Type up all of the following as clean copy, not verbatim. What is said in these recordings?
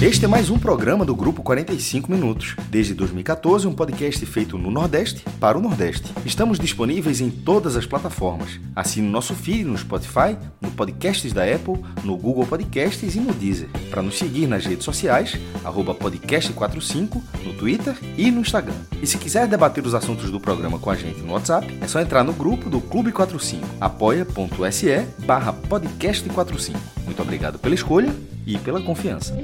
Este é mais um programa do Grupo 45 Minutos. Desde 2014, um podcast feito no Nordeste para o Nordeste. Estamos disponíveis em todas as plataformas. Assine o nosso feed no Spotify, no Podcasts da Apple, no Google Podcasts e no Deezer. Para nos seguir nas redes sociais, @podcast45, no Twitter e no Instagram. E se quiser debater os assuntos do programa com a gente no WhatsApp, é só entrar no grupo do Clube 45, apoia.se/podcast45. Muito obrigado pela escolha e pela confiança.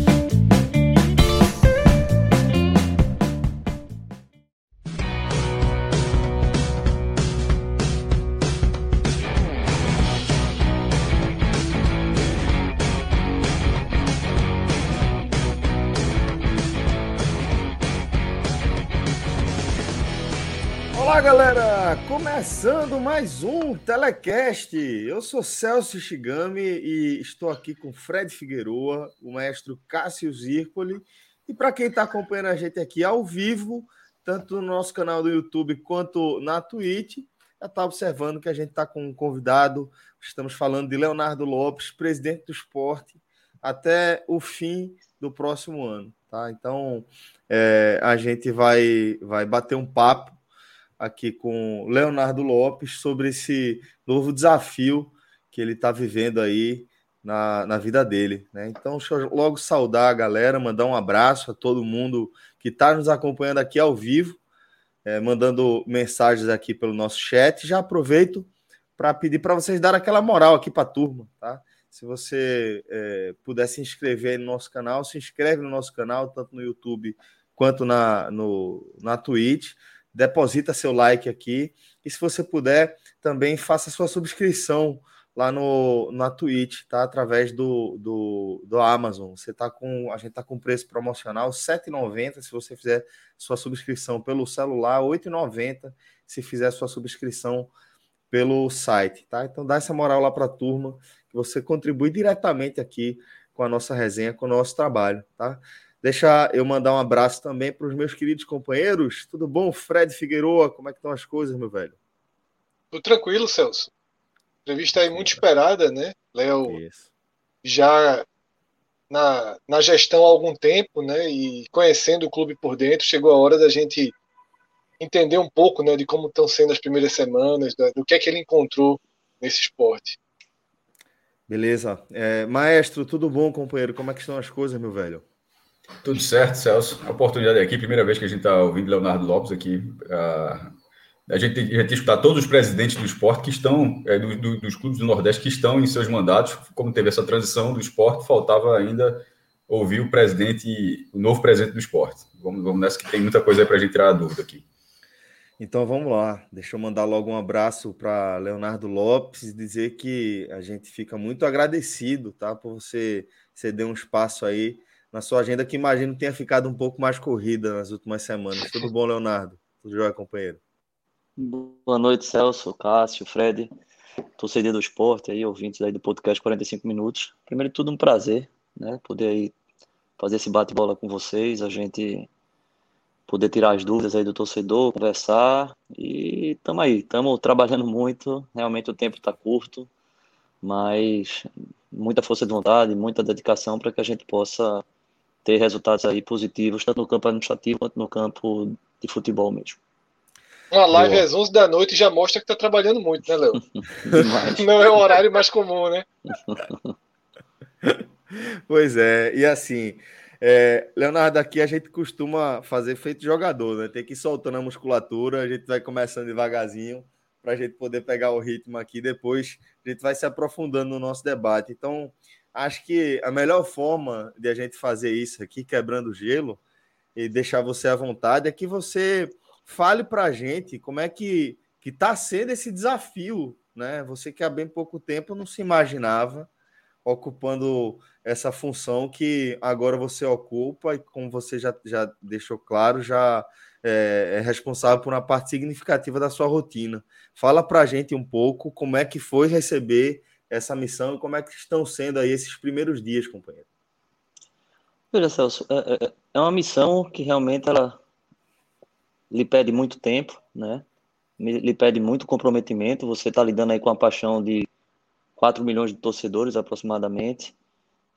Olá, galera! Começando mais um Telecast. Eu sou Celso Shigami e estou aqui com Fred Figueroa, o maestro Cássio Zirpoli. E para quem está acompanhando a gente aqui ao vivo, tanto no nosso canal do YouTube quanto na Twitch, já está observando que a gente está com um convidado. Estamos falando de Leonardo Lopes, presidente do Sport, até o fim do próximo ano. Tá? Então, a gente vai bater um papo aqui com Leonardo Lopes sobre esse novo desafio que ele está vivendo aí na vida dele, né? Então, deixa eu logo saudar a galera, mandar um abraço a todo mundo que está nos acompanhando aqui ao vivo, mandando mensagens aqui pelo nosso chat. Já aproveito para pedir para vocês darem aquela moral aqui para a turma, tá? Se você puder se inscrever no nosso canal, se inscreve no nosso canal, tanto no YouTube quanto na Twitch. Deposita seu like aqui e se você puder, também faça sua subscrição lá na Twitch, tá? Através do Amazon. A gente tá com preço promocional R$ 7,90 se você fizer sua subscrição pelo celular, R$ 8,90 se fizer sua subscrição pelo site, tá? Então dá essa moral lá para a turma, que você contribui diretamente aqui com a nossa resenha, com o nosso trabalho, tá? Deixa eu mandar um abraço também para os meus queridos companheiros. Tudo bom, Fred Figueroa? Como é que estão as coisas, meu velho? Tudo tranquilo, Celso. Entrevista aí muito esperada, né? Léo Isso. já na gestão há algum tempo, né? E conhecendo o clube por dentro, chegou a hora da gente entender um pouco, né? De como estão sendo as primeiras semanas, do que é que ele encontrou nesse esporte. Beleza. Maestro, tudo bom, companheiro? Como é que estão as coisas, meu velho? Tudo certo, Celso. A oportunidade aqui, primeira vez que a gente está ouvindo Leonardo Lopes aqui. A gente tem que escutar todos os presidentes do esporte que estão, dos clubes do Nordeste que estão em seus mandatos. Como teve essa transição do esporte, faltava ainda ouvir o novo presidente do esporte. Vamos nessa que tem muita coisa aí para a gente tirar a dúvida aqui. Então vamos lá. Deixa eu mandar logo um abraço para Leonardo Lopes e dizer que a gente fica muito agradecido, tá, por você ceder um espaço aí na sua agenda, que imagino tenha ficado um pouco mais corrida nas últimas semanas. Tudo bom, Leonardo? Tudo jóia, companheiro? Boa noite, Celso, Cássio, Fred, torcedor do esporte, aí, ouvintes aí do podcast 45 Minutos. Primeiro de tudo, um prazer, né? Poder aí fazer esse bate-bola com vocês, a gente poder tirar as dúvidas aí do torcedor, conversar e estamos trabalhando muito. Realmente o tempo está curto, mas muita força de vontade, muita dedicação para que a gente possa ter resultados aí positivos, tanto no campo administrativo quanto no campo de futebol mesmo. Uma live às 11 da noite já mostra que está trabalhando muito, né, Léo? Não é o horário mais comum, né? Pois é, e assim, Leonardo, aqui a gente costuma fazer feito jogador, né? Tem que ir soltando a musculatura, a gente vai começando devagarzinho para a gente poder pegar o ritmo aqui, depois a gente vai se aprofundando no nosso debate. Então, acho que a melhor forma de a gente fazer isso aqui, quebrando o gelo, e deixar você à vontade, é que você fale para a gente como é que está sendo esse desafio, né? Você que há bem pouco tempo não se imaginava ocupando essa função que agora você ocupa e, como você já deixou claro, já é responsável por uma parte significativa da sua rotina. Fala para a gente um pouco como é que foi receber essa missão e como é que estão sendo aí esses primeiros dias, companheiro. Veja, Celso, é uma missão que realmente ela lhe pede muito tempo, né? Lhe pede muito comprometimento. Você está lidando aí com a paixão de 4 milhões de torcedores aproximadamente,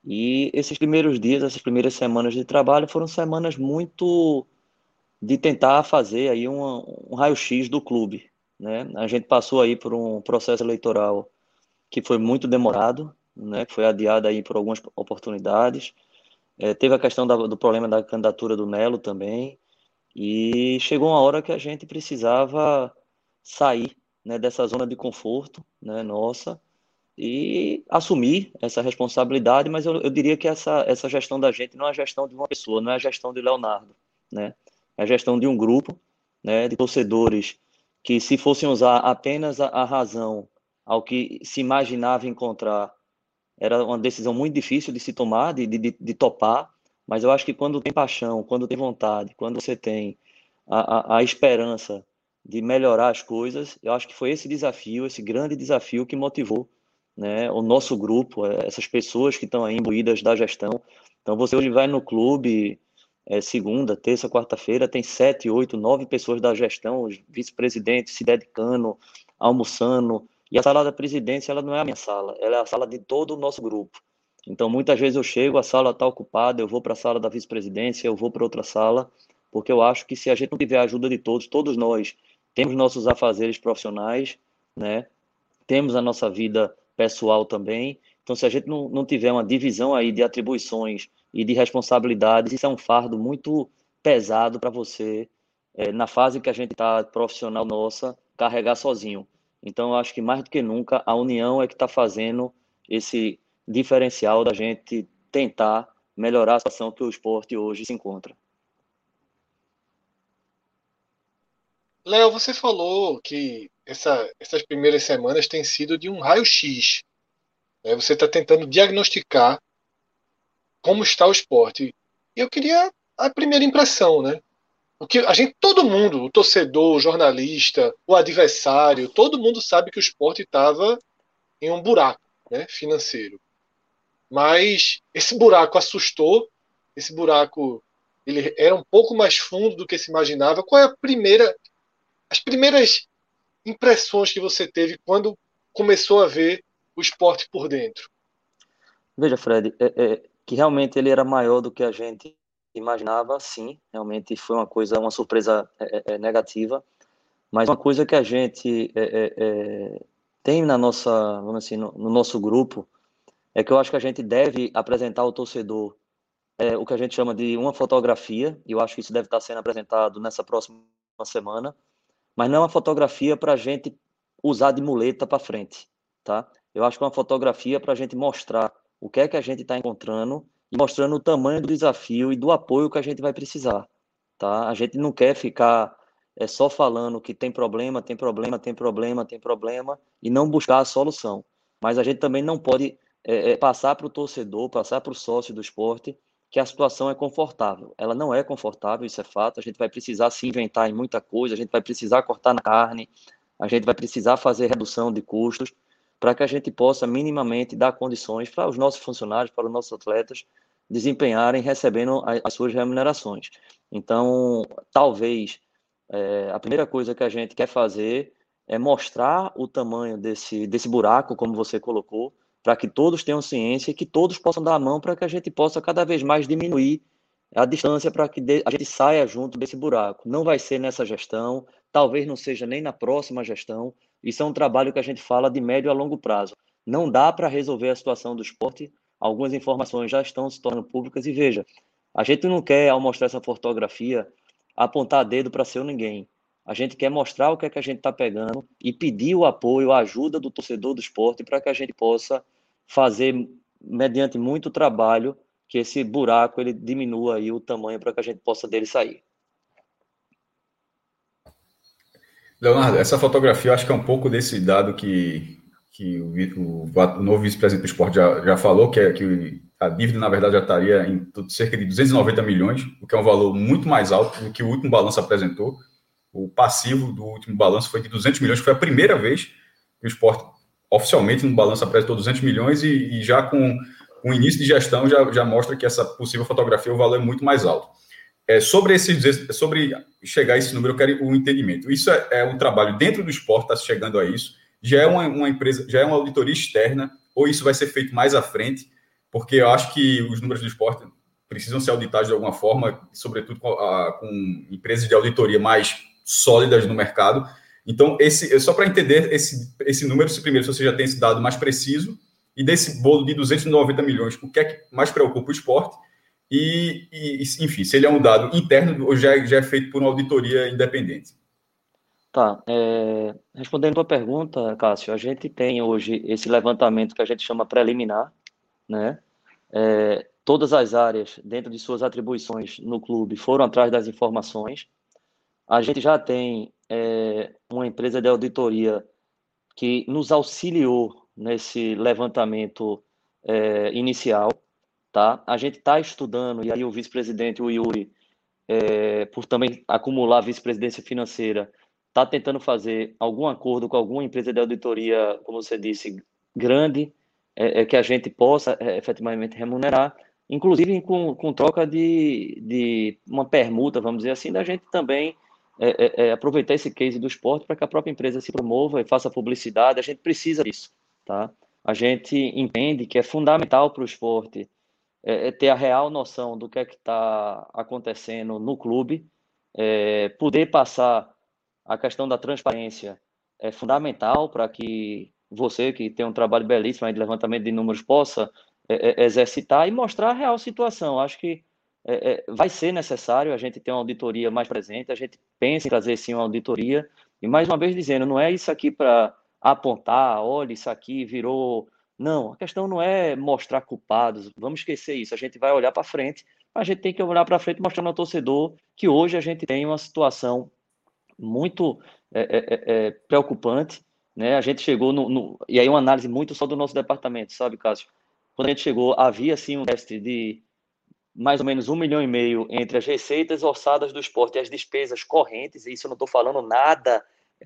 E esses primeiros dias, essas primeiras semanas de trabalho foram semanas muito de tentar fazer aí um raio-x do clube, né? A gente passou aí por um processo eleitoral que foi muito demorado, né? Que foi adiado aí por algumas oportunidades. Teve a questão do problema da candidatura do Nelo também, e chegou uma hora que a gente precisava sair, né, dessa zona de conforto, né, nossa, e assumir essa responsabilidade, mas eu diria que essa gestão da gente não é a gestão de uma pessoa, não é a gestão de Leonardo, né? É a gestão de um grupo, né, de torcedores que, se fossem usar apenas a razão ao que se imaginava encontrar, era uma decisão muito difícil de se tomar, de topar, mas eu acho que quando tem paixão, quando tem vontade, quando você tem a esperança de melhorar as coisas, eu acho que foi esse desafio, esse grande desafio que motivou, né, o nosso grupo, essas pessoas que estão aí imbuídas da gestão. Então você hoje vai no clube, segunda, terça, quarta-feira, tem 7, 8, 9 pessoas da gestão, os vice-presidentes se dedicando, almoçando, e a sala da presidência, ela não é a minha sala, ela é a sala de todo o nosso grupo. Então, muitas vezes eu chego, a sala está ocupada, eu vou para a sala da vice-presidência, eu vou para outra sala, porque eu acho que se a gente não tiver a ajuda de todos, todos nós temos nossos afazeres profissionais, né? Temos a nossa vida pessoal também. Então, se a gente não tiver uma divisão aí de atribuições e de responsabilidades, isso é um fardo muito pesado para você, na fase que a gente está profissional nossa, carregar sozinho. Então, eu acho que mais do que nunca, a união é que está fazendo esse diferencial da gente tentar melhorar a situação que o esporte hoje se encontra. Léo, você falou que essas primeiras semanas têm sido de um raio-x, né? Você está tentando diagnosticar como está o esporte. E eu queria a primeira impressão, né? Porque a gente, todo mundo, o torcedor, o jornalista, o adversário, todo mundo sabe que o esporte estava em um buraco, né, financeiro. Mas esse buraco assustou, esse buraco ele era um pouco mais fundo do que se imaginava. Qual é as primeiras impressões que você teve quando começou a ver o esporte por dentro? Veja, Fred, que realmente ele era maior do que a gente imaginava, sim, realmente foi uma surpresa negativa, mas uma coisa que a gente tem na nossa, vamos assim, no nosso grupo, é que eu acho que a gente deve apresentar ao torcedor o que a gente chama de uma fotografia, e eu acho que isso deve estar sendo apresentado nessa próxima semana, mas não é uma fotografia para a gente usar de muleta para frente, tá? Eu acho que é uma fotografia para a gente mostrar o que é que a gente está encontrando e mostrando o tamanho do desafio e do apoio que a gente vai precisar, tá? A gente não quer ficar só falando que tem problema, tem problema, tem problema, tem problema e não buscar a solução. Mas a gente também não pode passar para o torcedor, passar para o sócio do esporte que a situação é confortável. Ela não é confortável, isso é fato. A gente vai precisar se inventar em muita coisa, a gente vai precisar cortar na carne, a gente vai precisar fazer redução de custos para que a gente possa minimamente dar condições para os nossos funcionários, para os nossos atletas desempenharem recebendo as suas remunerações. Então, talvez a primeira coisa que a gente quer fazer é mostrar o tamanho desse buraco, como você colocou, para que todos tenham ciência e que todos possam dar a mão para que a gente possa cada vez mais diminuir a distância para que a gente saia junto desse buraco. Não vai ser nessa gestão, talvez não seja nem na próxima gestão. Isso é um trabalho que a gente fala de médio a longo prazo. Não dá para resolver a situação do esporte. Algumas informações já estão se tornando públicas e veja, a gente não quer, ao mostrar essa fotografia, apontar dedo para ser ninguém. A gente quer mostrar o que é que a gente está pegando e pedir o apoio, a ajuda do torcedor do esporte para que a gente possa fazer, mediante muito trabalho, que esse buraco ele diminua aí o tamanho para que a gente possa dele sair. Leonardo, essa fotografia eu acho que é um pouco desse dado que o novo vice-presidente do esporte já falou, que a dívida, na verdade, já estaria em cerca de 290 milhões, o que é um valor muito mais alto do que o último balanço apresentou. O passivo do último balanço foi de 200 milhões, que foi a primeira vez que o esporte oficialmente no balanço apresentou 200 milhões e já com o início de gestão já mostra que essa possível fotografia, o valor é muito mais alto. Sobre chegar a esse número, eu quero um entendimento. Isso é um trabalho dentro do esporte, está chegando a isso, já é uma empresa, já é uma auditoria externa, ou isso vai ser feito mais à frente? porque eu acho que os números do esporte precisam ser auditados de alguma forma, sobretudo com empresas de auditoria mais sólidas no mercado. Então, só para entender esse número, primeiro, se você já tem esse dado mais preciso, e desse bolo de 290 milhões, o que é que mais preocupa o esporte? Enfim, se ele é um dado interno ou já é feito por uma auditoria independente. Tá. Respondendo a tua pergunta, Cássio, a gente tem hoje esse levantamento que a gente chama preliminar, né? Todas as áreas, dentro de suas atribuições no clube, foram atrás das informações. A gente já tem uma empresa de auditoria que nos auxiliou nesse levantamento inicial, tá? A gente está estudando, e aí o vice-presidente, o Yuri, por também acumular vice-presidência financeira, está tentando fazer algum acordo com alguma empresa de auditoria, como você disse, grande, que a gente possa efetivamente remunerar, inclusive com troca de uma permuta, vamos dizer assim, da gente também aproveitar esse case do esporte para que a própria empresa se promova e faça publicidade. A gente precisa disso, tá? A gente entende que é fundamental para o esporte ter a real noção do que é que está acontecendo no clube, poder passar a questão da transparência é fundamental para que você, que tem um trabalho belíssimo aí de levantamento de números, possa exercitar e mostrar a real situação. Acho que vai ser necessário a gente ter uma auditoria mais presente, a gente pensa em trazer sim uma auditoria, e mais uma vez dizendo, não é isso aqui para apontar, olha, isso aqui virou... Não, a questão não é mostrar culpados, vamos esquecer isso, a gente vai olhar para frente, mas a gente tem que olhar para frente mostrando ao torcedor que hoje a gente tem uma situação muito preocupante, né? A gente chegou e aí uma análise muito só do nosso departamento, sabe, Cássio? Quando a gente chegou, havia sim um déficit de mais ou menos 1,5 milhão entre as receitas orçadas do esporte e as despesas correntes, e isso eu não estou falando nada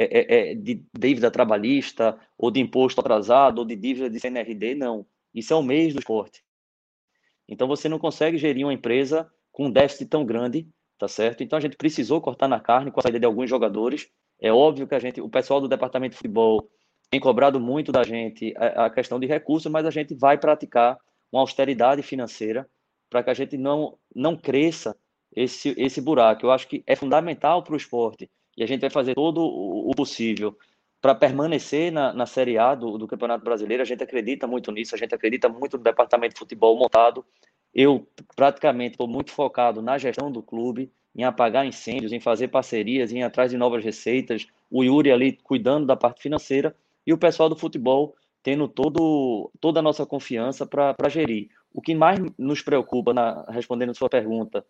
de dívida trabalhista, ou de imposto atrasado, ou de dívida de CNRD, não. Isso é o mês do esporte. Então você não consegue gerir uma empresa com um déficit tão grande, tá certo? Então a gente precisou cortar na carne com a saída de alguns jogadores. É óbvio que o pessoal do departamento de futebol tem cobrado muito da gente a questão de recursos, mas a gente vai praticar uma austeridade financeira para que a gente não cresça esse buraco. Eu acho que é fundamental para o esporte e a gente vai fazer todo o possível para permanecer na Série A do Campeonato Brasileiro. A gente acredita muito nisso, a gente acredita muito no departamento de futebol montado. Eu praticamente estou muito focado na gestão do clube, em apagar incêndios, em fazer parcerias, em ir atrás de novas receitas, o Yuri ali cuidando da parte financeira e o pessoal do futebol tendo toda a nossa confiança para gerir. O que mais nos preocupa, respondendo a sua pergunta,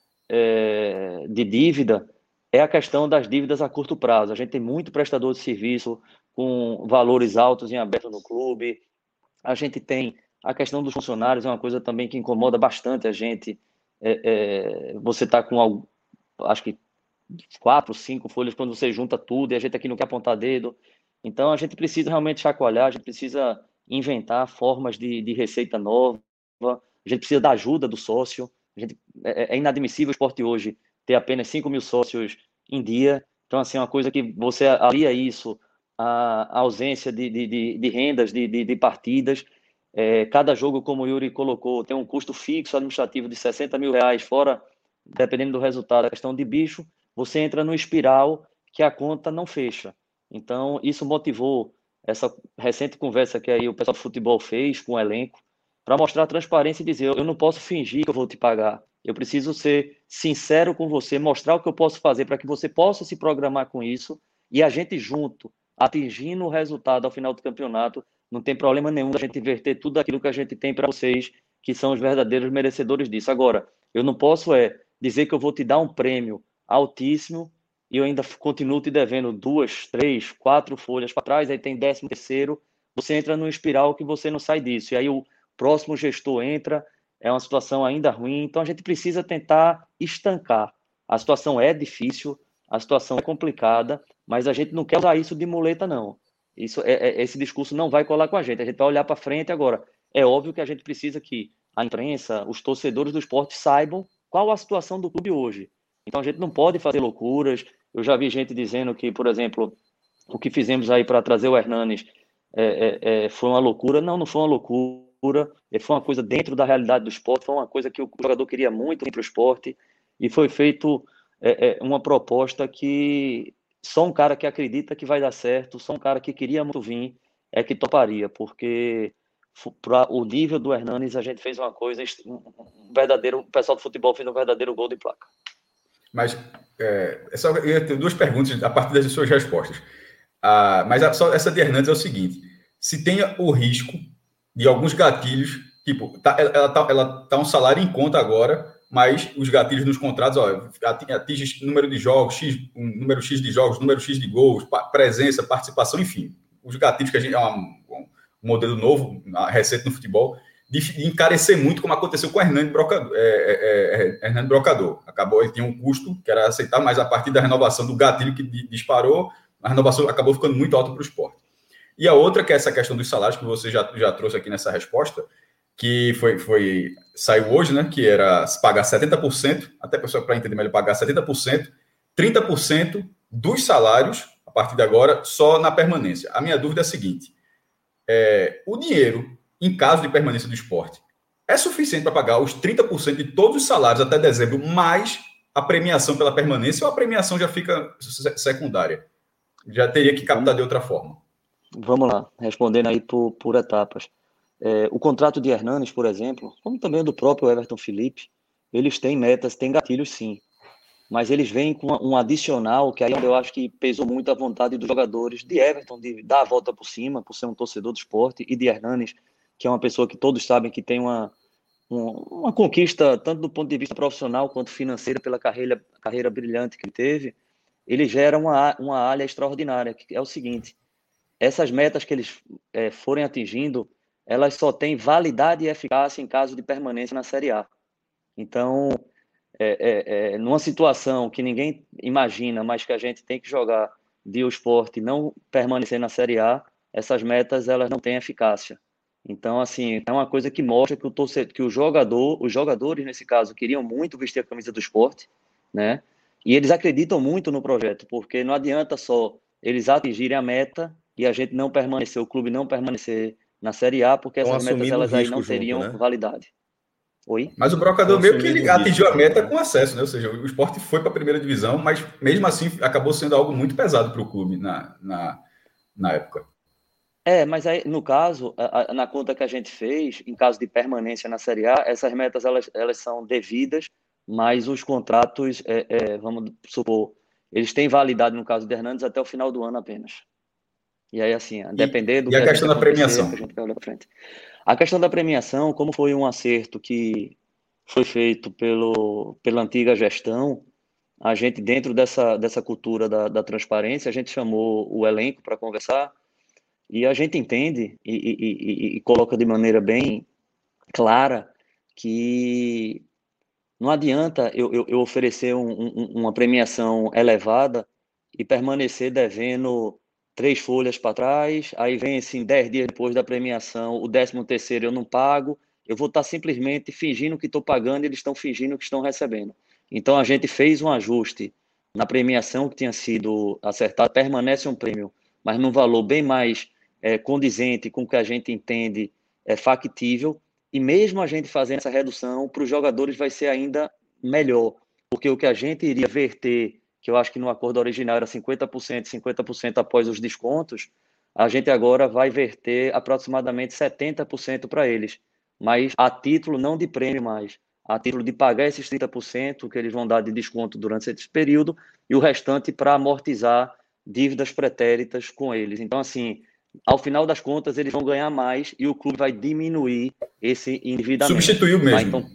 de dívida, é a questão das dívidas a curto prazo. A gente tem muito prestador de serviço com valores altos em aberto no clube. A gente tem a questão dos funcionários, é uma coisa também que incomoda bastante a gente. Você está com, acho que 4, 5 folhas quando você junta tudo e a gente aqui não quer apontar dedo. Então, a gente precisa realmente chacoalhar, a gente precisa inventar formas de receita nova, a gente precisa da ajuda do sócio. É inadmissível o esporte hoje ter apenas 5 mil sócios em dia. Então, assim, é uma coisa que você alia isso, a ausência de rendas, de partidas. Cada jogo, como o Yuri colocou, tem um custo fixo administrativo de 60 mil reais, fora, dependendo do resultado, a questão de bicho, você entra no espiral que a conta não fecha. Então, isso motivou essa recente conversa que aí o pessoal do futebol fez com o elenco, para mostrar a transparência e dizer, eu não posso fingir que eu vou te pagar, eu preciso ser sincero com você, mostrar o que eu posso fazer para que você possa se programar com isso, e a gente junto, atingindo o resultado ao final do campeonato, não tem problema nenhum a gente inverter tudo aquilo que a gente tem para vocês, que são os verdadeiros merecedores disso. Agora, eu não posso dizer que eu vou te dar um prêmio altíssimo e eu ainda continuo te devendo 2, 3, 4 folhas para trás, aí tem 13º, você entra num espiral que você não sai disso. E aí o próximo gestor entra, é uma situação ainda ruim. Então a gente precisa tentar estancar. A situação é difícil, a situação é complicada, mas a gente não quer usar isso de muleta, não. Esse discurso não vai colar com a gente vai olhar para frente agora. É óbvio que a gente precisa que a imprensa, os torcedores do esporte saibam qual a situação do clube hoje. Então a gente não pode fazer loucuras. Eu já vi gente dizendo que, por exemplo, o que fizemos aí para trazer o Hernanes foi uma loucura. Não foi uma loucura. Ele foi uma coisa dentro da realidade do esporte, foi uma coisa que o jogador queria muito ir para o esporte, e foi feito uma proposta que só um cara que acredita que vai dar certo, só um cara que queria muito vir, é que toparia, porque para o nível do Hernanes a gente fez uma coisa, o pessoal do futebol fez um verdadeiro gol de placa. Mas eu ia ter duas perguntas a partir das suas respostas. Mas só essa de Hernanes é o seguinte: se tem o risco de alguns gatilhos, tipo, ela tá um salário em conta agora, mas os gatilhos nos contratos, atinge número de jogos, número X de jogos, número X de gols, presença, participação, enfim. Os gatilhos que a gente um modelo novo, recente no futebol, de encarecer muito, como aconteceu com o Hernando Brocador. Acabou, ele tinha um custo que era aceitar, mas a partir da renovação do gatilho que disparou, a renovação acabou ficando muito alta para o esporte. E a outra, que é essa questão dos salários, que você já trouxe aqui nessa resposta, que saiu hoje, né, que era se pagar 70%, até para entender melhor, pagar 70%, 30% dos salários, a partir de agora, só na permanência. A minha dúvida é a seguinte: o dinheiro, em caso de permanência do esporte, é suficiente para pagar os 30% de todos os salários até dezembro, mais a premiação pela permanência, ou a premiação já fica secundária? Já teria que captar de outra forma? Vamos lá, respondendo aí por etapas. O contrato de Hernanes, por exemplo, como também o do próprio Everton Felipe, eles têm metas, têm gatilhos sim, mas eles vêm com um adicional, que aí eu acho que pesou muito a vontade dos jogadores, de Everton, de dar a volta por cima, por ser um torcedor do esporte, e de Hernanes, que é uma pessoa que todos sabem que tem uma conquista, tanto do ponto de vista profissional quanto financeira, pela carreira brilhante que ele teve. Ele gera uma área extraordinária, que é o seguinte: essas metas que eles forem atingindo, elas só têm validade e eficácia em caso de permanência na Série A. Então, numa situação que ninguém imagina, mas que a gente tem que jogar de o esporte não permanecer na Série A, essas metas elas não têm eficácia. Então, assim, é uma coisa que mostra que os jogadores, nesse caso, queriam muito vestir a camisa do esporte, né? E eles acreditam muito no projeto, porque não adianta só eles atingirem a meta e a gente não permanecer, o clube não permanecer na Série A, porque essas metas elas aí não teriam validade. Oi? Mas o Brocador meio que ele atingiu a meta com acesso, né? Ou seja, o esporte foi para a primeira divisão, mas mesmo assim acabou sendo algo muito pesado para o clube na época. Mas aí, no caso, na conta que a gente fez, em caso de permanência na Série A, essas metas elas são devidas, mas os contratos, vamos supor, eles têm validade, no caso de Hernandes, até o final do ano apenas. E aí, assim, depender do que a questão da premiação? Que a gente vai olhar para frente. A questão da premiação, como foi um acerto que foi feito pela antiga gestão, a gente, dentro dessa cultura da transparência, a gente chamou o elenco para conversar, e a gente entende e coloca de maneira bem clara que não adianta eu oferecer uma premiação elevada e permanecer devendo 3 folhas para trás, aí vem assim 10 dias depois da premiação, o 13º eu não pago, eu vou estar simplesmente fingindo que estou pagando e eles estão fingindo que estão recebendo. Então a gente fez um ajuste na premiação que tinha sido acertada, permanece um prêmio, mas num valor bem mais condizente com o que a gente entende factível, e mesmo a gente fazendo essa redução, para os jogadores vai ser ainda melhor, porque o que a gente iria verter, que eu acho que no acordo original era 50% após os descontos, a gente agora vai verter aproximadamente 70% para eles, mas a título não de prêmio mais, a título de pagar esses 30% que eles vão dar de desconto durante esse período, e o restante para amortizar dívidas pretéritas com eles. Então, assim, ao final das contas, eles vão ganhar mais e o clube vai diminuir esse endividamento. Substituiu mesmo. Então...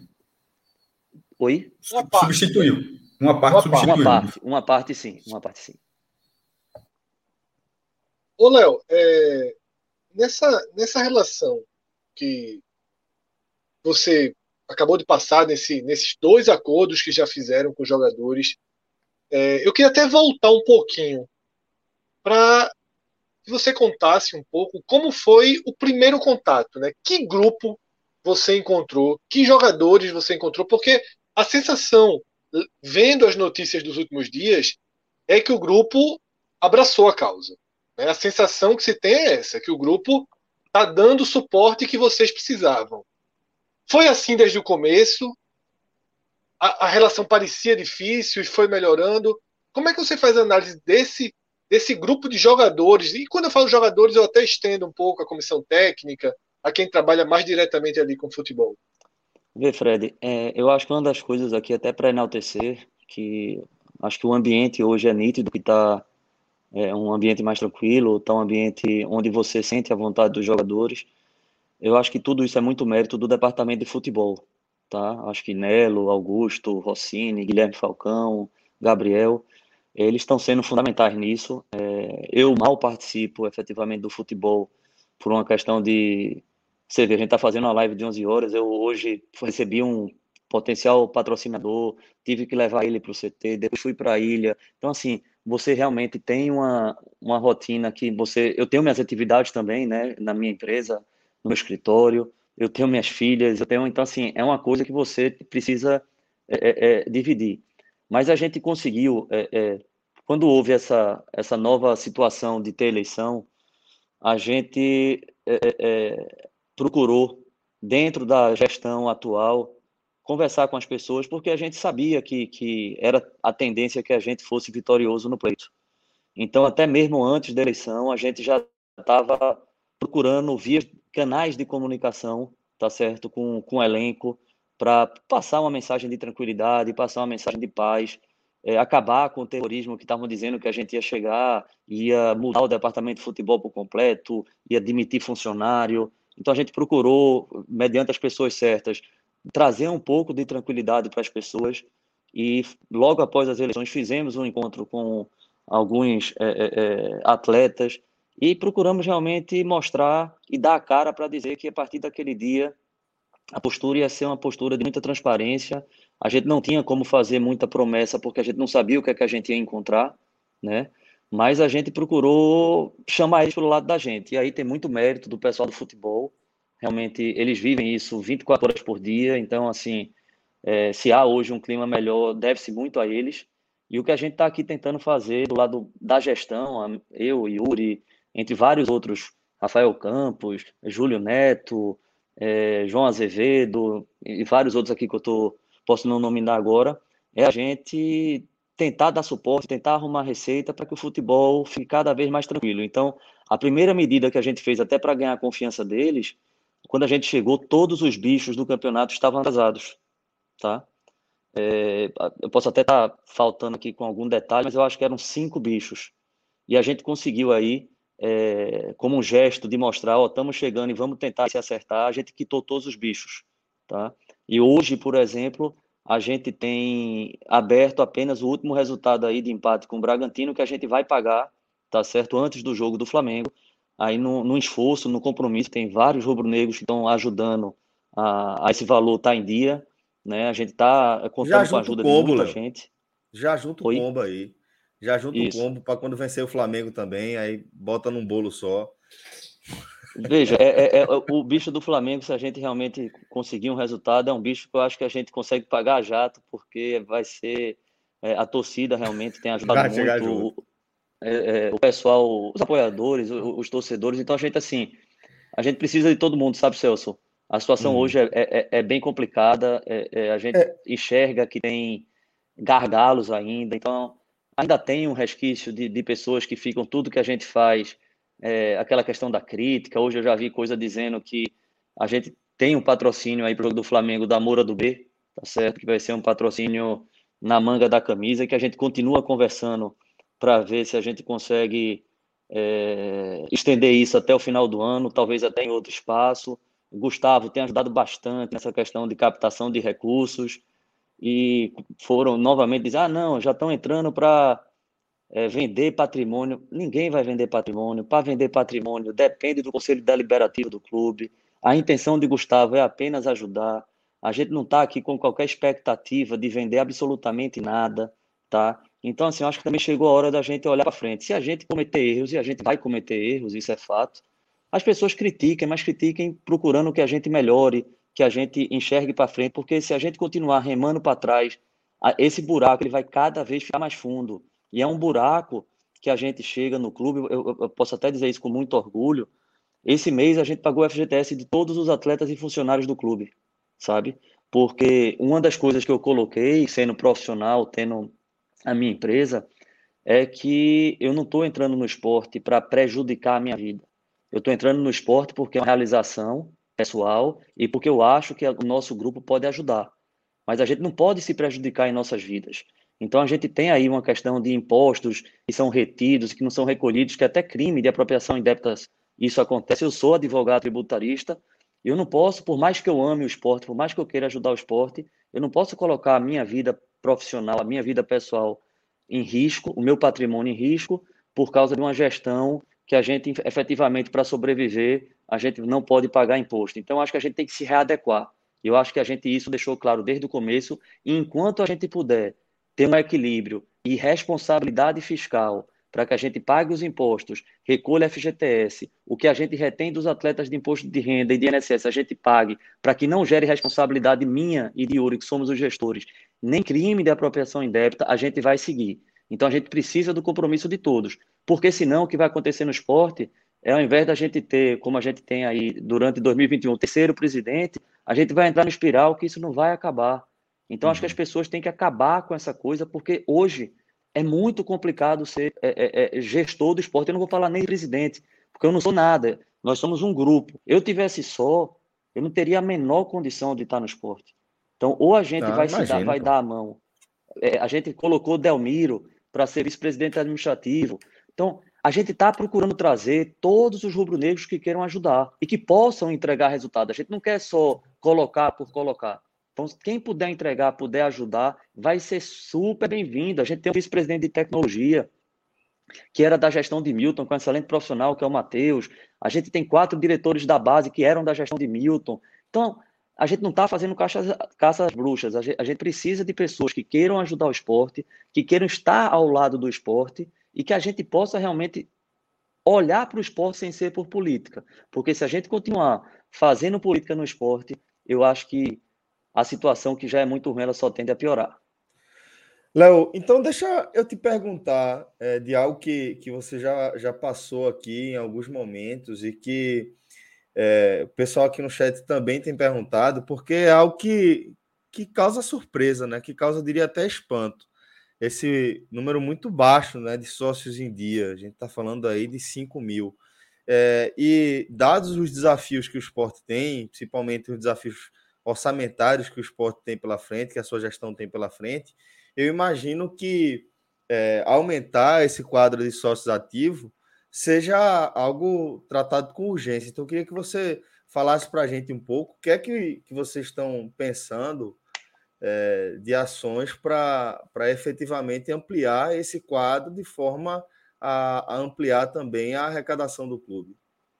Oi? Substituiu. Uma parte substituiu. Uma parte sim. Ô, Léo, nessa relação que você acabou de passar nesses 2 acordos que já fizeram com os jogadores, eu queria até voltar um pouquinho para que você contasse um pouco como foi o primeiro contato, né? Que grupo você encontrou, que jogadores você encontrou, porque a sensação, vendo as notícias dos últimos dias, é que o grupo abraçou a causa. Né? A sensação que se tem é essa, que o grupo está dando o suporte que vocês precisavam. Foi assim desde o começo? A relação parecia difícil e foi melhorando? Como é que você faz a análise desse grupo de jogadores? E quando eu falo jogadores, eu até estendo um pouco a comissão técnica, a quem trabalha mais diretamente ali com futebol. Vê, Fred, eu acho que uma das coisas aqui, até para enaltecer, que acho que o ambiente hoje é nítido, que está um ambiente mais tranquilo, está um ambiente onde você sente a vontade dos jogadores. Eu acho que tudo isso é muito mérito do departamento de futebol, tá? Acho que Nelo, Augusto, Rossini, Guilherme Falcão, Gabriel, eles estão sendo fundamentais nisso. Eu mal participo efetivamente do futebol por uma questão de... Você vê, a gente está fazendo uma live de 11 horas, eu hoje recebi um potencial patrocinador, tive que levar ele para o CT, depois fui para a ilha. Então, assim, você realmente tem uma rotina que você... Eu tenho minhas atividades também, né, na minha empresa, no meu escritório, eu tenho minhas filhas, então, assim, é uma coisa que você precisa dividir. Mas a gente conseguiu, quando houve essa nova situação de ter eleição, a gente procurou, dentro da gestão atual, conversar com as pessoas, porque a gente sabia que era a tendência que a gente fosse vitorioso no pleito. Então, até mesmo antes da eleição, a gente já estava procurando vias, canais de comunicação, tá certo, com o elenco, para passar uma mensagem de tranquilidade, passar uma mensagem de paz, acabar com o terrorismo que estavam dizendo que a gente ia chegar, ia mudar o departamento de futebol por completo, ia demitir funcionário. Então, a gente procurou, mediante as pessoas certas, trazer um pouco de tranquilidade para as pessoas e, logo após as eleições, fizemos um encontro com alguns atletas e procuramos realmente mostrar e dar a cara para dizer que a partir daquele dia a postura ia ser uma postura de muita transparência. A gente não tinha como fazer muita promessa porque a gente não sabia o que é que a gente ia encontrar, né? Mas a gente procurou chamar eles pelo lado da gente. E aí tem muito mérito do pessoal do futebol. Realmente eles vivem isso 24 horas por dia. Então, assim, se há hoje um clima melhor, deve-se muito a eles. E o que a gente está aqui tentando fazer do lado da gestão, eu, Yuri, entre vários outros, Rafael Campos, Júlio Neto, João Azevedo e vários outros aqui que posso não nominar agora, é a gente tentar dar suporte, tentar arrumar receita para que o futebol fique cada vez mais tranquilo. Então, a primeira medida que a gente fez até para ganhar a confiança deles, quando a gente chegou, todos os bichos do campeonato estavam atrasados, tá? Eu posso até estar faltando aqui com algum detalhe, mas eu acho que eram 5 bichos. E a gente conseguiu aí, como um gesto de mostrar, ó, estamos chegando e vamos tentar se acertar, a gente quitou todos os bichos, tá? E hoje, por exemplo, a gente tem aberto apenas o último resultado aí de empate com o Bragantino, que a gente vai pagar, tá certo? Antes do jogo do Flamengo. Aí no esforço, no compromisso, tem vários rubro-negros que estão ajudando a esse valor estar em dia, né? A gente está Já contando com a junto o ajuda de combo, muita Léo. gente. Já junto o Oi? combo aí. Já junto o Isso. combo para quando vencer o Flamengo também, aí bota num bolo só. Veja, o bicho do Flamengo, se a gente realmente conseguir um resultado, é um bicho que eu acho que a gente consegue pagar a jato, porque vai ser a torcida realmente tem ajudado Vai chegar muito junto. o pessoal, os apoiadores, os torcedores. Então a gente assim, a gente precisa de todo mundo, sabe, Celso? A situação hoje é bem complicada, a gente É, enxerga que tem gargalos ainda, então ainda tem um resquício de pessoas que ficam tudo que a gente faz, aquela questão da crítica. Hoje eu já vi coisa dizendo que a gente tem um patrocínio aí para o jogo do Flamengo da Moura do B, tá certo? Que vai ser um patrocínio na manga da camisa, que a gente continua conversando para ver se a gente consegue estender isso até o final do ano, talvez até em outro espaço. O Gustavo tem ajudado bastante nessa questão de captação de recursos e foram novamente dizer, não, já estão entrando para vender patrimônio. Ninguém vai vender patrimônio. Para vender patrimônio depende do Conselho Deliberativo do clube. A intenção de Gustavo é apenas ajudar. A gente não está aqui com qualquer expectativa de vender absolutamente nada, tá? Então, assim, eu acho que também chegou a hora da gente olhar para frente. Se a gente cometer erros, e a gente vai cometer erros, isso é fato, as pessoas critiquem, mas critiquem procurando que a gente melhore, que a gente enxergue para frente, porque se a gente continuar remando para trás, esse buraco ele vai cada vez ficar mais fundo. E é um buraco que a gente chega no clube, eu posso até dizer isso com muito orgulho, Esse mês a gente pagou o FGTS de todos os atletas e funcionários do clube, sabe? Porque uma das coisas que eu coloquei, sendo profissional, tendo a minha empresa, é que eu não estou entrando no esporte para prejudicar a minha vida. Eu estou entrando no esporte porque é uma realização pessoal e porque eu acho que o nosso grupo pode ajudar. Mas a gente não pode se prejudicar em nossas vidas. Então a gente tem aí uma questão de impostos que são retidos, que não são recolhidos, que é até crime de apropriação indébita isso acontece. Eu sou advogado tributarista, e eu não posso, por mais que eu ame o esporte, por mais que eu queira ajudar o esporte, eu não posso colocar a minha vida profissional, a minha vida pessoal em risco, o meu patrimônio em risco, por causa de uma gestão que a gente, efetivamente, para sobreviver, a gente não pode pagar imposto. Então, acho que a gente tem que se readequar. Eu acho que a gente isso deixou claro desde o começo, e enquanto a gente puder ter um equilíbrio e responsabilidade fiscal para que a gente pague os impostos, recolha FGTS, o que a gente retém dos atletas de imposto de renda e de INSS, a gente pague, para que não gere responsabilidade minha e de Yuri, que somos os gestores, nem crime de apropriação indébita, a gente vai seguir. Então a gente precisa do compromisso de todos, porque senão o que vai acontecer no esporte é, ao invés da gente ter, como a gente tem aí durante 2021, o terceiro presidente, a gente vai entrar no espiral que isso não vai acabar. Então acho que as pessoas têm que acabar com essa coisa, porque hoje é muito complicado ser gestor do esporte. Eu não vou falar nem presidente, porque eu não sou nada. Nós somos um grupo. Eu tivesse só, eu não teria a menor condição de estar no esporte. Então, ou a gente vai se dar, Imagino, vai pô. dar a mão. A gente colocou o Delmiro para ser vice-presidente administrativo. Então, a gente está procurando trazer todos os rubro-negros que queiram ajudar e que possam entregar resultado. A gente não quer só colocar por colocar. Então, quem puder entregar, puder ajudar, vai ser super bem-vindo. A gente tem um vice-presidente de tecnologia, que era da gestão de Milton, com um excelente profissional, que é o Matheus. A gente tem 4 diretores da base que eram da gestão de Milton. Então, a gente não está fazendo caça às bruxas. A gente precisa de pessoas que queiram ajudar o esporte, que queiram estar ao lado do esporte e que a gente possa realmente olhar para o esporte sem ser por política. Porque se a gente continuar fazendo política no esporte, eu acho que a situação que já é muito ruim, ela só tende a piorar. Léo, então deixa eu te perguntar de algo que você já passou aqui em alguns momentos e que o pessoal aqui no chat também tem perguntado, porque é algo que causa surpresa, né? Que causa, eu diria, até espanto. Esse número muito baixo, né, de sócios em dia. A gente está falando aí de 5 mil. E dados os desafios que o esporte tem, principalmente os desafios orçamentários que o esporte tem pela frente, que a sua gestão tem pela frente, eu imagino que aumentar esse quadro de sócios ativos seja algo tratado com urgência. Então, eu queria que você falasse para a gente um pouco o que é que vocês estão pensando de ações para efetivamente ampliar esse quadro de forma a ampliar também a arrecadação do clube.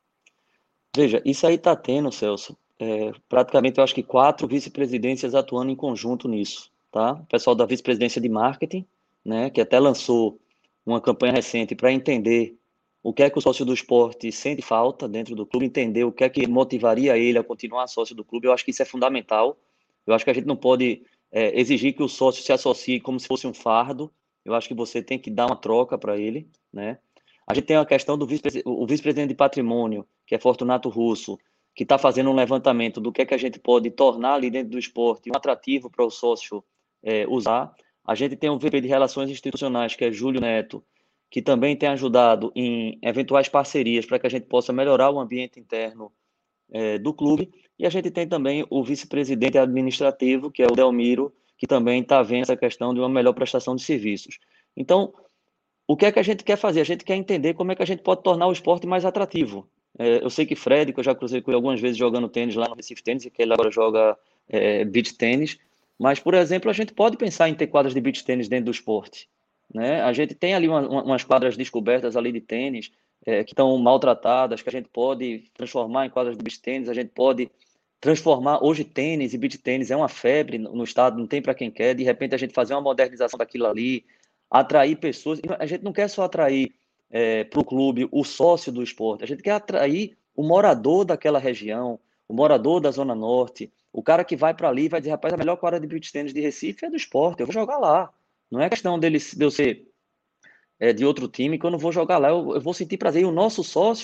Veja, isso aí está tendo, Celso, praticamente eu acho que 4 vice-presidências atuando em conjunto nisso, tá? O pessoal da vice-presidência de marketing, né, que até lançou uma campanha recente para entender o que é que o sócio do esporte sente falta dentro do clube, entender o que é que motivaria ele a continuar sócio do clube. Eu acho que isso é fundamental. Eu acho que a gente não pode exigir que o sócio se associe como se fosse um fardo. Eu acho que você tem que dar uma troca para ele, né? A gente tem a questão do vice-presidente de patrimônio, que é Fortunato Russo, que está fazendo um levantamento do que é que a gente pode tornar ali dentro do esporte um atrativo para o sócio usar. A gente tem um VP de Relações Institucionais, que é Júlio Neto, que também tem ajudado em eventuais parcerias para que a gente possa melhorar o ambiente interno do clube. E a gente tem também o vice-presidente administrativo, que é o Delmiro, que também está vendo essa questão de uma melhor prestação de serviços. Então, o que é que a gente quer fazer? A gente quer entender como é que a gente pode tornar o esporte mais atrativo. Eu sei que Fred, que eu já cruzei com ele algumas vezes jogando tênis lá no Recife Tênis, e que ele agora joga beach tênis, mas, por exemplo, a gente pode pensar em ter quadras de beach tênis dentro do esporte, né? A gente tem ali umas quadras descobertas ali de tênis que estão maltratadas, que a gente pode transformar em quadras de beach tênis, a gente pode transformar, hoje tênis e beach tênis é uma febre no estado, não tem para quem quer, de repente a gente fazer uma modernização daquilo ali, atrair pessoas. A gente não quer só atrair para o clube o sócio do esporte, a gente quer atrair o morador daquela região, o morador da Zona Norte, o cara que vai para ali e vai dizer, rapaz, a melhor quadra de beach tênis de Recife é do esporte, eu vou jogar lá. Não é questão de eu ser de outro time, que eu não vou jogar lá, eu vou sentir prazer. E o nosso sócio,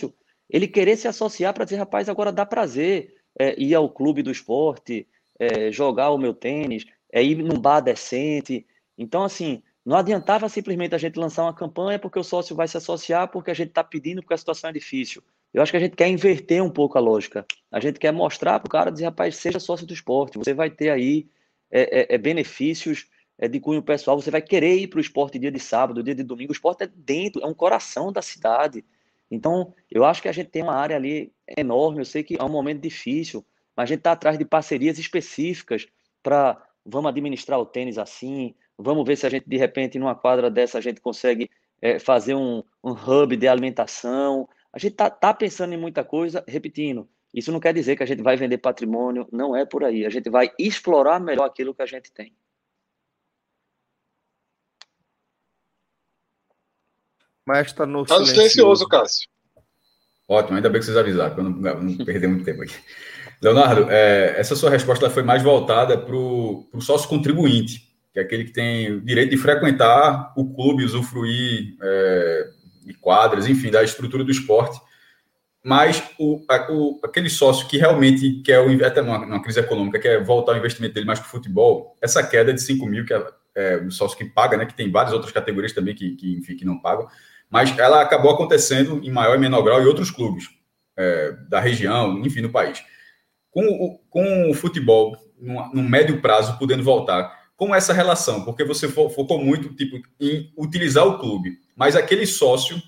ele querer se associar para dizer, rapaz, agora dá prazer ir ao clube do esporte, jogar o meu tênis, ir num bar decente. Então, assim, não adiantava simplesmente a gente lançar uma campanha porque o sócio vai se associar, porque a gente está pedindo, porque a situação é difícil. Eu acho que a gente quer inverter um pouco a lógica. A gente quer mostrar para o cara, dizer, rapaz, seja sócio do esporte, você vai ter aí benefícios de cunho pessoal, você vai querer ir para o esporte dia de sábado, dia de domingo. O esporte é dentro, é um coração da cidade. Então, eu acho que a gente tem uma área ali enorme. Eu sei que é um momento difícil, mas a gente está atrás de parcerias específicas para vamos administrar o tênis assim, vamos ver se a gente, de repente, numa quadra dessa, a gente consegue fazer um hub de alimentação. A gente tá pensando em muita coisa, repetindo. Isso não quer dizer que a gente vai vender patrimônio, não é por aí. A gente vai explorar melhor aquilo que a gente tem. Mas está no Tá no silencioso, Cássio. Ótimo, ainda bem que vocês avisaram, para não perder muito tempo aqui. Leonardo, essa sua resposta foi mais voltada para o sócio contribuinte, que é aquele que tem o direito de frequentar o clube, usufruir de quadras, enfim, da estrutura do esporte. Mas aquele sócio que realmente quer, até numa crise econômica, quer voltar o investimento dele mais para o futebol, essa queda de 5 mil, que é o sócio que paga, né, que tem várias outras categorias também que não pagam, mas ela acabou acontecendo em maior e menor grau em outros clubes da região, enfim, no país. Com o futebol, no médio prazo, podendo voltar, como essa relação? Porque você focou muito em utilizar o clube, mas aquele sócio,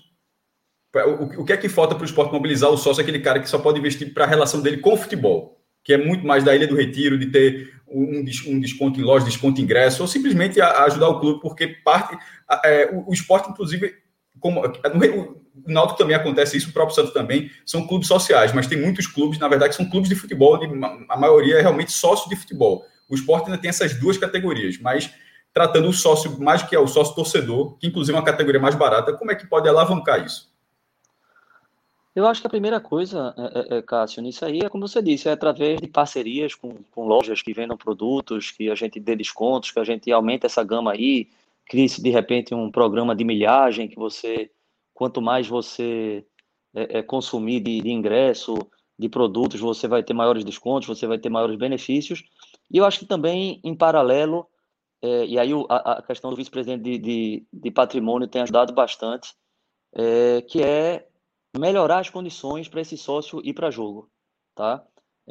o que é que falta para o esporte mobilizar o sócio, aquele cara que só pode investir para a relação dele com o futebol, que é muito mais da Ilha do Retiro, de ter um desconto em loja, desconto em ingresso, ou simplesmente ajudar o clube, porque o esporte, inclusive, como o Náutico também acontece isso, o próprio Santos também, são clubes sociais, mas tem muitos clubes, na verdade, que são clubes de futebol, a maioria é realmente sócio de futebol. O esporte ainda tem essas duas categorias, mas tratando o sócio mais que é o sócio torcedor, que inclusive é uma categoria mais barata, como é que pode alavancar isso? Eu acho que a primeira coisa, Cássio, nisso aí é como você disse, é através de parcerias com lojas que vendam produtos, que a gente dê descontos, que a gente aumente essa gama aí, crie de repente um programa de milhagem, que quanto mais você consumir de ingresso, de produtos, você vai ter maiores descontos, você vai ter maiores benefícios. E eu acho que também, em paralelo, e aí a questão do vice-presidente de patrimônio tem ajudado bastante, que é melhorar as condições para esse sócio ir para jogo, tá?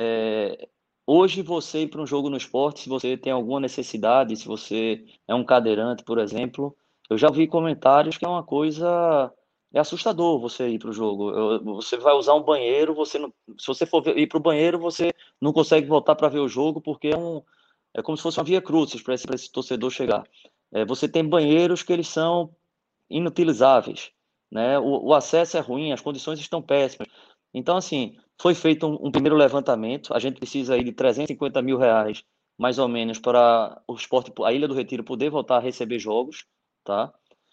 Hoje você ir para um jogo no esporte, se você tem alguma necessidade, se você é um cadeirante, por exemplo, eu já vi comentários que é uma coisa assustador você ir para o jogo. Você vai usar um banheiro, se você for ir para o banheiro, você não consegue voltar para ver o jogo porque é como se fosse uma via crucis para esse torcedor chegar. Você tem banheiros que eles são inutilizáveis, né? O acesso é ruim, as condições estão péssimas. Então, assim, foi feito um primeiro levantamento, a gente precisa aí de 350 mil reais, mais ou menos, para o esporte, a Ilha do Retiro poder voltar a receber jogos, tá?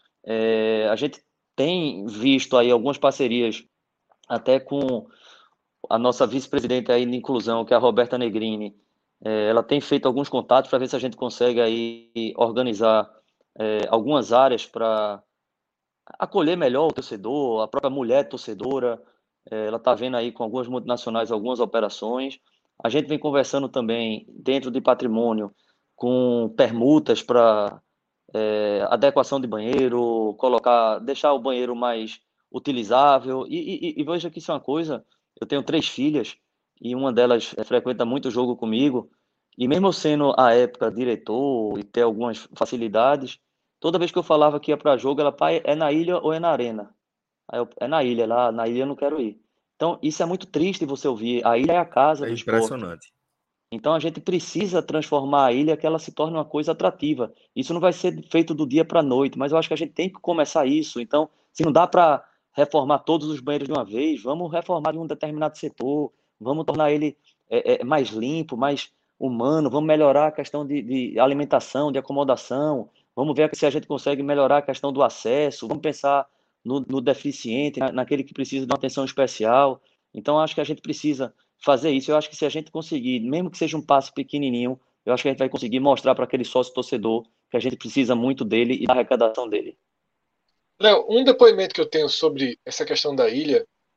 A gente tem visto aí algumas parcerias, até com a nossa vice-presidente aí de inclusão, que é a Roberta Negrini. Ela tem feito alguns contatos para ver se a gente consegue aí organizar algumas áreas para acolher melhor o torcedor, a própria mulher torcedora. Ela está vendo aí com algumas multinacionais algumas operações. A gente vem conversando também dentro de patrimônio com permutas para adequação de banheiro, deixar o banheiro mais utilizável. E veja que isso é uma coisa, eu tenho 3 filhas e uma delas frequenta muito jogo comigo, e mesmo eu sendo, à época, diretor e ter algumas facilidades, toda vez que eu falava que ia para jogo, ela, pai, é na ilha ou é na arena? Aí é na ilha, lá na ilha eu não quero ir. Então, isso é muito triste você ouvir. A ilha é a casa É do esporte. impressionante. Então, a gente precisa transformar a ilha que ela se torne uma coisa atrativa. Isso não vai ser feito do dia para a noite, mas eu acho que a gente tem que começar isso. Então, se não dá para reformar todos os banheiros de uma vez, vamos reformar de um determinado setor, vamos tornar ele mais limpo, mais humano, vamos melhorar a questão de alimentação, de acomodação, vamos ver se a gente consegue melhorar a questão do acesso, vamos pensar no deficiente, naquele que precisa de uma atenção especial. Então, acho que a gente precisa fazer isso. Eu acho que se a gente conseguir, mesmo que seja um passo pequenininho, eu acho que a gente vai conseguir mostrar para aquele sócio torcedor que a gente precisa muito dele e da arrecadação dele. Léo, um depoimento que eu tenho sobre essa questão da ilha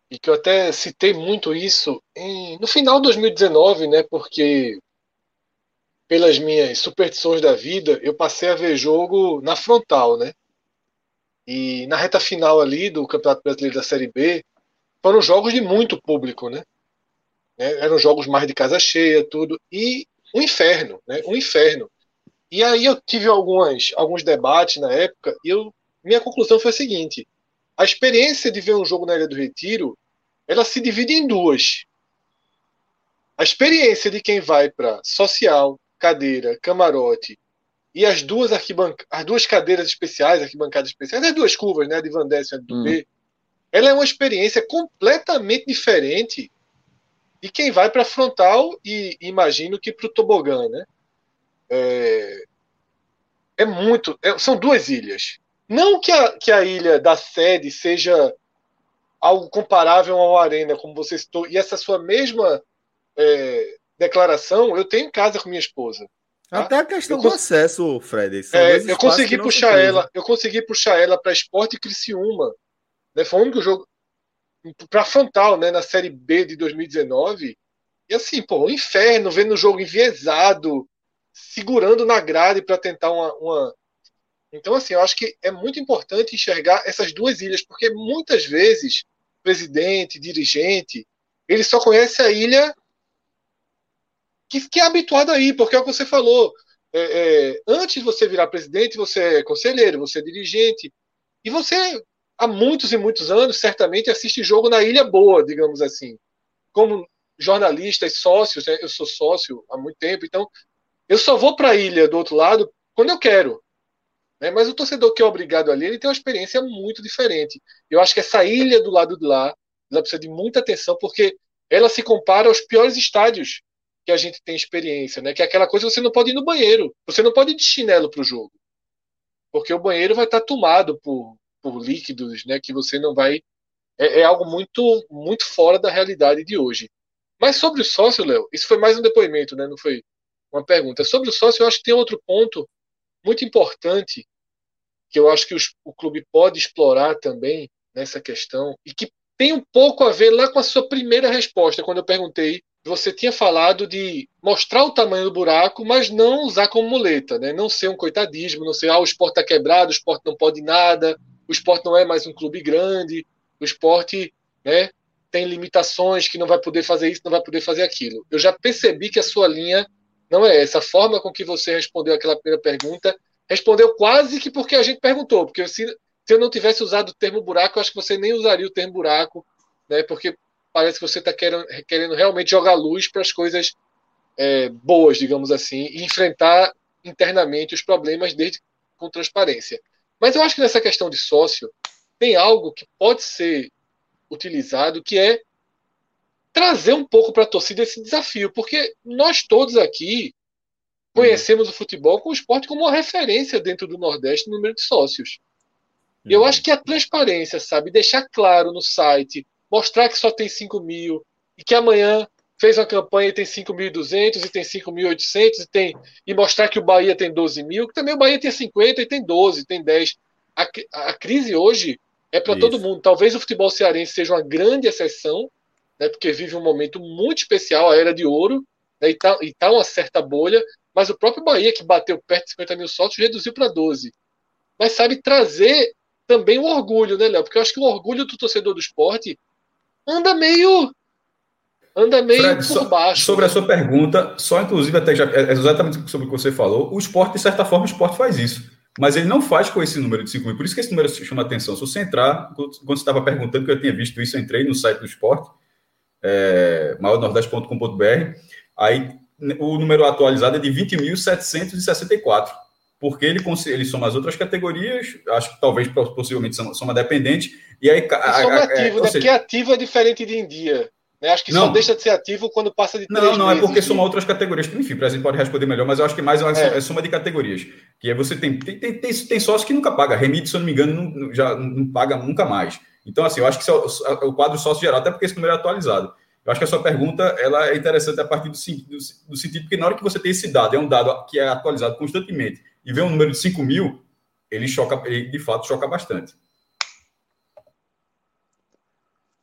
e que eu até citei muito isso no final de 2019, né? Porque pelas minhas superstições da vida, eu passei a ver jogo na frontal, né? E na reta final ali do Campeonato Brasileiro da Série B, foram jogos de muito público, né? Eram jogos mais de casa cheia, tudo. E um inferno, né? Um inferno. E aí eu tive alguns debates na época e minha conclusão foi a seguinte: a experiência de ver um jogo na Ilha do Retiro, ela se divide em duas. A experiência de quem vai para social, cadeira, camarote e as duas cadeiras especiais, arquibancadas especiais, as duas curvas, né, a de Van Dess e a do B, ela é uma experiência completamente diferente de quem vai para frontal e imagino que para o tobogã, né? São duas ilhas. Não que a ilha da sede seja algo comparável ao Arena, como você citou, e essa sua mesma declaração eu tenho em casa com minha esposa. Tá? Até a questão do acesso, Fred. São dois eu espaços que não se cruzam. eu consegui puxar ela para Sport e Criciúma. Né? Foi o único jogo para frontal, né, na Série B de 2019. E assim, pô, um inferno, vendo o jogo enviesado, segurando na grade para tentar uma. Então, assim, eu acho que é muito importante enxergar essas duas ilhas, porque muitas vezes, presidente, dirigente, ele só conhece a ilha que é habituado aí, porque é o que você falou. Antes de você virar presidente, você é conselheiro, você é dirigente, e você, há muitos e muitos anos, certamente assiste jogo na Ilha Boa, digamos assim. Como jornalista e sócios, né? Eu sou sócio há muito tempo, então eu só vou para a ilha do outro lado quando eu quero. Né? Mas o torcedor que é obrigado ali, ele tem uma experiência muito diferente. Eu acho que essa ilha do lado de lá, ela precisa de muita atenção, porque ela se compara aos piores estádios que a gente tem experiência, né? Que é aquela coisa que você não pode ir no banheiro, você não pode ir de chinelo para o jogo, porque o banheiro vai estar tomado por líquidos, né? Que você não vai. É algo muito, muito fora da realidade de hoje. Mas sobre o sócio, Léo, isso foi mais um depoimento, né? Não foi uma pergunta. Sobre o sócio, eu acho que tem outro ponto muito importante que eu acho que o clube pode explorar também nessa questão e que tem um pouco a ver lá com a sua primeira resposta, quando eu perguntei, você tinha falado de mostrar o tamanho do buraco, mas não usar como muleta, né? Não ser um coitadismo, não ser, o esporte está quebrado, o esporte não pode nada, o esporte não é mais um clube grande, o esporte, né, tem limitações, que não vai poder fazer isso, não vai poder fazer aquilo. Eu já percebi que a sua linha não é essa. A forma com que você respondeu aquela primeira pergunta respondeu quase que porque a gente perguntou, porque se eu não tivesse usado o termo buraco, eu acho que você nem usaria o termo buraco, né? Porque parece que você está querendo realmente jogar luz para as coisas boas, digamos assim, e enfrentar internamente os problemas desde com transparência. Mas eu acho que nessa questão de sócio tem algo que pode ser utilizado, que é trazer um pouco para a torcida esse desafio, porque nós todos aqui conhecemos o futebol com o esporte como uma referência dentro do Nordeste no número de sócios. Eu acho que a transparência, sabe, deixar claro no site, mostrar que só tem 5.000 e que amanhã fez uma campanha e tem 5.200 e tem 5.800 e mostrar que o Bahia tem 12.000, que também o Bahia tem 50 e tem 12, tem 10. A crise hoje é para todo mundo. Talvez o futebol cearense seja uma grande exceção, né, porque vive um momento muito especial, a era de ouro, né, e tá uma certa bolha, mas o próprio Bahia, que bateu perto de 50 mil sócios, reduziu para 12. Mas sabe trazer também o orgulho, né, Léo? Porque eu acho que o orgulho do torcedor do esporte anda meio Fred, por baixo. sobre Né? a sua pergunta, só inclusive até já, é exatamente sobre o que você falou, o esporte, de certa forma, o esporte faz isso. Mas ele não faz com esse número de 5.000. Por isso que esse número chama atenção. Se você entrar, quando você estava perguntando, que eu tinha visto isso, eu entrei no site do esporte, maiornordeste.com.br, aí o número atualizado é de 20.764, porque ele soma as outras categorias, acho que talvez possivelmente soma dependente, e aí... soma ativo, né? Porque ativo é diferente de em dia. Né? Acho que só deixa de ser ativo quando passa de 3 meses. Não, é porque soma outras categorias. Enfim, a gente pode responder melhor, mas eu acho que mais é soma de categorias. Que aí você tem sócio que nunca paga. Remite, se eu não me engano, já não paga nunca mais. Então, assim, eu acho que o quadro sócio geral, até porque esse número é atualizado. Eu acho que a sua pergunta ela é interessante a partir do sentido, porque na hora que você tem esse dado, é um dado que é atualizado constantemente, e vê um número de 5.000, ele de fato choca bastante.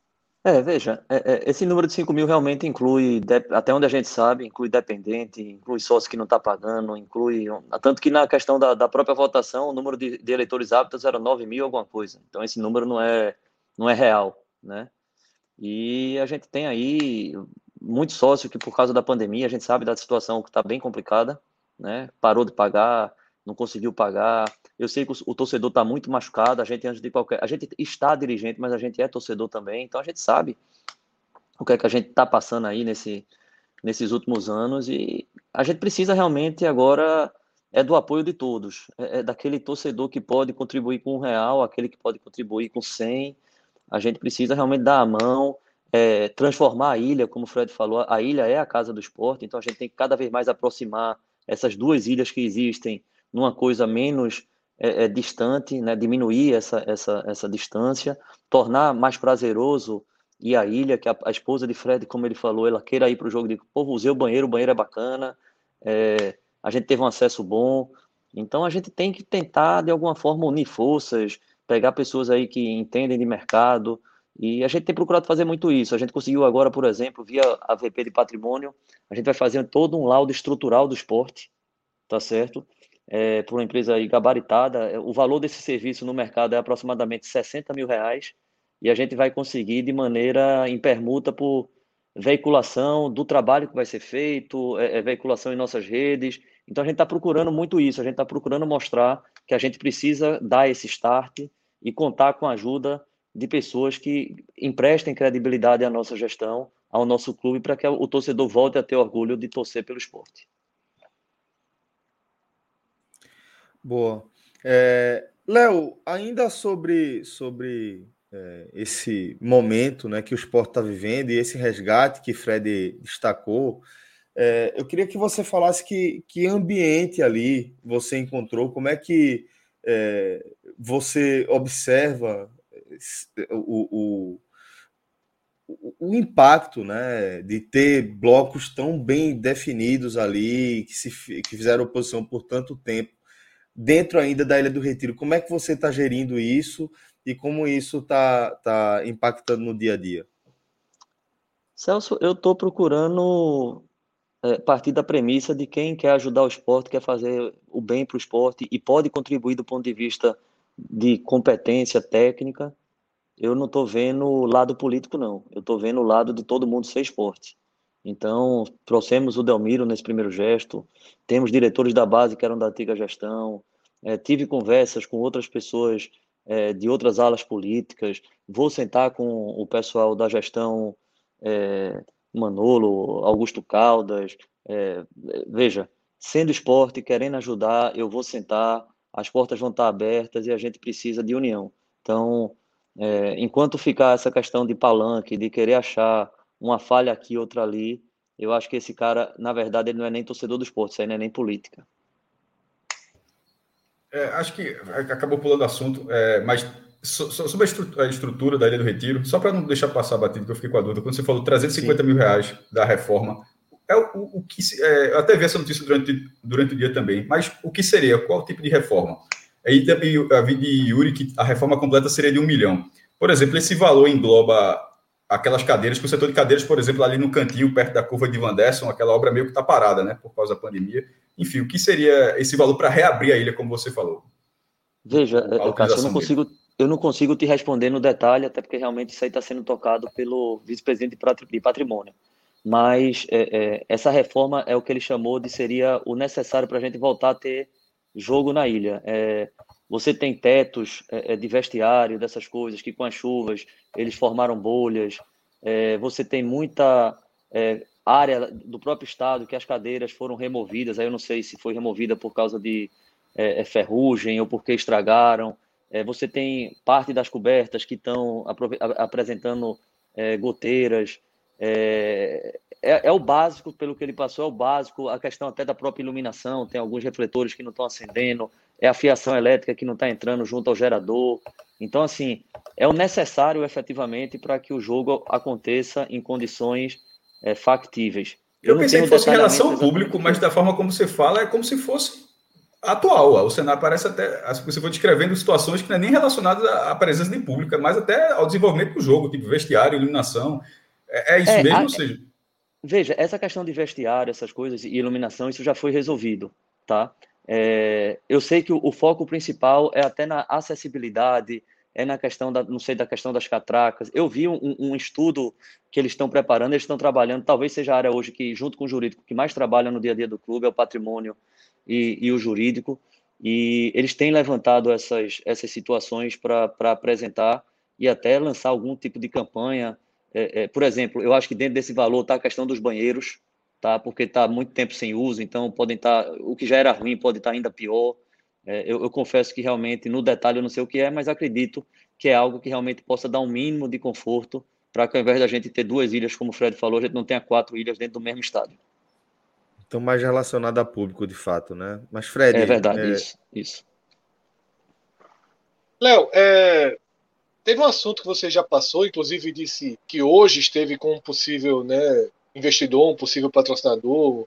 Veja, esse número de 5 mil realmente inclui, até onde a gente sabe, inclui dependente, inclui sócio que não está pagando, tanto que na questão da própria votação, o número de eleitores aptos era 9 mil alguma coisa. Então esse número não é real, né? E a gente tem aí muito sócio que por causa da pandemia, a gente sabe da situação que está bem complicada, né? Parou de pagar, não conseguiu pagar. Eu sei que o torcedor está muito machucado, a gente está dirigente, mas a gente é torcedor também, então a gente sabe o que é que a gente está passando aí nesses últimos anos e a gente precisa realmente agora do apoio de todos, daquele torcedor que pode contribuir com R$ 1, aquele que pode contribuir com 100. A gente precisa realmente dar a mão, transformar a ilha, como o Fred falou, a ilha é a casa do esporte, então a gente tem que cada vez mais aproximar essas duas ilhas que existem numa coisa menos distante, né? Diminuir essa distância, tornar mais prazeroso ir à ilha, que a esposa de Fred, como ele falou, ela queira ir para o jogo de povo, usei o banheiro é bacana, a gente teve um acesso bom, então a gente tem que tentar de alguma forma unir forças, pegar pessoas aí que entendem de mercado, e a gente tem procurado fazer muito isso. A gente conseguiu agora, por exemplo, via a VP de Patrimônio, a gente vai fazer todo um laudo estrutural do esporte, tá certo? Para uma empresa aí gabaritada, o valor desse serviço no mercado é aproximadamente R$ 60 mil, e a gente vai conseguir de maneira em permuta por veiculação do trabalho que vai ser feito, veiculação em nossas redes. Então a gente está procurando muito isso, a gente está procurando mostrar que a gente precisa dar esse start e contar com a ajuda de pessoas que emprestem credibilidade à nossa gestão, ao nosso clube, para que o torcedor volte a ter orgulho de torcer pelo esporte. Boa. Léo, ainda sobre esse momento, né, que o esporte está vivendo e esse resgate que Fred destacou, eu queria que você falasse que ambiente ali você encontrou, como é que você observa o impacto, né, de ter blocos tão bem definidos ali, que fizeram oposição por tanto tempo, dentro ainda da Ilha do Retiro. Como é que você está gerindo isso e como isso está impactando no dia a dia? Celso, eu estou procurando partir da premissa de quem quer ajudar o esporte, quer fazer o bem para o esporte e pode contribuir do ponto de vista de competência técnica. Eu não estou vendo o lado político, não. Eu estou vendo o lado de todo mundo ser esporte. Então, trouxemos o Delmiro nesse primeiro gesto, temos diretores da base que eram da antiga gestão, tive conversas com outras pessoas de outras alas políticas, vou sentar com o pessoal da gestão, Manolo, Augusto Caldas, veja, sendo esporte, querendo ajudar, eu vou sentar, as portas vão estar abertas e a gente precisa de união. Então, enquanto ficar essa questão de palanque, de querer achar uma falha aqui, outra ali, eu acho que esse cara, na verdade, ele não é nem torcedor do esporte, isso aí não é nem política. Acho que acabou pulando o assunto, mas sobre a estrutura da Ilha do Retiro, só para não deixar passar batido, que eu fiquei com a dúvida, quando você falou 350 mil reais da reforma, o que eu até vi essa notícia durante o dia também, mas o que seria? Qual tipo de reforma? Aí também a vi de Yuri que a reforma completa seria de 1 milhão. Por exemplo, esse valor engloba aquelas cadeiras, que o setor de cadeiras, por exemplo, ali no cantinho, perto da curva de Van Derson, aquela obra meio que está parada, né, por causa da pandemia. Enfim, o que seria esse valor para reabrir a ilha, como você falou? Veja, Cássio, eu não consigo te responder no detalhe, até porque realmente isso aí está sendo tocado pelo vice-presidente de patrimônio. Mas essa reforma é o que ele chamou de seria o necessário para a gente voltar a ter jogo na ilha. Você tem tetos de vestiário, dessas coisas, que com as chuvas eles formaram bolhas. Você tem muita área do próprio estado que as cadeiras foram removidas. Aí eu não sei se foi removida por causa de ferrugem ou porque estragaram. Você tem parte das cobertas que estão apresentando goteiras. É o básico, pelo que ele passou, é o básico. A questão até da própria iluminação, tem alguns refletores que não estão acendendo, a fiação elétrica que não está entrando junto ao gerador. Então, assim, é o necessário efetivamente para que o jogo aconteça em condições factíveis. Eu pensei que fosse relação ao público, mas da forma como você fala, é como se fosse atual. O cenário parece até, se você for descrevendo situações que não é nem relacionadas à presença de público, mas até ao desenvolvimento do jogo, tipo vestiário, iluminação. É isso mesmo, ou seja... Veja, essa questão de vestiário, essas coisas, e iluminação, isso já foi resolvido, tá? Eu sei que o foco principal é até na acessibilidade, é na questão não sei, da questão das catracas. Eu vi um estudo que eles estão preparando, eles estão trabalhando, talvez seja a área hoje que, junto com o jurídico, que mais trabalha no dia a dia do clube, é o patrimônio e o jurídico, e eles têm levantado essas situações para apresentar e até lançar algum tipo de campanha. Por exemplo, eu acho que dentro desse valor está a questão dos banheiros, tá? Porque está muito tempo sem uso, então podem estar, o que já era ruim pode estar ainda pior. Eu confesso que realmente, no detalhe, eu não sei o que é, mas acredito que é algo que realmente possa dar um mínimo de conforto para que, ao invés da gente ter 2 ilhas, como o Fred falou, a gente não tenha 4 ilhas dentro do mesmo estádio. Então, mais relacionado a público, de fato, né? Mas, Fred... É verdade, isso. Léo, teve um assunto que você já passou, inclusive disse que hoje esteve com um possível, né, investidor, um possível patrocinador,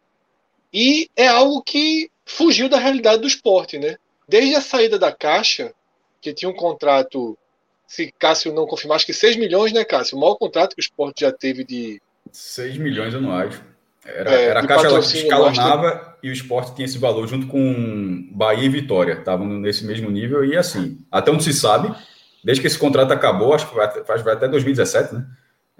e é algo que fugiu da realidade do esporte, né? Desde a saída da Caixa, que tinha um contrato, se Cássio não confirmar, acho que 6 milhões, né, Cássio? O maior contrato que o esporte já teve de... 6 milhões anuais. Era a de Caixa ela que patrocínio escalonava master. e o Sport tinha esse valor junto com Bahia e Vitória. Estavam nesse mesmo nível e assim, até onde se sabe, desde que esse contrato acabou, acho que vai até 2017, né?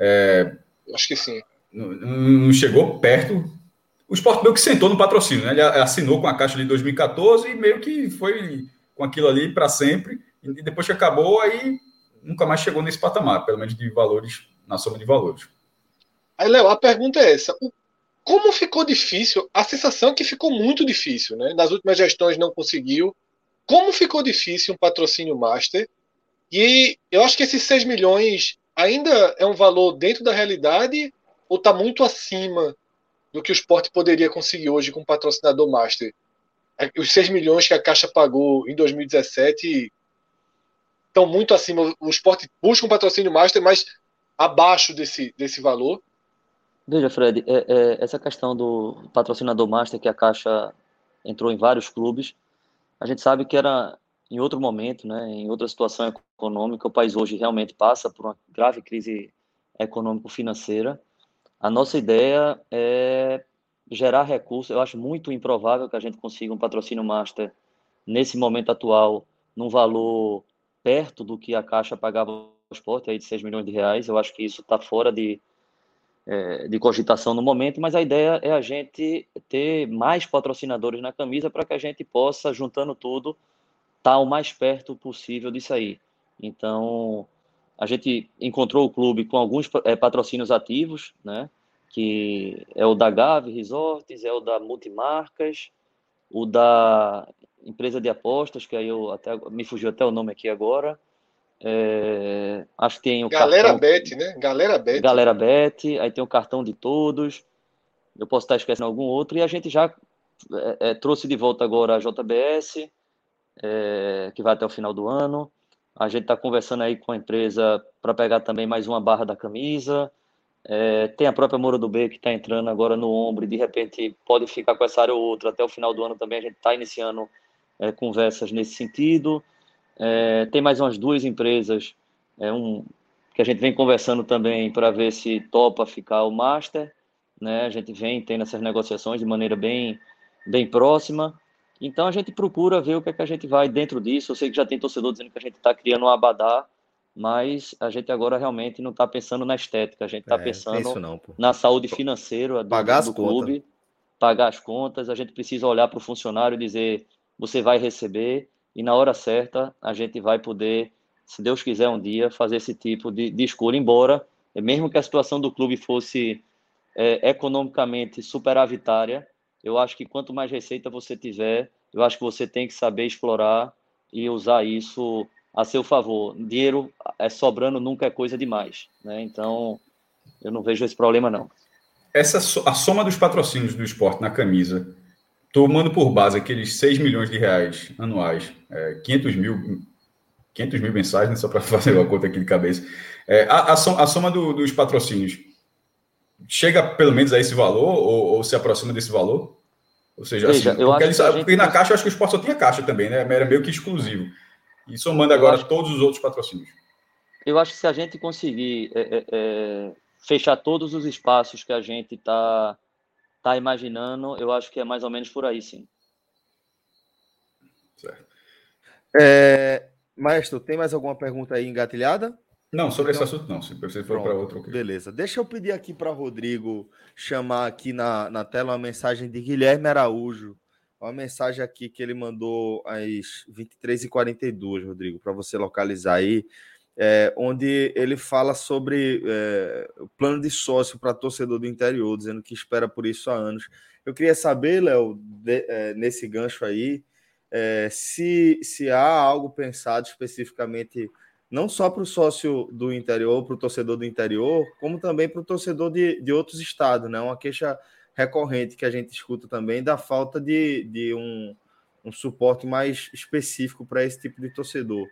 Acho que sim. Não chegou perto. O Sport meio que sentou no patrocínio, né? Ele assinou com a Caixa ali em 2014 e meio que foi com aquilo ali para sempre. E depois que acabou, aí nunca mais chegou nesse patamar, pelo menos de valores, na soma de valores. Aí, Léo, a pergunta é essa. Como ficou difícil? A sensação é que ficou muito difícil, né? Nas últimas gestões não conseguiu. Como ficou difícil um patrocínio master? E eu acho que esses 6 milhões ainda é um valor dentro da realidade ou está muito acima do que o Sport poderia conseguir hoje com um patrocinador master? Os 6 milhões que a Caixa pagou em 2017 estão muito acima. O Sport busca um patrocínio master, mas abaixo desse valor. Veja, Fred, essa questão do patrocinador master, que a Caixa entrou em vários clubes, a gente sabe que era em outro momento, né, em outra situação econômica. O país hoje realmente passa por uma grave crise econômico-financeira. A nossa ideia é gerar recursos. Eu acho muito improvável que a gente consiga um patrocínio master nesse momento atual, num valor perto do que a Caixa pagava ao esporte, aí de 6 milhões de reais. Eu acho que isso está fora de cogitação no momento, mas a ideia é a gente ter mais patrocinadores na camisa para que a gente possa, juntando tudo, estar o mais perto possível disso aí. Então, a gente encontrou o clube com alguns patrocínios ativos, né? Que é o da Gave Resorts, é o da Multimarcas, o da empresa de apostas, que aí me fugiu até o nome aqui agora. Acho que tem o Galera cartão... Bet, né? Galera Bet. Galera Bet, aí tem o cartão de todos. Eu posso estar esquecendo algum outro. E a gente já trouxe de volta agora a JBS, que vai até o final do ano. A gente está conversando aí com a empresa para pegar também mais uma barra da camisa. Tem a própria Moura do B que está entrando agora no ombro e de repente pode ficar com essa área ou outra. Até o final do ano também a gente está iniciando conversas nesse sentido. Tem mais umas 2 empresas que a gente vem conversando também para ver se topa ficar o Master, né? A gente vem tendo essas negociações de maneira bem próxima. Então a gente procura ver o que é que a gente vai dentro disso. Eu sei que já tem torcedor dizendo que a gente está criando um abadá, mas a gente agora realmente não está pensando na estética, a gente está pensando na saúde financeira do clube, pagar as contas. A gente precisa olhar para o funcionário e dizer: você vai receber, e na hora certa a gente vai poder, se Deus quiser um dia, fazer esse tipo de escolha, embora, mesmo que a situação do clube fosse economicamente superavitária, eu acho que quanto mais receita você tiver, eu acho que você tem que saber explorar e usar isso a seu favor. Dinheiro sobrando nunca é coisa demais, né? Então, eu não vejo esse problema, não. A soma dos patrocínios do esporte na camisa, tomando por base aqueles 6 milhões de reais anuais, 500 mil mensais, né, só para fazer uma conta aqui de cabeça, a soma dos patrocínios chega pelo menos a esse valor ou se aproxima desse valor? Ou seja, Veja, assim, eu acho que a gente... porque na Caixa eu acho que o Sport só tinha Caixa também, né? Era meio que exclusivo. E somando agora todos os outros patrocínios. Eu acho que se a gente conseguir fechar todos os espaços que a gente tá imaginando, eu acho que é mais ou menos por aí, sim. Certo. Maestro, tem mais alguma pergunta aí engatilhada? Não, sobre esse assunto não. Se você for para outro, ok. Beleza. Deixa eu pedir aqui para Rodrigo chamar aqui na tela uma mensagem de Guilherme Araújo. Uma mensagem aqui que ele mandou às 23h42, Rodrigo, para você localizar aí, onde ele fala sobre o plano de sócio para torcedor do interior, dizendo que espera por isso há anos. Eu queria saber, Léo, nesse gancho aí, se há algo pensado especificamente não só para o sócio do interior, para o torcedor do interior, como também para o torcedor de outros estados, né? Uma queixa recorrente que a gente escuta também da falta de um suporte mais específico para esse tipo de torcedor.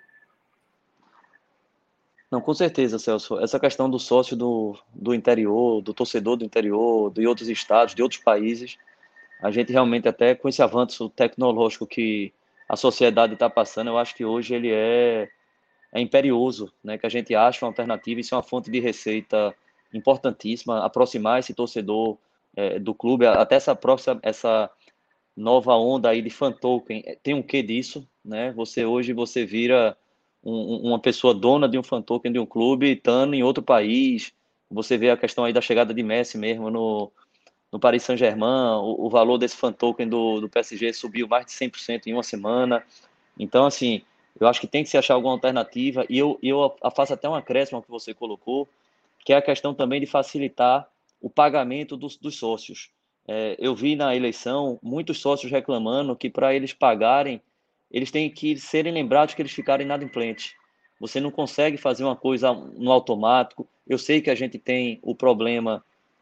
Não, com certeza, Celso. Essa questão do sócio do interior, do torcedor do interior, de outros estados, de outros países, a gente realmente, até com esse avanço tecnológico que a sociedade está passando, eu acho que hoje ele é imperioso, né? Que a gente ache uma alternativa, isso é uma fonte de receita importantíssima, aproximar esse torcedor do clube, até essa nova onda aí de fan token, tem um quê disso, né? Hoje você vira uma pessoa dona de um fan token de um clube, estando em outro país, você vê a questão aí da chegada de Messi mesmo no Paris Saint-Germain, o valor desse fan token do PSG subiu mais de 100% em uma semana. Então, assim, eu acho que tem que se achar alguma alternativa, e eu faço até um acréscimo ao que você colocou, que é a questão também de facilitar o pagamento dos sócios. Eu vi na eleição muitos sócios reclamando que para eles pagarem, eles têm que serem lembrados que eles ficaram inadimplentes. Você não consegue fazer uma coisa no automático. Eu sei que a gente tem o problema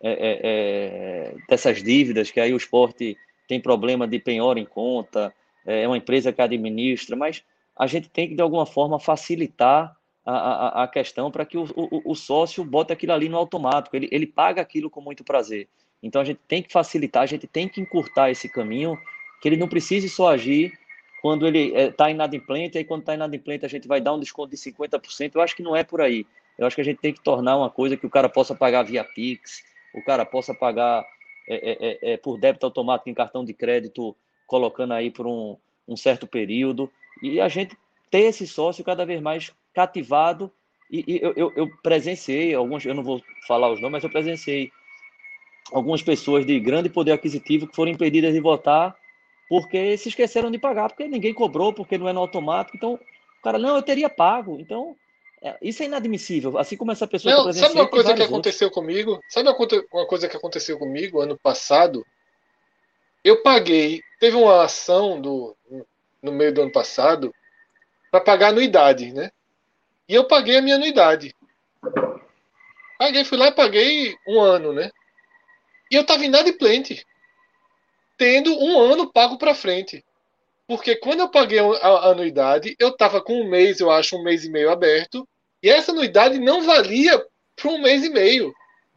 dessas dívidas, que aí o esporte tem problema de penhora em conta, é uma empresa que administra, mas a gente tem que, de alguma forma, facilitar a questão para que o sócio bote aquilo ali no automático, ele paga aquilo com muito prazer. Então a gente tem que facilitar, a gente tem que encurtar esse caminho, que ele não precise só agir quando ele está inadimplente, aí quando está inadimplente a gente vai dar um desconto de 50%. Eu acho que não é por aí. Eu acho que a gente tem que tornar uma coisa que o cara possa pagar via Pix, o cara possa pagar por débito automático em cartão de crédito, colocando aí por um certo período, e a gente ter esse sócio cada vez mais cativado. E eu presenciei alguns, eu não vou falar os nomes, mas eu presenciei algumas pessoas de grande poder aquisitivo que foram impedidas de votar porque se esqueceram de pagar, porque ninguém cobrou, porque não é no automático. Então, o cara, não, eu teria pago. Então, isso é inadmissível. Assim como essa pessoa que eu Não, sabe presenciei, uma tem coisa que vários outros. aconteceu comigo? Sabe uma coisa que aconteceu comigo ano passado? Eu paguei, teve uma ação no meio do ano passado para pagar anuidade, né? E eu paguei a minha anuidade. Fui lá e paguei um ano, né? E eu estava inadimplente, tendo um ano pago para frente. Porque quando eu paguei a anuidade, eu estava com um mês, eu acho, um mês e meio aberto, e essa anuidade não valia para um mês e meio.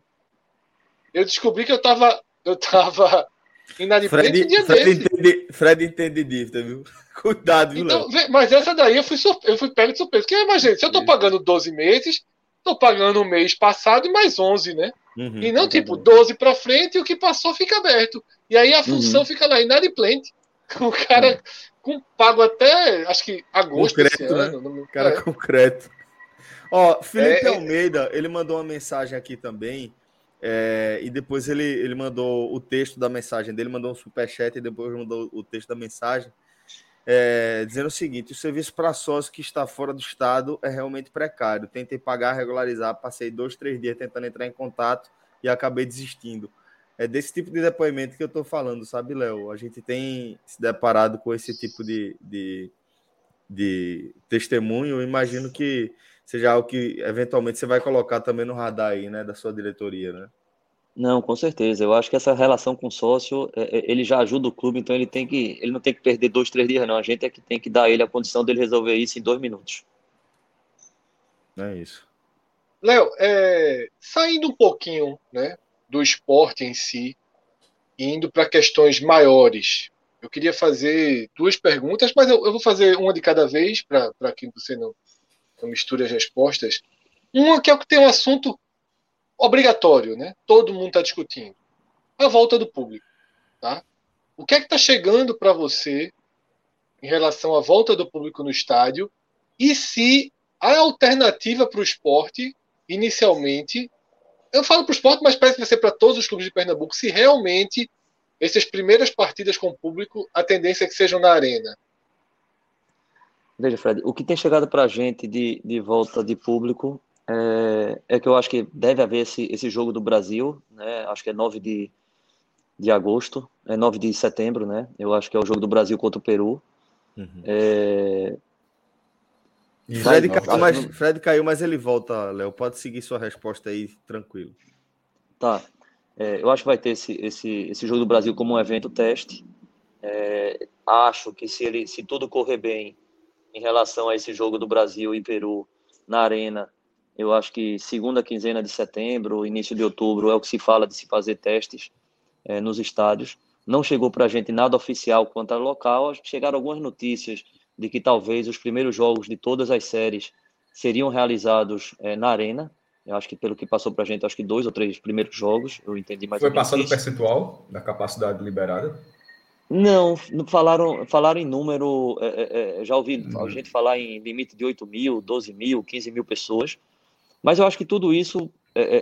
Eu descobri que eu tava inadimplente um dia desse. Fred entende dívida, viu? Cuidado, viu, Léo? Então, mas essa daí eu fui pego de surpresa. Porque imagina, se eu tô pagando 12 meses, tô pagando um mês passado e mais 11, né? E não, tipo, 12 para frente e o que passou fica aberto. E aí a função fica lá, inadimplente. O cara pago até, acho que agosto desse Concreto, né? ano. Cara concreto. Ó, Felipe Almeida, ele mandou uma mensagem aqui também, e depois ele mandou o texto da mensagem dele, mandou um superchat e depois mandou o texto da mensagem, dizendo o seguinte: o serviço para sócio que está fora do estado é realmente precário. Tentei pagar, regularizar, passei 2, 3 dias tentando entrar em contato e acabei desistindo. É desse tipo de depoimento que eu estou falando, sabe, Léo? A gente tem se deparado com esse tipo de testemunho. Eu imagino que seja algo que eventualmente você vai colocar também no radar aí, né, da sua diretoria, né? Não, com certeza. Eu acho que essa relação com o sócio, ele já ajuda o clube, então ele não tem que perder 2, 3 dias, não. A gente é que tem que dar a ele a condição dele resolver isso em 2 minutos. É isso. Léo, saindo um pouquinho, né, do esporte em si e indo para questões maiores, eu queria fazer 2 perguntas, mas eu vou fazer uma de cada vez, para que você não misture as respostas. Uma que é o que tem um assunto obrigatório, né? Todo mundo está discutindo. A volta do público. Tá? O que é que está chegando para você em relação à volta do público no estádio? E se a alternativa para o esporte, inicialmente, eu falo para o esporte, mas parece que vai ser para todos os clubes de Pernambuco, se realmente essas primeiras partidas com o público, a tendência é que sejam na arena. Veja, Fred, o que tem chegado para a gente de volta de público é que eu acho que deve haver esse jogo do Brasil, né? Acho que é 9 de agosto, é 9 de setembro, né? Eu acho que é o jogo do Brasil contra o Peru. Uhum. Fred caiu, mas ele volta, Léo. Pode seguir sua resposta aí, tranquilo. Tá. Eu acho que vai ter esse jogo do Brasil como um evento teste. Acho que se tudo correr bem em relação a esse jogo do Brasil e Peru na arena, eu acho que segunda quinzena de setembro, início de outubro, é o que se fala de se fazer testes nos estádios. Não chegou para a gente nada oficial quanto ao local. Chegaram algumas notícias de que talvez os primeiros jogos de todas as séries seriam realizados na arena. Eu acho que, pelo que passou para a gente, acho que 2 ou 3 primeiros jogos, eu entendi mais ou menos. Foi passado o percentual da capacidade liberada? Não falaram em número, já ouvi a gente falar em limite de 8 mil, 12 mil, 15 mil pessoas, mas eu acho que tudo isso,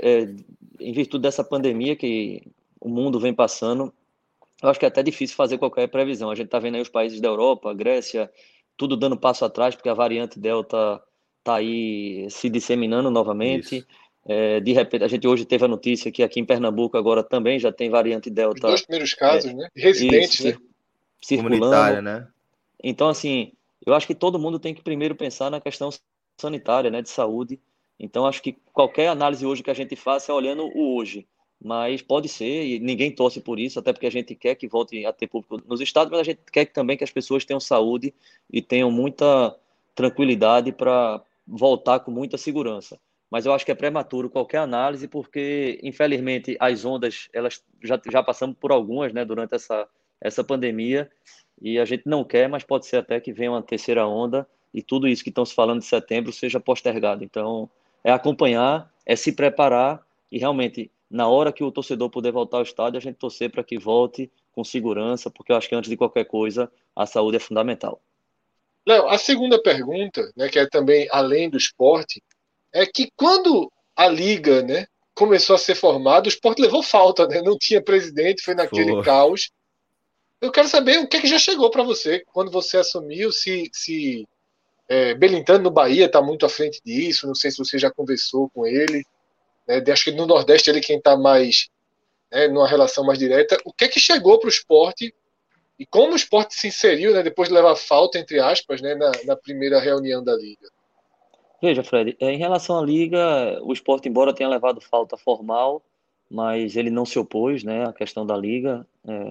em virtude dessa pandemia que o mundo vem passando, eu acho que é até difícil fazer qualquer previsão. A gente está vendo aí os países da Europa, Grécia, tudo dando passo atrás, porque a variante Delta está aí se disseminando novamente. De repente, a gente hoje teve a notícia que aqui em Pernambuco agora também já tem variante Delta. Os 2 primeiros casos, né? Residentes, né? Circulando. Comunitária, né? Então, assim, eu acho que todo mundo tem que primeiro pensar na questão sanitária, né, de saúde. Então, acho que qualquer análise hoje que a gente faça é olhando o hoje. Mas pode ser, e ninguém torce por isso, até porque a gente quer que volte a ter público nos estádios, mas a gente quer também que as pessoas tenham saúde e tenham muita tranquilidade para voltar com muita segurança. Mas eu acho que é prematuro qualquer análise, porque, infelizmente, as ondas, elas já passamos por algumas, né, durante essa pandemia, e a gente não quer, mas pode ser até que venha uma terceira onda e tudo isso que estão se falando de setembro seja postergado. Então, é acompanhar, é se preparar e realmente, na hora que o torcedor puder voltar ao estádio, a gente torcer para que volte com segurança, porque eu acho que antes de qualquer coisa, a saúde é fundamental. Léo, a segunda pergunta, né, que é também além do esporte, é que quando a Liga, né, começou a ser formada, o esporte levou falta, né? Não tinha presidente, foi naquele caos. Eu quero saber o que é que já chegou para você quando você assumiu, se Belintani no Bahia está muito à frente disso, não sei se você já conversou com ele, né? Acho que no Nordeste ele quem está mais, né, numa relação mais direta. O que é que chegou para o esporte e como o esporte se inseriu, né, depois de levar falta, entre aspas, né, na primeira reunião da Liga? Veja, Fred, em relação à Liga, o Sport, embora tenha levado falta formal, mas ele não se opôs, né, à questão da Liga.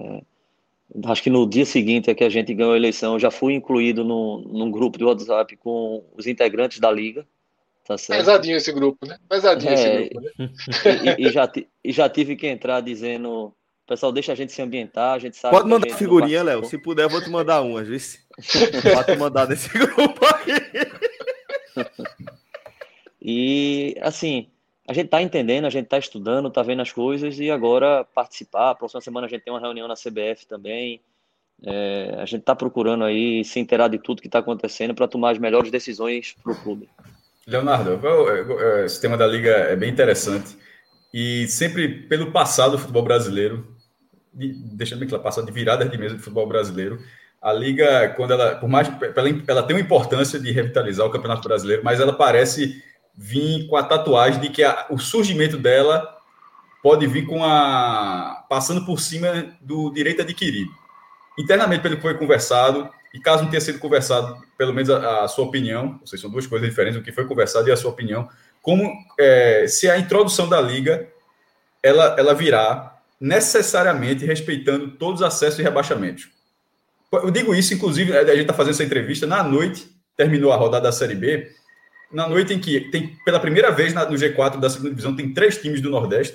Acho que no dia seguinte que a gente ganhou a eleição, eu já fui incluído num grupo de WhatsApp com os integrantes da Liga. Tá certo? Pesadinho esse grupo, né? Pesadinho esse grupo, né? E já tive que entrar dizendo, pessoal, deixa a gente se ambientar, a gente sabe. Pode mandar figurinha, Léo. Se puder, eu vou te mandar umas, viu? Pode te mandar desse grupo aí. E, assim, a gente está entendendo, a gente está estudando, está vendo as coisas e agora participar. A próxima semana a gente tem uma reunião na CBF também. A gente está procurando aí se inteirar de tudo que está acontecendo para tomar as melhores decisões para o clube. Leonardo, esse tema da Liga é bem interessante. E sempre pelo passado do futebol brasileiro, deixando bem claro, passado de viradas de mesa do futebol brasileiro, a Liga, quando ela tem uma importância de revitalizar o Campeonato Brasileiro, mas ela parece vir com a tatuagem de que o surgimento dela pode vir passando por cima do direito adquirido. Internamente, pelo que foi conversado, e caso não tenha sido conversado, pelo menos a sua opinião, não sei, são duas coisas diferentes, o que foi conversado e a sua opinião, como se a introdução da Liga ela virá necessariamente respeitando todos os acessos e rebaixamentos. Eu digo isso, inclusive, a gente está fazendo essa entrevista na noite, terminou a rodada da Série B, na noite em que tem, pela primeira vez no G4 da segunda divisão, tem 3 times do Nordeste,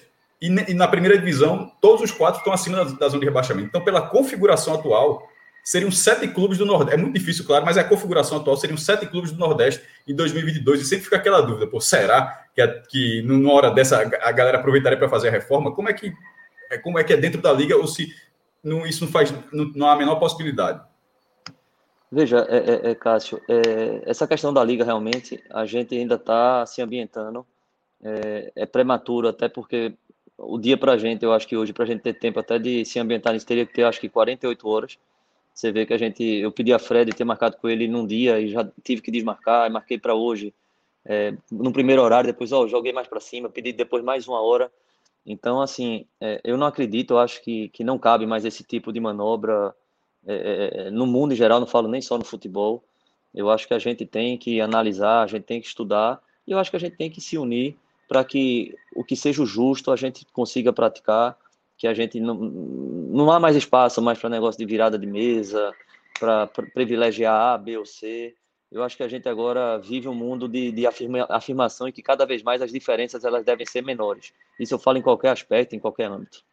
e na primeira divisão, todos os 4 estão acima da zona de rebaixamento. Então, pela configuração atual, seriam 7 clubes do Nordeste. É muito difícil, claro, mas a configuração atual seriam 7 clubes do Nordeste em 2022. E sempre fica aquela dúvida, pô, será que numa hora dessa a galera aproveitaria para fazer a reforma? Como é que é dentro da liga ou se isso não há a menor possibilidade? Veja, Cássio, essa questão da liga realmente, a gente ainda está se ambientando. É prematuro, até porque o dia para a gente, eu acho que hoje, para a gente ter tempo até de se ambientar nisso, teria que ter, acho que 48 horas. Você vê que eu pedi a Fred ter marcado com ele num dia e já tive que desmarcar, e marquei para hoje, no primeiro horário, depois joguei mais para cima, pedi depois mais 1 hora. Então, assim, eu não acredito, eu acho que não cabe mais esse tipo de manobra no mundo em geral, não falo nem só no futebol. Eu acho que a gente tem que analisar, a gente tem que estudar, e eu acho que a gente tem que se unir para que o que seja o justo a gente consiga praticar, que a gente não há mais espaço mais para negócio de virada de mesa, para privilegiar A, B ou C. Eu acho que a gente agora vive um mundo de afirmação e que cada vez mais as diferenças elas devem ser menores. Isso eu falo em qualquer aspecto, em qualquer âmbito.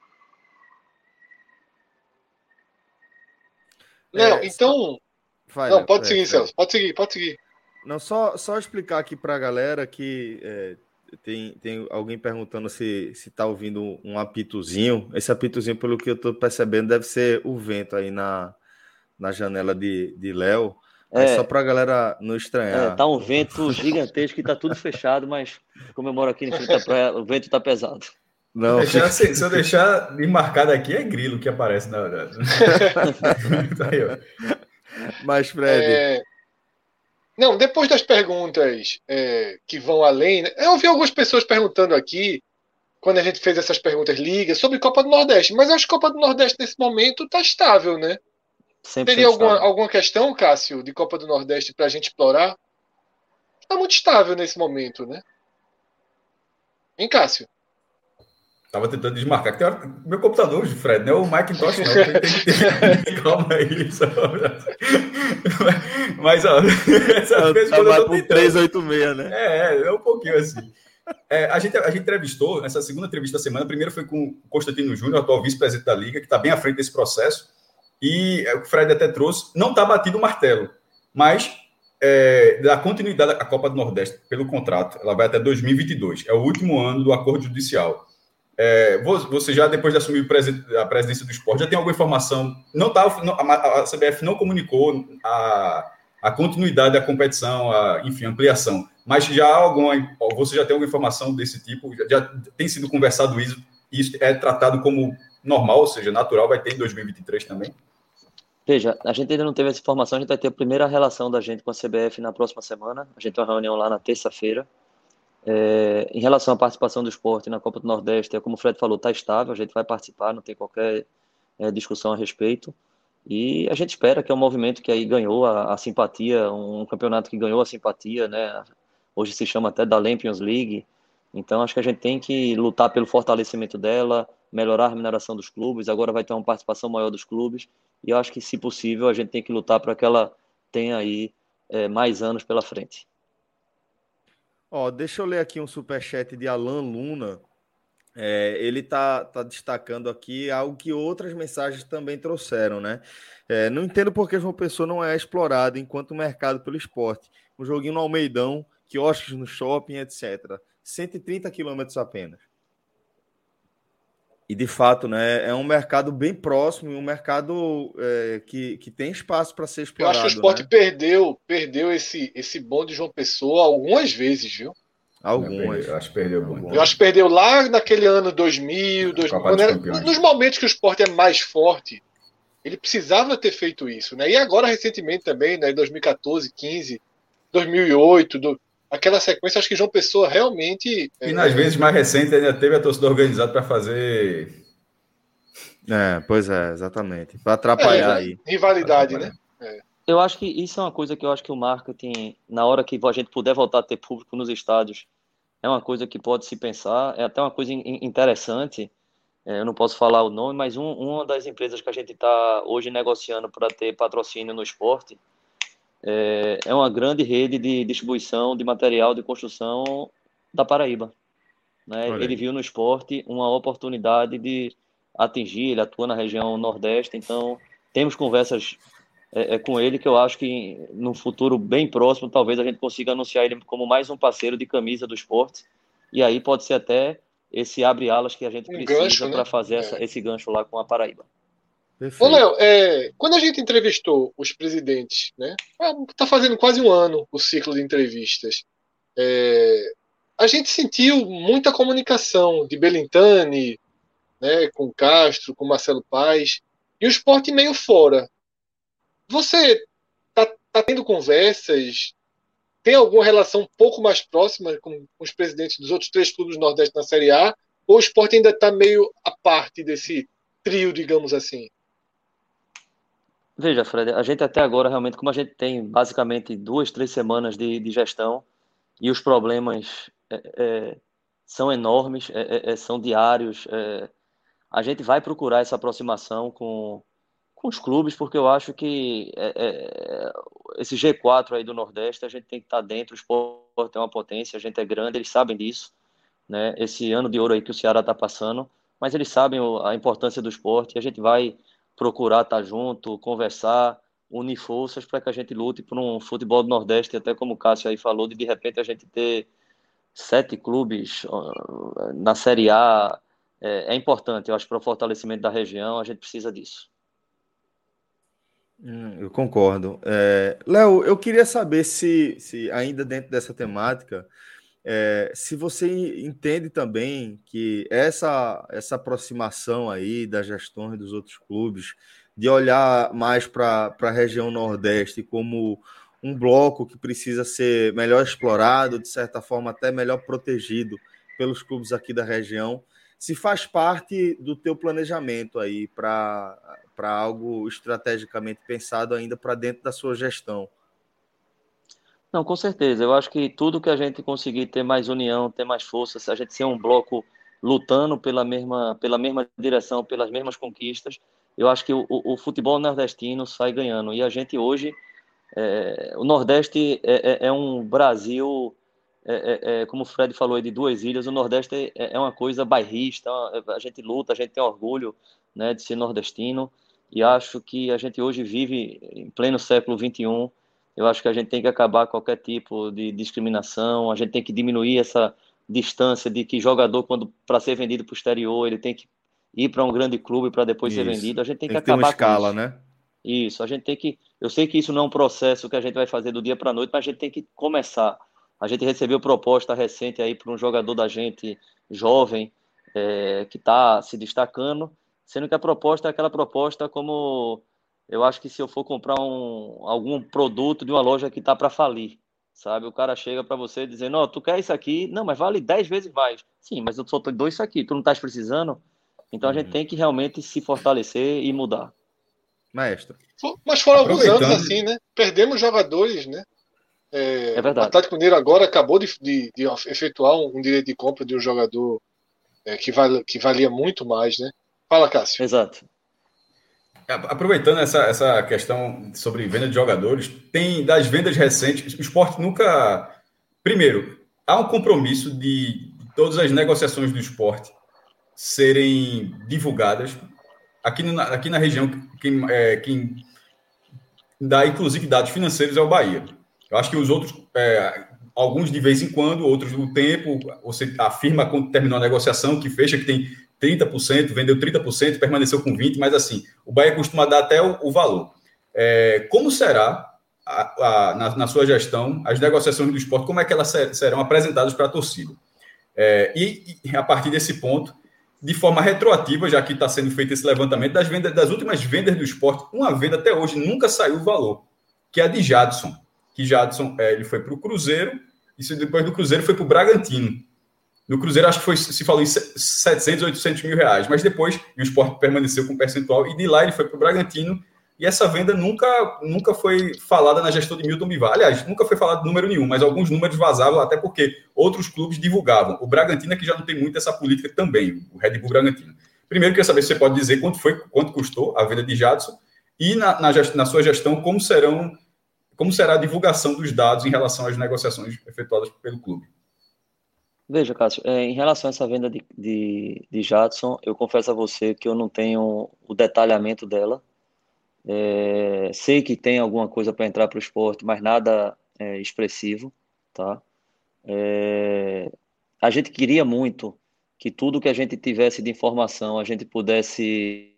Não, então... Não, pode seguir, Celso. Pode seguir. Não, só explicar aqui para a galera que tem alguém perguntando se está ouvindo um apitozinho. Esse apitozinho, pelo que eu estou percebendo, deve ser o vento aí na janela de Léo. Só para a galera não estranhar. Tá um vento gigantesco e tá tudo fechado, mas como eu moro aqui em frente à praia, o vento tá pesado. Não, se eu deixar de marcado aqui, é grilo que aparece na verdade. Tá aí, ó. Mas, Fred... Não, depois das perguntas que vão além... Eu ouvi algumas pessoas perguntando aqui, quando a gente fez essas perguntas ligas, sobre Copa do Nordeste. Mas eu acho que a Copa do Nordeste, nesse momento, está estável, né? Teria alguma questão, Cássio, de Copa do Nordeste para a gente explorar? Está muito estável nesse momento, né? Hein, Cássio? Tava tentando desmarcar. Meu computador, Fred, não é o Macintosh, não. Calma aí. Mas, ó, essas vezes quando eu tô tentando... 386, né? É um pouquinho assim. A gente entrevistou, nessa segunda entrevista da semana, primeiro foi com o Constantino Júnior, atual vice-presidente da Liga, que está bem à frente desse processo, e o Fred até trouxe, não está batido o martelo, mas da continuidade da Copa do Nordeste pelo contrato, ela vai até 2022, é o último ano do acordo judicial. Você já, depois de assumir a presidência do esporte, já tem alguma informação? A CBF não comunicou a continuidade da competição, enfim, ampliação. Mas você já tem alguma informação desse tipo? Já tem sido conversado isso é tratado como normal, ou seja, natural, vai ter em 2023 também? Veja, a gente ainda não teve essa informação, a gente vai ter a primeira relação da gente com a CBF na próxima semana. A gente tem uma reunião lá na terça-feira. Em relação à participação do esporte na Copa do Nordeste, como o Fred falou, está estável, a gente vai participar, não tem qualquer discussão a respeito. E a gente espera que é um movimento que aí ganhou a simpatia, um campeonato que ganhou a simpatia, né? Hoje se chama até da Champions League. Então acho que a gente tem que lutar pelo fortalecimento dela, melhorar a remuneração dos clubes. Agora vai ter uma participação maior dos clubes. E eu acho que, se possível, a gente tem que lutar para que ela tenha aí mais anos pela frente. Deixa eu ler aqui um superchat de Alan Luna. Ele tá destacando aqui algo que outras mensagens também trouxeram, né? Não entendo por que João Pessoa não é explorado enquanto mercado pelo esporte. Um joguinho no Almeidão, quiosques no shopping, etc. 130 quilômetros apenas. E, de fato, né, é um mercado bem próximo e um mercado que tem espaço para ser explorado. Eu acho que o esporte, né, perdeu esse bonde de João Pessoa algumas vezes, viu? Algumas. Eu acho que perdeu muito. Eu acho que perdeu lá naquele ano 2000, nos momentos que o esporte é mais forte. Ele precisava ter feito isso, né? E agora, recentemente também, né, em 2014, 15, 2008, aquela sequência, acho que João Pessoa realmente... E nas vezes mais recentes ainda teve a torcida organizada para fazer... Pois é, exatamente. Para atrapalhar aí. Rivalidade, né? Eu acho que isso é uma coisa que eu acho que o marketing, na hora que a gente puder voltar a ter público nos estádios, é uma coisa que pode se pensar, é até uma coisa interessante. Eu não posso falar o nome, mas uma das empresas que a gente está hoje negociando para ter patrocínio no esporte é uma grande rede de distribuição de material de construção da Paraíba. né? Olha Ele aí. viu no Sport uma oportunidade de atingir, ele atua na região Nordeste, então temos conversas com ele que eu acho que no futuro bem próximo talvez a gente consiga anunciar ele como mais um parceiro de camisa do Sport, e aí pode ser até esse abre-alas que a gente Um precisa gancho, para né? fazer É. esse gancho lá com a Paraíba. Ô, Perfeito. Léo, quando a gente entrevistou os presidentes, né? Tá fazendo quase um ano o ciclo de entrevistas. A gente sentiu muita comunicação de Belintani, né, com Castro, com Marcelo Paes, e o Sport meio fora. Você tá tendo conversas? Tem alguma relação um pouco mais próxima com os presidentes dos outros 3 clubes do Nordeste na Série A? Ou o Sport ainda está meio à parte desse trio, digamos assim? Veja, Fred, a gente até agora realmente, como a gente tem basicamente 2, 3 semanas de gestão e os problemas são enormes, são diários, a gente vai procurar essa aproximação com os clubes, porque eu acho que esse G4 aí do Nordeste, a gente tem que estar dentro, o Sport é uma potência, a gente é grande, eles sabem disso, né? Esse ano de ouro aí que o Ceará está passando, mas eles sabem a importância do esporte e a gente vai procurar estar junto, conversar, unir forças para que a gente lute por um futebol do Nordeste, até como o Cássio aí falou, de repente a gente ter 7 clubes na Série A é importante, eu acho, para o fortalecimento da região, a gente precisa disso. Eu concordo. Léo, eu queria saber se ainda dentro dessa temática, se você entende também que essa aproximação aí das gestões dos outros clubes, de olhar mais para a região Nordeste como um bloco que precisa ser melhor explorado, de certa forma até melhor protegido pelos clubes aqui da região, se faz parte do teu planejamento aí para algo estrategicamente pensado ainda para dentro da sua gestão. Não, com certeza. Eu acho que tudo que a gente conseguir ter mais união, ter mais força, se a gente ser um bloco lutando pela mesma direção, pelas mesmas conquistas, eu acho que o futebol nordestino sai ganhando. E a gente hoje, o Nordeste é um Brasil, como o Fred falou aí, de 2 ilhas. O Nordeste é uma coisa bairrista, a gente luta, a gente tem orgulho, né, de ser nordestino. E acho que a gente hoje vive em pleno século XXI. Eu acho que a gente tem que acabar com qualquer tipo de discriminação, a gente tem que diminuir essa distância de que jogador, quando para ser vendido para o exterior, ele tem que ir para um grande clube para depois ser vendido. Isso. A gente tem Tem que que ter uma acabar com escala, isso. né? Isso, a gente tem que. Eu sei que isso não é um processo que a gente vai fazer do dia para a noite, mas a gente tem que começar. A gente recebeu proposta recente aí para um jogador da gente jovem, que está se destacando, sendo que a proposta é aquela proposta como eu acho que se eu for comprar algum produto de uma loja que está para falir, sabe? O cara chega para você dizendo, ó, tu quer isso aqui? Não, mas vale 10 vezes mais. Sim, mas eu só te dou isso aqui, tu não estás precisando? Então a gente tem que realmente se fortalecer e mudar. Maestro. Mas foram alguns anos Aproveitando, assim, né? Perdemos jogadores, né? É O verdade. Atlético Mineiro agora acabou de efetuar um direito de compra de um jogador que valia muito mais, né? Fala, Cássio. Exato. aproveitando essa questão sobre venda de jogadores, tem das vendas recentes, o Sport nunca. Primeiro, há um compromisso de todas as negociações do Sport serem divulgadas. Aqui na região, quem dá inclusive dados financeiros é o Bahia. Eu acho que os outros, alguns de vez em quando, outros no tempo, você afirma quando terminou a negociação, que fecha, que tem 30%, vendeu 30%, permaneceu com 20%, mas assim, o Bahia costuma dar até o valor. Como será, na sua gestão, as negociações do Sport, como é que elas serão apresentadas para a torcida? E a partir desse ponto, de forma retroativa, já que está sendo feito esse levantamento das últimas vendas do Sport, uma venda até hoje nunca saiu o valor, que é a de Jadson. Que Jadson ele foi para o Cruzeiro, e depois do Cruzeiro foi para o Bragantino. No Cruzeiro, acho que se falou em 700, 800 mil reais, mas depois o Sport permaneceu com percentual, e de lá ele foi para o Bragantino, e essa venda nunca foi falada na gestão de Milton Bivar. Aliás, nunca foi falado número nenhum, mas alguns números vazavam, até porque outros clubes divulgavam. O Bragantino é que já não tem muito essa política também, o Red Bull Bragantino. Primeiro, queria saber se você pode dizer quanto custou a venda de Jadson, e na sua gestão, como será a divulgação dos dados em relação às negociações efetuadas pelo clube. Veja, Cássio, em relação a essa venda de Jadson, eu confesso a você que eu não tenho o detalhamento dela. Sei que tem alguma coisa para entrar para o esporte, mas nada expressivo, tá? É, a gente queria muito que tudo que a gente tivesse de informação a gente pudesse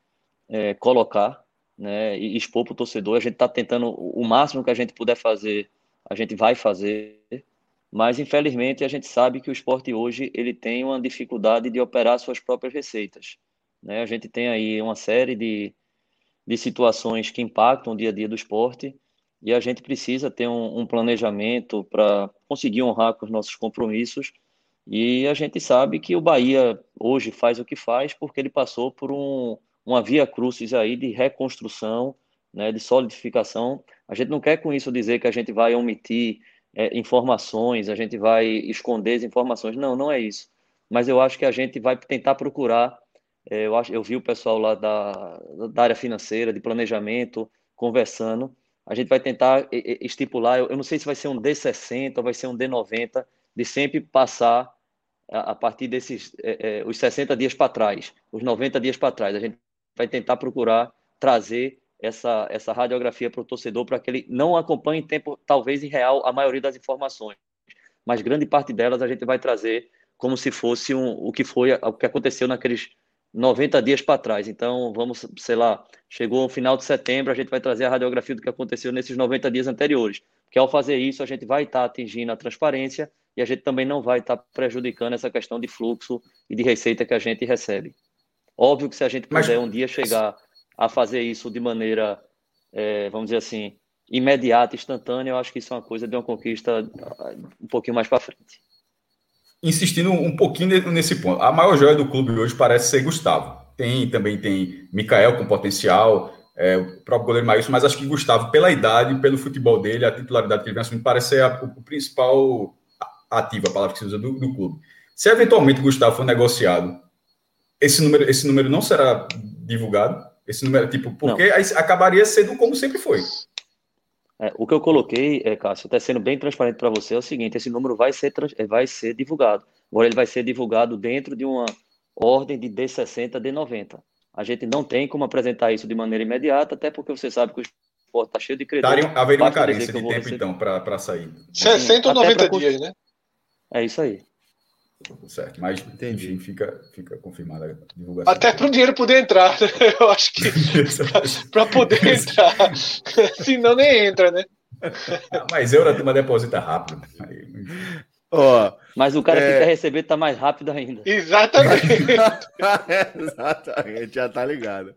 colocar, né, e expor para o torcedor. A gente está tentando o máximo que a gente puder fazer, a gente vai fazer, mas infelizmente a gente sabe que o esporte hoje ele tem uma dificuldade de operar suas próprias receitas, né? A gente tem aí uma série de situações que impactam o dia a dia do esporte e a gente precisa ter um planejamento para conseguir honrar com os nossos compromissos. E a gente sabe que o Bahia hoje faz o que faz porque ele passou por uma via crucis aí de reconstrução, né, de solidificação. A gente não quer com isso dizer que a gente vai omitir informações, a gente vai esconder as informações. Não, não é isso. Mas eu acho que a gente vai tentar procurar. Eu vi o pessoal lá da área financeira, de planejamento, conversando. A gente vai tentar estipular. Eu não sei se vai ser um D60 ou vai ser um D90, de sempre passar a partir desses os 60 dias para trás, os 90 dias para trás. A gente vai tentar procurar trazer essa radiografia para o torcedor para que ele não acompanhe em tempo, talvez em real, a maioria das informações, mas grande parte delas a gente vai trazer como se fosse o que aconteceu naqueles 90 dias para trás. Então, vamos, sei lá, chegou o final de setembro, a gente vai trazer a radiografia do que aconteceu nesses 90 dias anteriores. Porque ao fazer isso, a gente vai estar atingindo a transparência e a gente também não vai estar prejudicando essa questão de fluxo e de receita que a gente recebe. Óbvio que se a gente Mas puder um dia chegar a fazer isso de maneira, vamos dizer assim, imediata, instantânea, eu acho que isso é uma coisa de uma conquista um pouquinho mais para frente. insistindo um pouquinho nesse ponto, a maior joia do clube hoje parece ser Gustavo. Também tem Mikael com potencial, o próprio goleiro Maílson, mas acho que Gustavo, pela idade, pelo futebol dele, a titularidade que ele vem assumindo, parece ser o principal ativo, a palavra que se usa do clube. Se eventualmente Gustavo for negociado, esse número não será divulgado? Esse número, tipo, porque aí acabaria sendo como sempre foi. O que eu coloquei, Cássio, até sendo bem transparente para você, é o seguinte: esse número vai ser divulgado. Agora, ele vai ser divulgado dentro de uma ordem de D60, D90. A gente não tem como apresentar isso de maneira imediata, até porque você sabe que o esporte está cheio de credor. Haveria uma carência de tempo, então, para sair. 60 ou 90 dias, né? É isso aí. Certo, mas enfim, fica confirmada a divulgação. Até para o dinheiro poder entrar, né? Eu acho que para poder entrar. Senão nem entra, né? Mas a turma deposita rápido. Mas o cara que quer receber está mais rápido ainda. Exatamente. Exatamente, já tá ligado.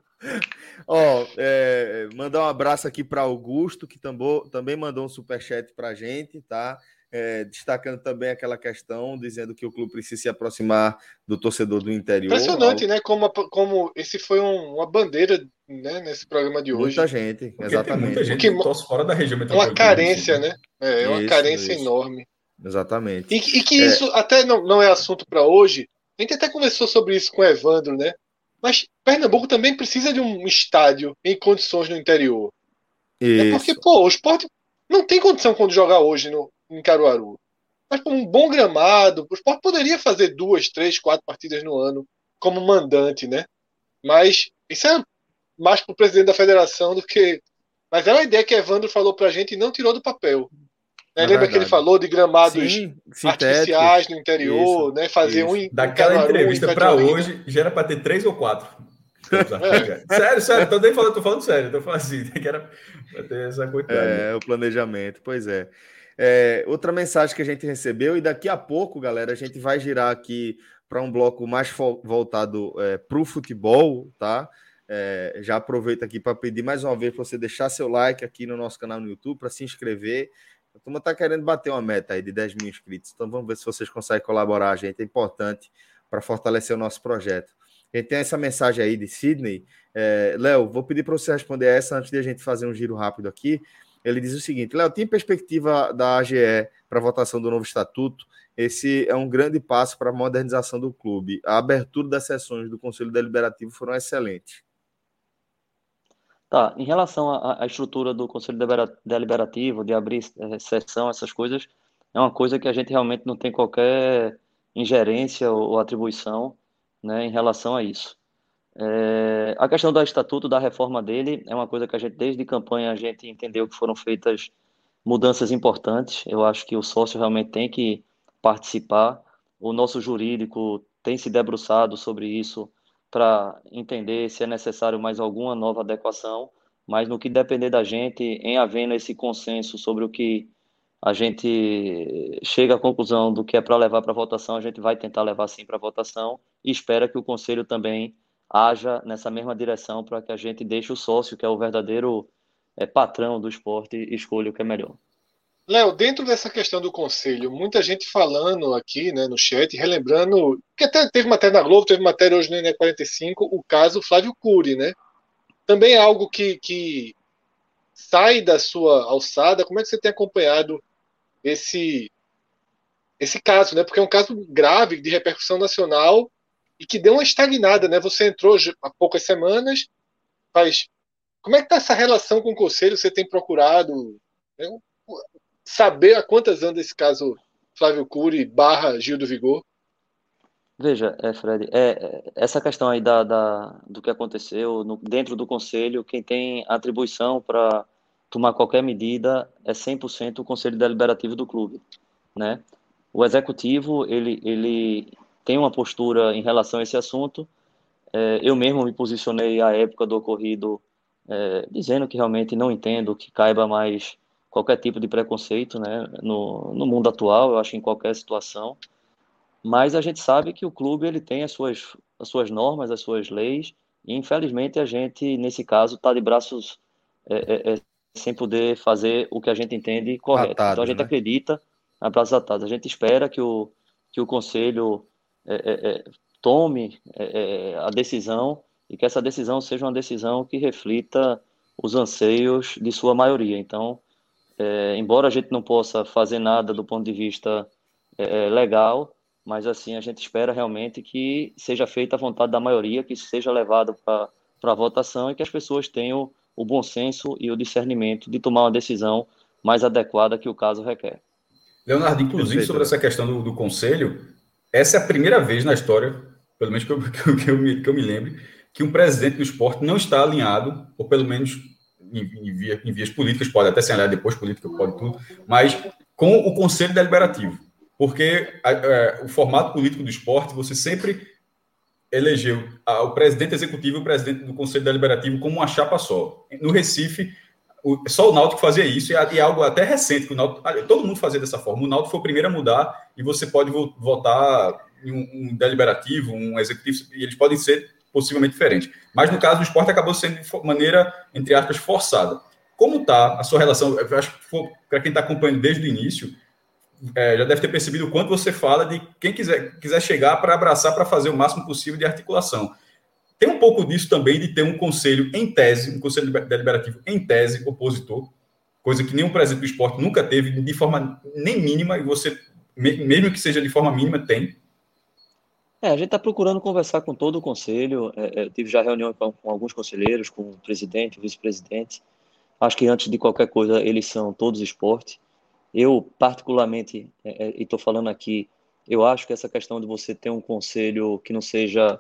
Mandar um abraço aqui para Augusto, que também mandou um superchat para a gente, tá? Destacando também aquela questão, dizendo que o clube precisa se aproximar do torcedor do interior. Impressionante, né? Como esse foi uma bandeira, né, nesse programa de hoje. Muita gente, exatamente. Muita gente que torce fora da região metropolitana. Uma carência, né? Uma carência enorme. Exatamente. E que isso até não é assunto para hoje. A gente até conversou sobre isso com o Evandro, né? Mas Pernambuco também precisa de um estádio em condições no interior. Isso. Porque, o esporte não tem condição quando jogar hoje em Caruaru. Mas com um bom gramado, o esporte poderia fazer 2, 3, 4 partidas no ano como mandante, né? Mas isso é mais para o presidente da federação do que... Mas é uma ideia que Evandro falou para a gente e não tirou do papel. Lembra que ele falou de gramados artificiais no interior, né? Fazer um daquela entrevista para hoje, já era para ter 3 ou 4. Sério, tô falando sério, tô falando assim, que era para ter essa quantidade. O planejamento, pois é. Outra mensagem que a gente recebeu, e daqui a pouco, galera, a gente vai girar aqui para um bloco mais voltado para o futebol, tá? Já aproveito aqui para pedir mais uma vez para você deixar seu like aqui no nosso canal no YouTube, para se inscrever. A turma está querendo bater uma meta aí de 10 mil inscritos, então vamos ver se vocês conseguem colaborar, a gente. É importante para fortalecer o nosso projeto. A gente tem essa mensagem aí de Sidney. Léo, vou pedir para você responder essa antes de a gente fazer um giro rápido aqui. Ele diz o seguinte: Léo, tem perspectiva da AGE para a votação do novo estatuto? Esse é um grande passo para a modernização do clube. A abertura das sessões do Conselho Deliberativo foram excelentes. Tá, em relação à estrutura do Conselho Deliberativo, de abrir sessão, essas coisas, é uma coisa que a gente realmente não tem qualquer ingerência ou atribuição, né, em relação a isso. A questão do estatuto, da reforma dele, é uma coisa que a gente, desde campanha, a gente entendeu que foram feitas mudanças importantes. Eu acho que o sócio realmente tem que participar. O nosso jurídico tem se debruçado sobre isso para entender se é necessário mais alguma nova adequação, mas no que depender da gente, em havendo esse consenso sobre o que a gente chega à conclusão do que é para levar para votação, a gente vai tentar levar sim para votação e espera que o Conselho também haja nessa mesma direção para que a gente deixe o sócio, que é o verdadeiro patrão do esporte, escolha o que é melhor. Léo, dentro dessa questão do conselho, muita gente falando aqui, né, no chat, relembrando, que até teve matéria na Globo, teve matéria hoje no NE45, o caso Flávio Cury, né? Também é algo que sai da sua alçada. Como é que você tem acompanhado esse caso, né? Porque é um caso grave, de repercussão nacional, e que deu uma estagnada, né? Você entrou há poucas semanas, mas como é que está essa relação com o conselho? Você tem procurado, né, saber a quantas anda esse caso Flávio Cury / Gil do Vigor? Veja, Fred, essa questão aí do que aconteceu dentro do Conselho, quem tem atribuição para tomar qualquer medida é 100% o Conselho Deliberativo do clube, né? O Executivo, ele tem uma postura em relação a esse assunto. Eu mesmo me posicionei à época do ocorrido, dizendo que realmente não entendo que caiba mais qualquer tipo de preconceito, né, no mundo atual, eu acho, em qualquer situação. Mas a gente sabe que o clube ele tem as suas normas, as suas leis, e infelizmente a gente, nesse caso, está de braços sem poder fazer o que a gente entende correto. Então a Atados, gente né? acredita a braços atados. A gente espera que o Conselho tome a decisão e que essa decisão seja uma decisão que reflita os anseios de sua maioria. Então, embora a gente não possa fazer nada do ponto de vista legal, mas assim a gente espera realmente que seja feita a vontade da maioria, que seja levado para a votação e que as pessoas tenham o bom senso e o discernimento de tomar uma decisão mais adequada que o caso requer. Leonardo, inclusive Perfeito, sobre essa questão do conselho, essa é a primeira vez na história, pelo menos que eu me lembre, que um presidente do esporte não está alinhado, ou pelo menos em vias políticas, pode até ser alinhado depois, política pode tudo, mas com o Conselho Deliberativo. Porque o formato político do esporte, você sempre elegeu o presidente executivo e o presidente do Conselho Deliberativo como uma chapa só. No Recife, só o Náutico fazia isso, e algo até recente, que o Náutico, todo mundo fazia dessa forma. O Náutico foi o primeiro a mudar, e você pode votar em um deliberativo, um executivo, e eles podem ser possivelmente diferentes. Mas no caso do esporte, acabou sendo de maneira, entre aspas, forçada. Como está a sua relação? Eu acho que para quem está acompanhando desde o início, já deve ter percebido o quanto você fala de quem quiser chegar para abraçar, para fazer o máximo possível de articulação. Tem um pouco disso também de ter um conselho em tese, um conselho deliberativo em tese opositor, coisa que nenhum presidente do esporte nunca teve de forma nem mínima, e você, mesmo que seja de forma mínima, tem. A gente está procurando conversar com todo o conselho. Eu tive já reunião com alguns conselheiros, com o presidente, o vice-presidente. Acho que antes de qualquer coisa, eles são todos esporte. Eu, particularmente, e estou falando aqui, eu acho que essa questão de você ter um conselho que não seja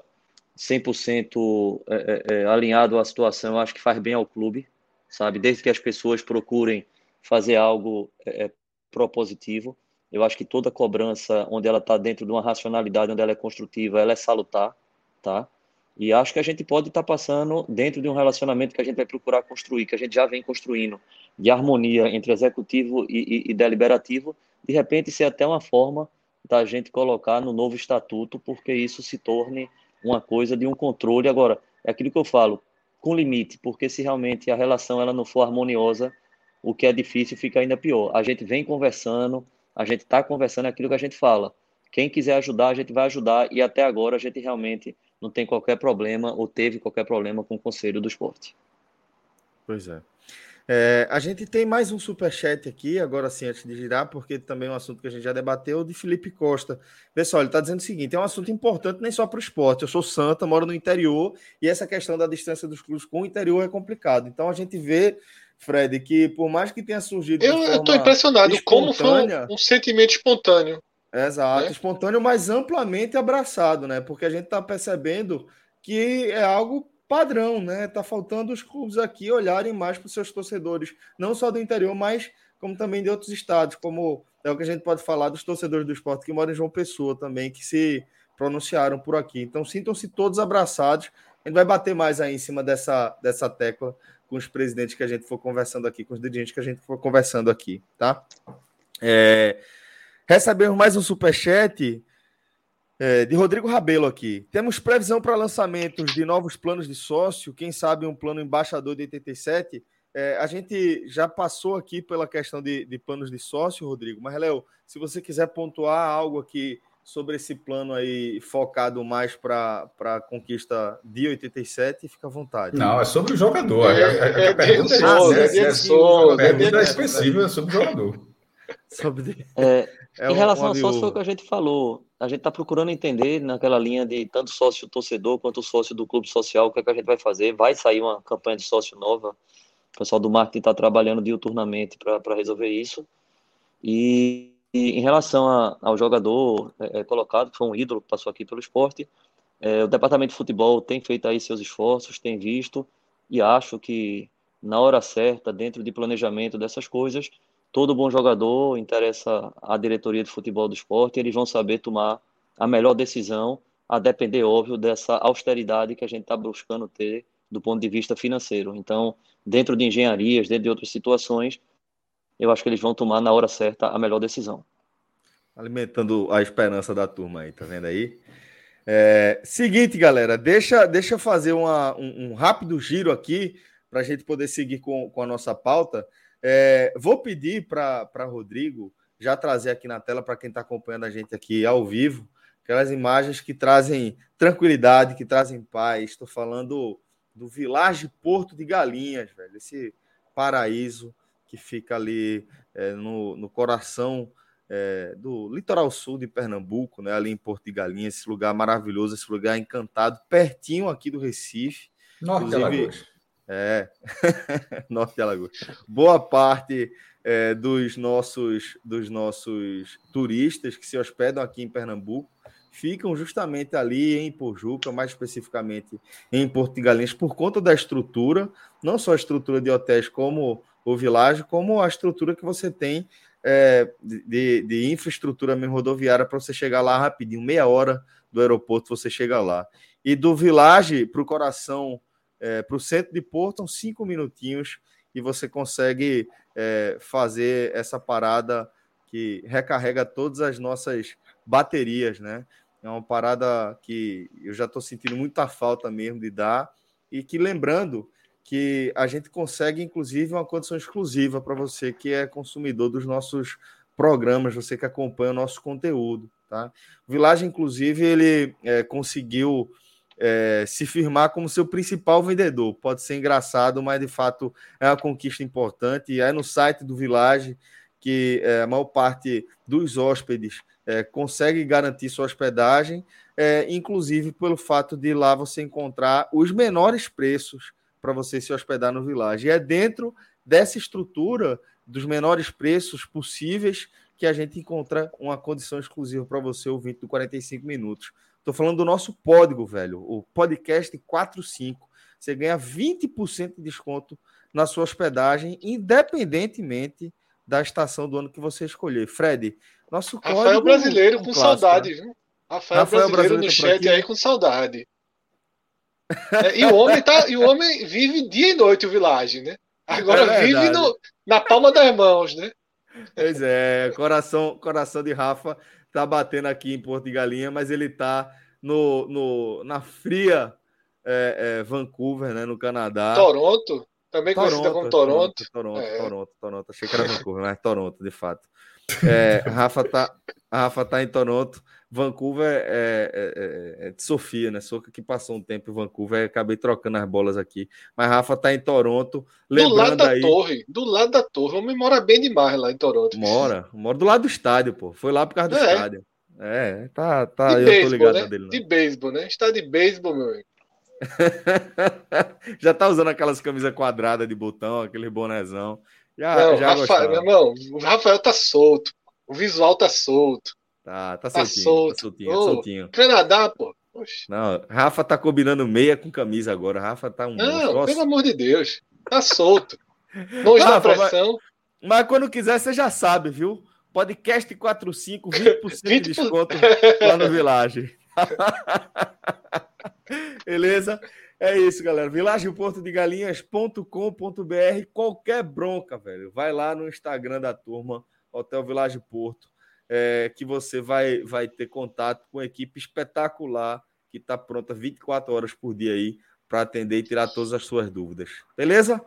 100% alinhado à situação, eu acho que faz bem ao clube, sabe? Desde que as pessoas procurem fazer algo propositivo. Eu acho que toda cobrança, onde ela está dentro de uma racionalidade, onde ela é construtiva, ela é salutar, tá? E acho que a gente pode estar passando dentro de um relacionamento que a gente vai procurar construir, que a gente já vem construindo, de harmonia entre executivo e deliberativo, de repente ser até uma forma da gente colocar no novo estatuto, porque isso se torne uma coisa de um controle. Agora, é aquilo que eu falo, com limite, porque se realmente a relação ela não for harmoniosa, o que é difícil fica ainda pior. A gente vem conversando, a gente está conversando, é aquilo que a gente fala. Quem quiser ajudar, a gente vai ajudar, e até agora a gente realmente não tem qualquer problema ou teve qualquer problema com o Conselho do Esporte. Pois é. A gente tem mais um superchat aqui, agora sim, antes de girar, porque também é um assunto que a gente já debateu, de Felipe Costa. Pessoal, ele está dizendo o seguinte, é um assunto importante nem só para o esporte. Eu sou santa, moro no interior, e essa questão da distância dos clubes com o interior é complicado. Então a gente vê Fred, que por mais que tenha surgido de Eu estou forma impressionado como foi espontânea, um sentimento espontâneo. exato, Né? espontâneo, mas amplamente abraçado, né? Porque a gente está percebendo que é algo padrão, né? Tá faltando os clubes aqui olharem mais para os seus torcedores, não só do interior, mas como também de outros estados, como é o que a gente pode falar dos torcedores do Sport que moram em João Pessoa também, que se pronunciaram por aqui. Então, sintam-se todos abraçados. A gente vai bater mais aí em cima dessa tecla com os presidentes que a gente for conversando aqui, com os dirigentes que a gente for conversando aqui, tá? Recebemos mais um superchat de Rodrigo Rabelo aqui. Temos previsão para lançamentos de novos planos de sócio, quem sabe um plano embaixador de 87. A gente já passou aqui pela questão de planos de sócio, Rodrigo, mas, Léo, se você quiser pontuar algo aqui sobre esse plano aí focado mais para a conquista de 87, fica à vontade. Não, é sobre o jogador. É A pergunta é expressiva sobre o jogador. Em relação ao sócio, foi o que a gente falou. A gente está procurando entender naquela linha de tanto sócio-torcedor quanto sócio do clube social, o que é que a gente vai fazer. Vai sair uma campanha de sócio nova. O pessoal do marketing está trabalhando diuturnamente para resolver isso. E em relação ao jogador colocado, que foi um ídolo que passou aqui pelo esporte, o departamento de futebol tem feito aí seus esforços, tem visto, e acho que na hora certa, dentro de planejamento dessas coisas, todo bom jogador interessa à diretoria de futebol do esporte, eles vão saber tomar a melhor decisão, a depender, óbvio, dessa austeridade que a gente está buscando ter do ponto de vista financeiro. Então, dentro de engenharias, dentro de outras situações, eu acho que eles vão tomar na hora certa a melhor decisão. Alimentando a esperança da turma aí, tá vendo aí? Seguinte, galera, deixa eu fazer um rápido giro aqui para a gente poder seguir com a nossa pauta. Vou pedir para Rodrigo já trazer aqui na tela, para quem está acompanhando a gente aqui ao vivo, aquelas imagens que trazem tranquilidade, que trazem paz. Estou falando do Village Porto de Galinhas, velho, esse paraíso que fica ali no coração do litoral sul de Pernambuco, né, ali em Porto de Galinhas, esse lugar maravilhoso, esse lugar encantado, pertinho aqui do Recife. Norte de Alagoas. Norte de Alagoas. Boa parte dos nossos turistas que se hospedam aqui em Pernambuco ficam justamente ali em Pojuca, mais especificamente em Porto de Galinhas, por conta da estrutura, não só a estrutura de hotéis como o Village, como a estrutura que você tem de infraestrutura mesmo rodoviária para você chegar lá rapidinho, meia hora do aeroporto você chega lá. E do Village para o coração, para o centro de Porto, são 5 minutinhos e você consegue fazer essa parada que recarrega todas as nossas baterias, né? É uma parada que eu já estou sentindo muita falta mesmo de dar, e que, lembrando que a gente consegue, inclusive, uma condição exclusiva para você que é consumidor dos nossos programas, você que acompanha o nosso conteúdo, tá? O Village, inclusive, ele conseguiu se firmar como seu principal vendedor. Pode ser engraçado, mas, de fato, é uma conquista importante. E é no site do Village que a maior parte dos hóspedes consegue garantir sua hospedagem, inclusive pelo fato de lá você encontrar os menores preços para você se hospedar no Village. E é dentro dessa estrutura dos menores preços possíveis que a gente encontra uma condição exclusiva para você, ouvinte do 45 Minutos. Estou falando do nosso código, velho, o podcast 45. Você ganha 20% de desconto na sua hospedagem, independentemente da estação do ano que você escolher. Fred, nosso código... Rafael Brasileiro com saudade, viu? Rafael Brasileiro no chat aí com saudade. E o homem vive dia e noite o Village, né? Agora vive na palma das mãos, né? Pois é, coração de Rafa tá batendo aqui em Porto de Galinha, mas ele tá na fria Vancouver, né, no Canadá. Toronto, também conhecida como Toronto. Toronto. Achei que era Vancouver, mas Toronto, de fato. A Rafa tá em Toronto. Vancouver é de Sofia, né? Soca que passou um tempo em Vancouver, acabei trocando as bolas aqui. Mas Rafa tá em Toronto. Do lado da torre. O homem mora bem demais lá em Toronto. Mora do lado do estádio, pô. Foi lá por causa do estádio. Tá. De Eu beisebol, tô ligado né? na dele. Não. De beisebol, né? Está de beisebol, meu amigo. Já tá usando aquelas camisas quadradas de botão, aquele bonézão. Não, Já Rafael, meu gostava. irmão, o Rafael tá solto. O visual tá solto. Tá Tá soltinho, tá solto. soltinho, Ô, soltinho. quer nadar, pô? Oxe. Não, Rafa tá combinando meia com camisa agora. Rafa tá um monstro. Não, pelo Nossa. amor de Deus. Tá solto. Longe da Rafa, pressão. mas quando quiser, você já sabe, viu? Podcast 45, 20% de 20 por... desconto lá no Village. Beleza? É isso, galera. vilageportodegalinhas.com.br. Qualquer bronca, velho, vai lá no Instagram da turma, Hotel Village Porto, que você vai ter contato com uma equipe espetacular que está pronta 24 horas por dia aí para atender e tirar todas as suas dúvidas. Beleza?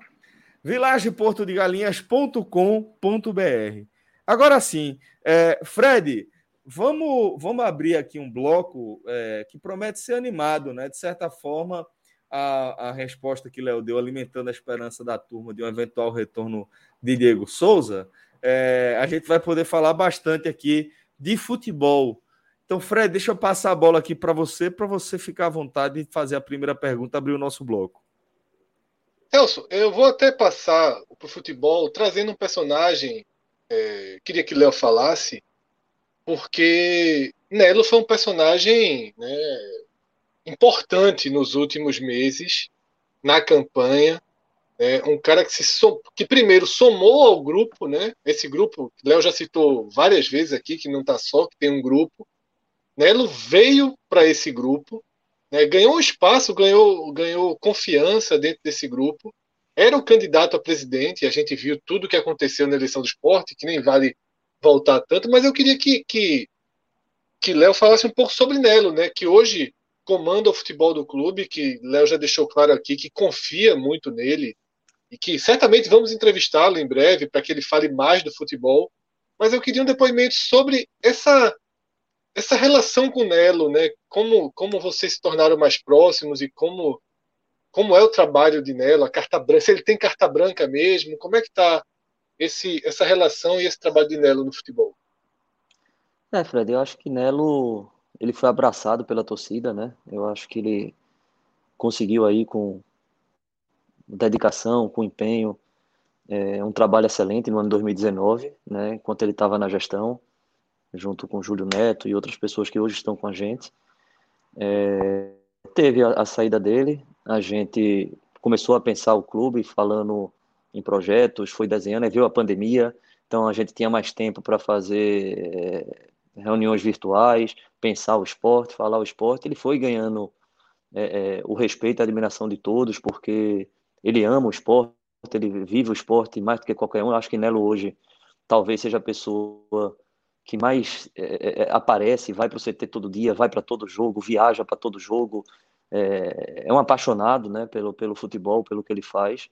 vilageportodegalinhas.com.br. Agora sim, Fred, vamos abrir aqui um bloco que promete ser animado, né? De certa forma, a resposta que Léo deu, alimentando a esperança da turma de um eventual retorno de Diego Souza, a gente vai poder falar bastante aqui de futebol. Então, Fred, deixa eu passar a bola aqui para você ficar à vontade de fazer a primeira pergunta, abrir o nosso bloco. Celso, eu vou até passar para o futebol trazendo um personagem, queria que Léo falasse, porque Nelo foi um personagem, né, importante nos últimos meses na campanha. Um cara que primeiro somou ao grupo, né? Esse grupo, Léo já citou várias vezes aqui, que não está só, que tem um grupo. Nelo veio para esse grupo, né? Ganhou um espaço, ganhou confiança dentro desse grupo. Era o candidato a presidente, a gente viu tudo o que aconteceu na eleição do esporte, que nem vale voltar tanto, mas eu queria que Léo falasse um pouco sobre Nelo, né? Que hoje comanda o futebol do clube, que Léo já deixou claro aqui que confia muito nele e que certamente vamos entrevistá-lo em breve para que ele fale mais do futebol. Mas eu queria um depoimento sobre essa relação com o Nelo, né? Como vocês se tornaram mais próximos e como é o trabalho de Nelo, a carta branca, se ele tem carta branca mesmo, como é que está essa relação e esse trabalho de Nelo no futebol? Fred, eu acho que Nelo, ele foi abraçado pela torcida, né? Eu acho que ele conseguiu aí com dedicação, com empenho, um trabalho excelente no ano 2019, né? Enquanto ele estava na gestão, junto com o Júlio Neto e outras pessoas que hoje estão com a gente. Teve a saída dele, a gente começou a pensar o clube falando em projetos, foi desenhando, aí veio a pandemia, então a gente tinha mais tempo para fazer reuniões virtuais, pensar o esporte, falar o esporte. Ele foi ganhando o respeito e a admiração de todos, porque ele ama o esporte, ele vive o esporte mais do que qualquer um. Eu acho que Nelo hoje talvez seja a pessoa que mais aparece, vai para o CT todo dia, vai para todo jogo, viaja para todo jogo, é um apaixonado, né, pelo futebol, pelo que ele faz.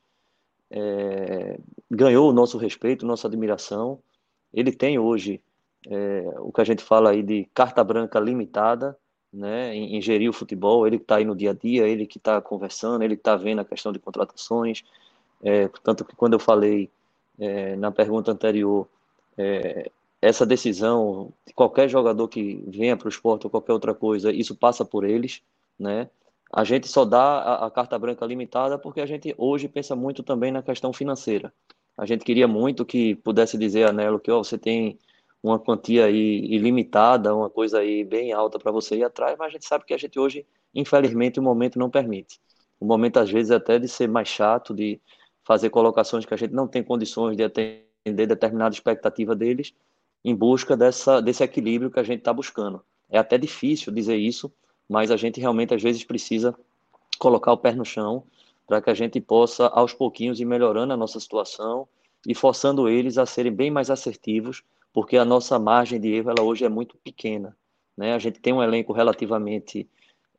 Ganhou o nosso respeito, nossa admiração. Ele tem hoje o que a gente fala aí de carta branca limitada, né, em gerir o futebol. Ele que está aí no dia a dia, ele que está conversando, ele que está vendo a questão de contratações. Tanto que quando eu falei na pergunta anterior, essa decisão de qualquer jogador que venha para o esporte ou qualquer outra coisa, isso passa por eles, né? A gente só dá a carta branca limitada porque a gente hoje pensa muito também na questão financeira. A gente queria muito que pudesse dizer a Nelo que você tem uma quantia aí ilimitada, uma coisa aí bem alta para você ir atrás, mas a gente sabe que a gente hoje, infelizmente, o momento não permite. O momento, às vezes, até de ser mais chato, de fazer colocações que a gente não tem condições de atender determinada expectativa deles, em busca desse equilíbrio que a gente está buscando. É até difícil dizer isso, mas a gente realmente, às vezes, precisa colocar o pé no chão para que a gente possa, aos pouquinhos, ir melhorando a nossa situação e forçando eles a serem bem mais assertivos, porque a nossa margem de erro ela hoje é muito pequena, né? A gente tem um elenco relativamente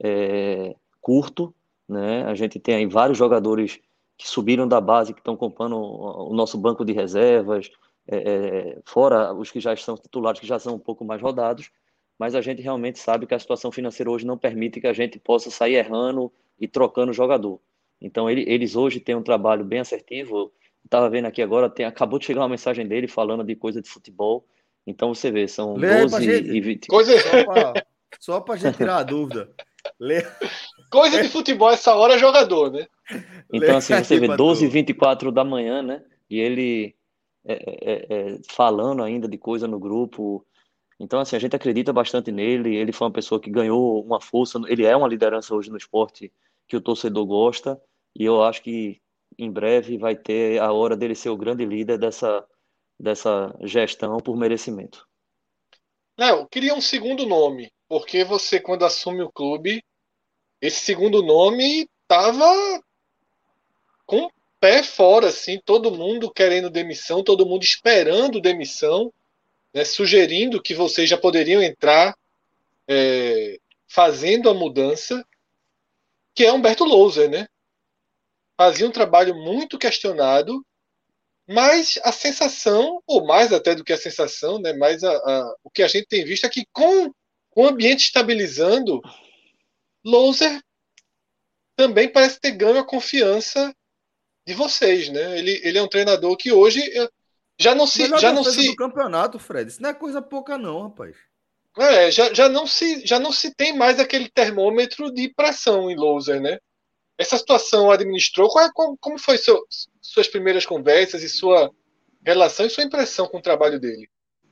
curto, né? A gente tem aí vários jogadores que subiram da base, que estão comprando o nosso banco de reservas, fora os que já são titulares, que já são um pouco mais rodados, mas a gente realmente sabe que a situação financeira hoje não permite que a gente possa sair errando e trocando o jogador. Então, eles hoje têm um trabalho bem assertivo. Estava vendo aqui agora, acabou de chegar uma mensagem dele falando de coisa de futebol. Então, você vê, são Lê aí 12 pra gente, e 20... Coisa... só pra gente tirar a dúvida. Lê. Coisa de futebol, essa hora é jogador, né? Então, assim, você vê 12h24 da manhã, né? E ele falando ainda de coisa no grupo. Então, assim, a gente acredita bastante nele. Ele foi uma pessoa que ganhou uma força. Ele é uma liderança hoje no esporte que o torcedor gosta. E eu acho que em breve vai ter a hora dele ser o grande líder dessa gestão por merecimento. Léo, queria um segundo nome, porque você, quando assume o clube, esse segundo nome tava com o pé fora, assim, todo mundo querendo demissão, todo mundo esperando demissão, né, sugerindo que vocês já poderiam entrar fazendo a mudança, que é Humberto Louser, né? Fazia um trabalho muito questionado, mas a sensação, ou mais até do que a sensação, né, mais o que a gente tem visto é que com o ambiente estabilizando, Louser também parece ter ganho a confiança de vocês, né? Ele é um treinador que hoje Melhor já não defesa do se campeonato, Fred. Isso não é coisa pouca, não, rapaz. já não se tem mais aquele termômetro de pressão em Louser, né? Essa situação administrou? Como foi suas primeiras conversas e sua relação e sua impressão com o trabalho dele?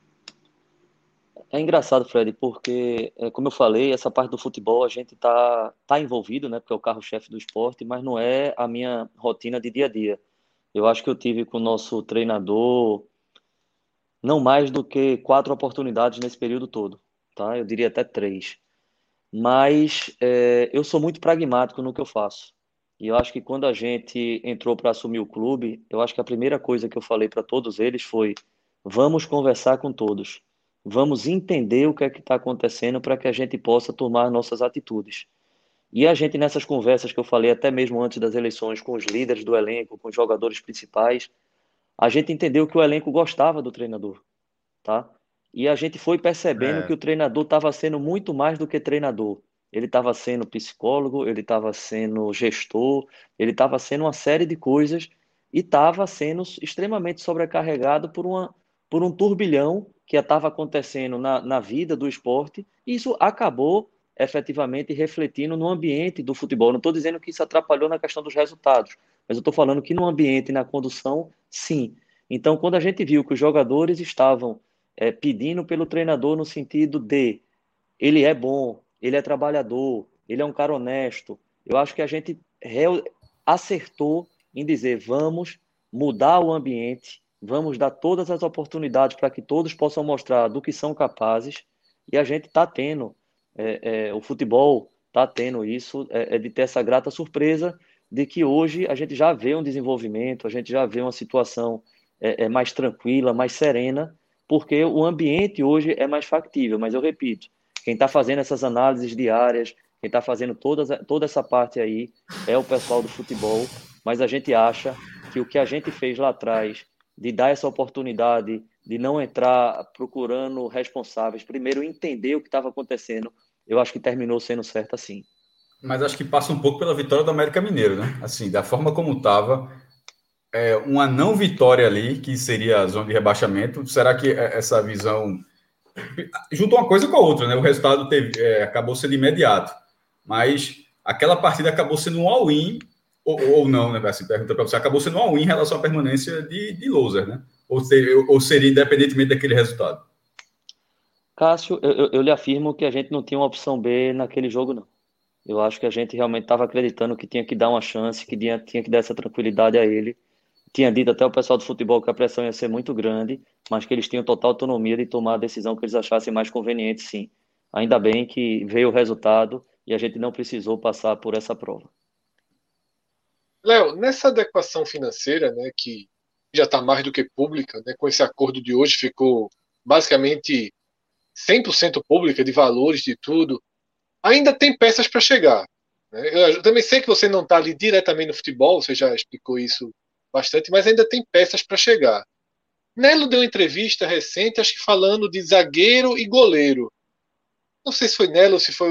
É engraçado, Fred, porque, como eu falei, essa parte do futebol a gente tá envolvido, né? Porque é o carro-chefe do esporte, mas não é a minha rotina de dia a dia. Eu acho que eu tive com o nosso treinador não mais do que 4 oportunidades nesse período todo, tá? Eu diria até 3. Mas eu sou muito pragmático no que eu faço. E eu acho que quando a gente entrou para assumir o clube, eu acho que a primeira coisa que eu falei para todos eles foi: vamos conversar com todos, vamos entender o que é que está acontecendo para que a gente possa tomar nossas atitudes. E a gente, nessas conversas que eu falei, até mesmo antes das eleições, com os líderes do elenco, com os jogadores principais, a gente entendeu que o elenco gostava do treinador, tá? E a gente foi percebendo que É. o treinador estava sendo muito mais do que treinador. Ele estava sendo psicólogo, ele estava sendo gestor, ele estava sendo uma série de coisas e estava sendo extremamente sobrecarregado por um turbilhão que estava acontecendo na vida do esporte. E isso acabou efetivamente refletindo no ambiente do futebol. Não estou dizendo que isso atrapalhou na questão dos resultados, mas eu estou falando que no ambiente e na condução, sim. Então, quando a gente viu que os jogadores estavam pedindo pelo treinador no sentido de ele é bom, ele é trabalhador, ele é um cara honesto. Eu acho que a gente acertou em dizer vamos mudar o ambiente, vamos dar todas as oportunidades para que todos possam mostrar do que são capazes e a gente está tendo, o futebol está tendo isso, de ter essa grata surpresa de que hoje a gente já vê um desenvolvimento, a gente já vê uma situação mais tranquila, mais serena, porque o ambiente hoje é mais factível, mas eu repito, quem está fazendo essas análises diárias, quem está fazendo toda essa parte aí é o pessoal do futebol, mas a gente acha que o que a gente fez lá atrás, de dar essa oportunidade, de não entrar procurando responsáveis, primeiro entender o que estava acontecendo, eu acho que terminou sendo certo assim. Mas acho que passa um pouco pela vitória do América Mineiro, né? Assim, da forma como estava, uma não vitória ali, que seria a zona de rebaixamento, será que essa visão juntou uma coisa com a outra, né? O resultado acabou sendo imediato, mas aquela partida acabou sendo um all-in, ou não, né? Assim, pergunta para você, acabou sendo um all-in em relação à permanência de Loser, né? Ou seria independentemente daquele resultado? Cássio, eu lhe afirmo que a gente não tinha uma opção B naquele jogo, não. Eu acho que a gente realmente estava acreditando que tinha que dar uma chance, que tinha que dar essa tranquilidade a ele. Tinha dito até o pessoal do futebol que a pressão ia ser muito grande, mas que eles tinham total autonomia de tomar a decisão que eles achassem mais conveniente, sim. Ainda bem que veio o resultado e a gente não precisou passar por essa prova. Léo, nessa adequação financeira, né, que já está mais do que pública, né, com esse acordo de hoje ficou basicamente 100% pública de valores, de tudo, ainda tem peças para chegar. Né? Eu também sei que você não está ali diretamente no futebol, você já explicou isso bastante, mas ainda tem peças para chegar. Nelo deu uma entrevista recente, acho que falando de zagueiro e goleiro. Não sei se foi Nelo ou se foi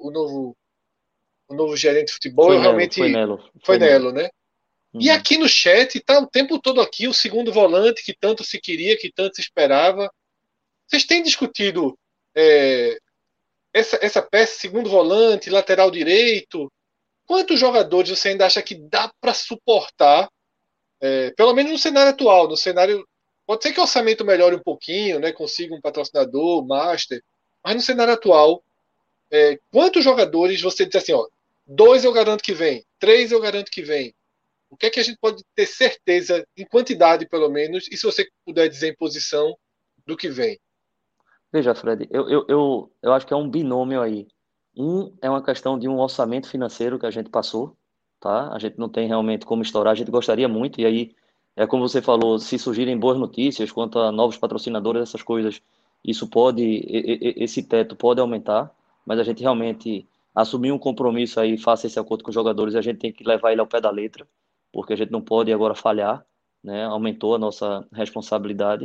o novo gerente de futebol. Foi Eu Nelo, foi realmente Nelo, foi foi Nelo. Nelo, né? E Uhum. aqui no chat tá o tempo todo aqui o segundo volante que tanto se queria, que tanto se esperava. Vocês têm discutido essa peça, segundo volante, lateral direito? quantos jogadores você ainda acha que dá para suportar, pelo menos no cenário atual, no cenário... Pode ser que o orçamento melhore um pouquinho, né, consiga um patrocinador, master, mas no cenário atual, quantos jogadores você diz assim, ó, 2 eu garanto que vem, 3 eu garanto que vem? O que é que a gente pode ter certeza, em quantidade pelo menos, e se você puder dizer em posição, do que vem? Veja, Fred, eu acho que é um binômio aí. É uma questão de um orçamento financeiro que a gente passou, tá? A gente não tem realmente como estourar, a gente gostaria muito, e aí, é como você falou, se surgirem boas notícias quanto a novos patrocinadores, essas coisas, isso pode, esse teto pode aumentar, mas a gente realmente assumir um compromisso aí, faça esse acordo com os jogadores, a gente tem que levar ele ao pé da letra, porque a gente não pode agora falhar, né? Aumentou a nossa responsabilidade.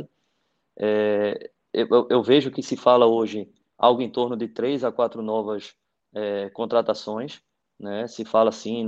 Eu vejo que se fala hoje algo em torno de 3 a 4 novas contratações, né? Se fala assim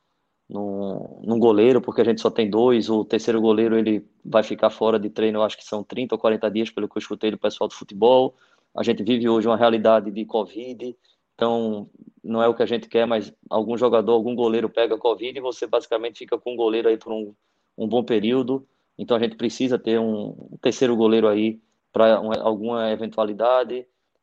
num goleiro, porque a gente só tem 2, o terceiro goleiro ele vai ficar fora de treino, eu acho que são 30 ou 40 dias, pelo que eu escutei do pessoal do futebol. A gente vive hoje uma realidade de Covid, então não é o que a gente quer, mas algum jogador, algum goleiro pega Covid e você basicamente fica com um goleiro aí por um bom período. Então a gente precisa ter um terceiro goleiro aí para alguma eventualidade.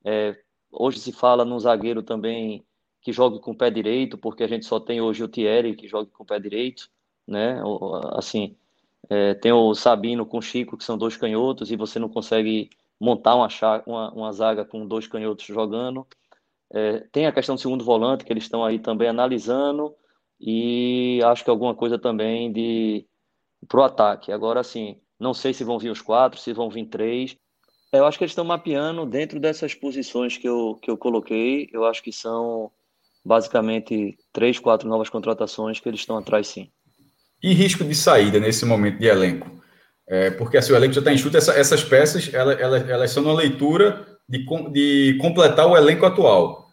Hoje se fala num zagueiro também que jogue com o pé direito, porque a gente só tem hoje o Thierry que joga com o pé direito, né? Assim, tem o Sabino com o Chico, que são 2 canhotos, e você não consegue montar uma zaga com 2 canhotos jogando. Tem a questão do segundo volante, que eles estão aí também analisando, e acho que alguma coisa também pro ataque. Agora, assim, não sei se vão vir os 4, se vão vir 3. Eu acho que eles estão mapeando dentro dessas posições que eu coloquei. Eu acho que são basicamente 3, 4 novas contratações que eles estão atrás, sim. E risco de saída nesse momento de elenco? Porque assim, o elenco já está enxuto, essas peças elas são uma leitura de completar o elenco atual.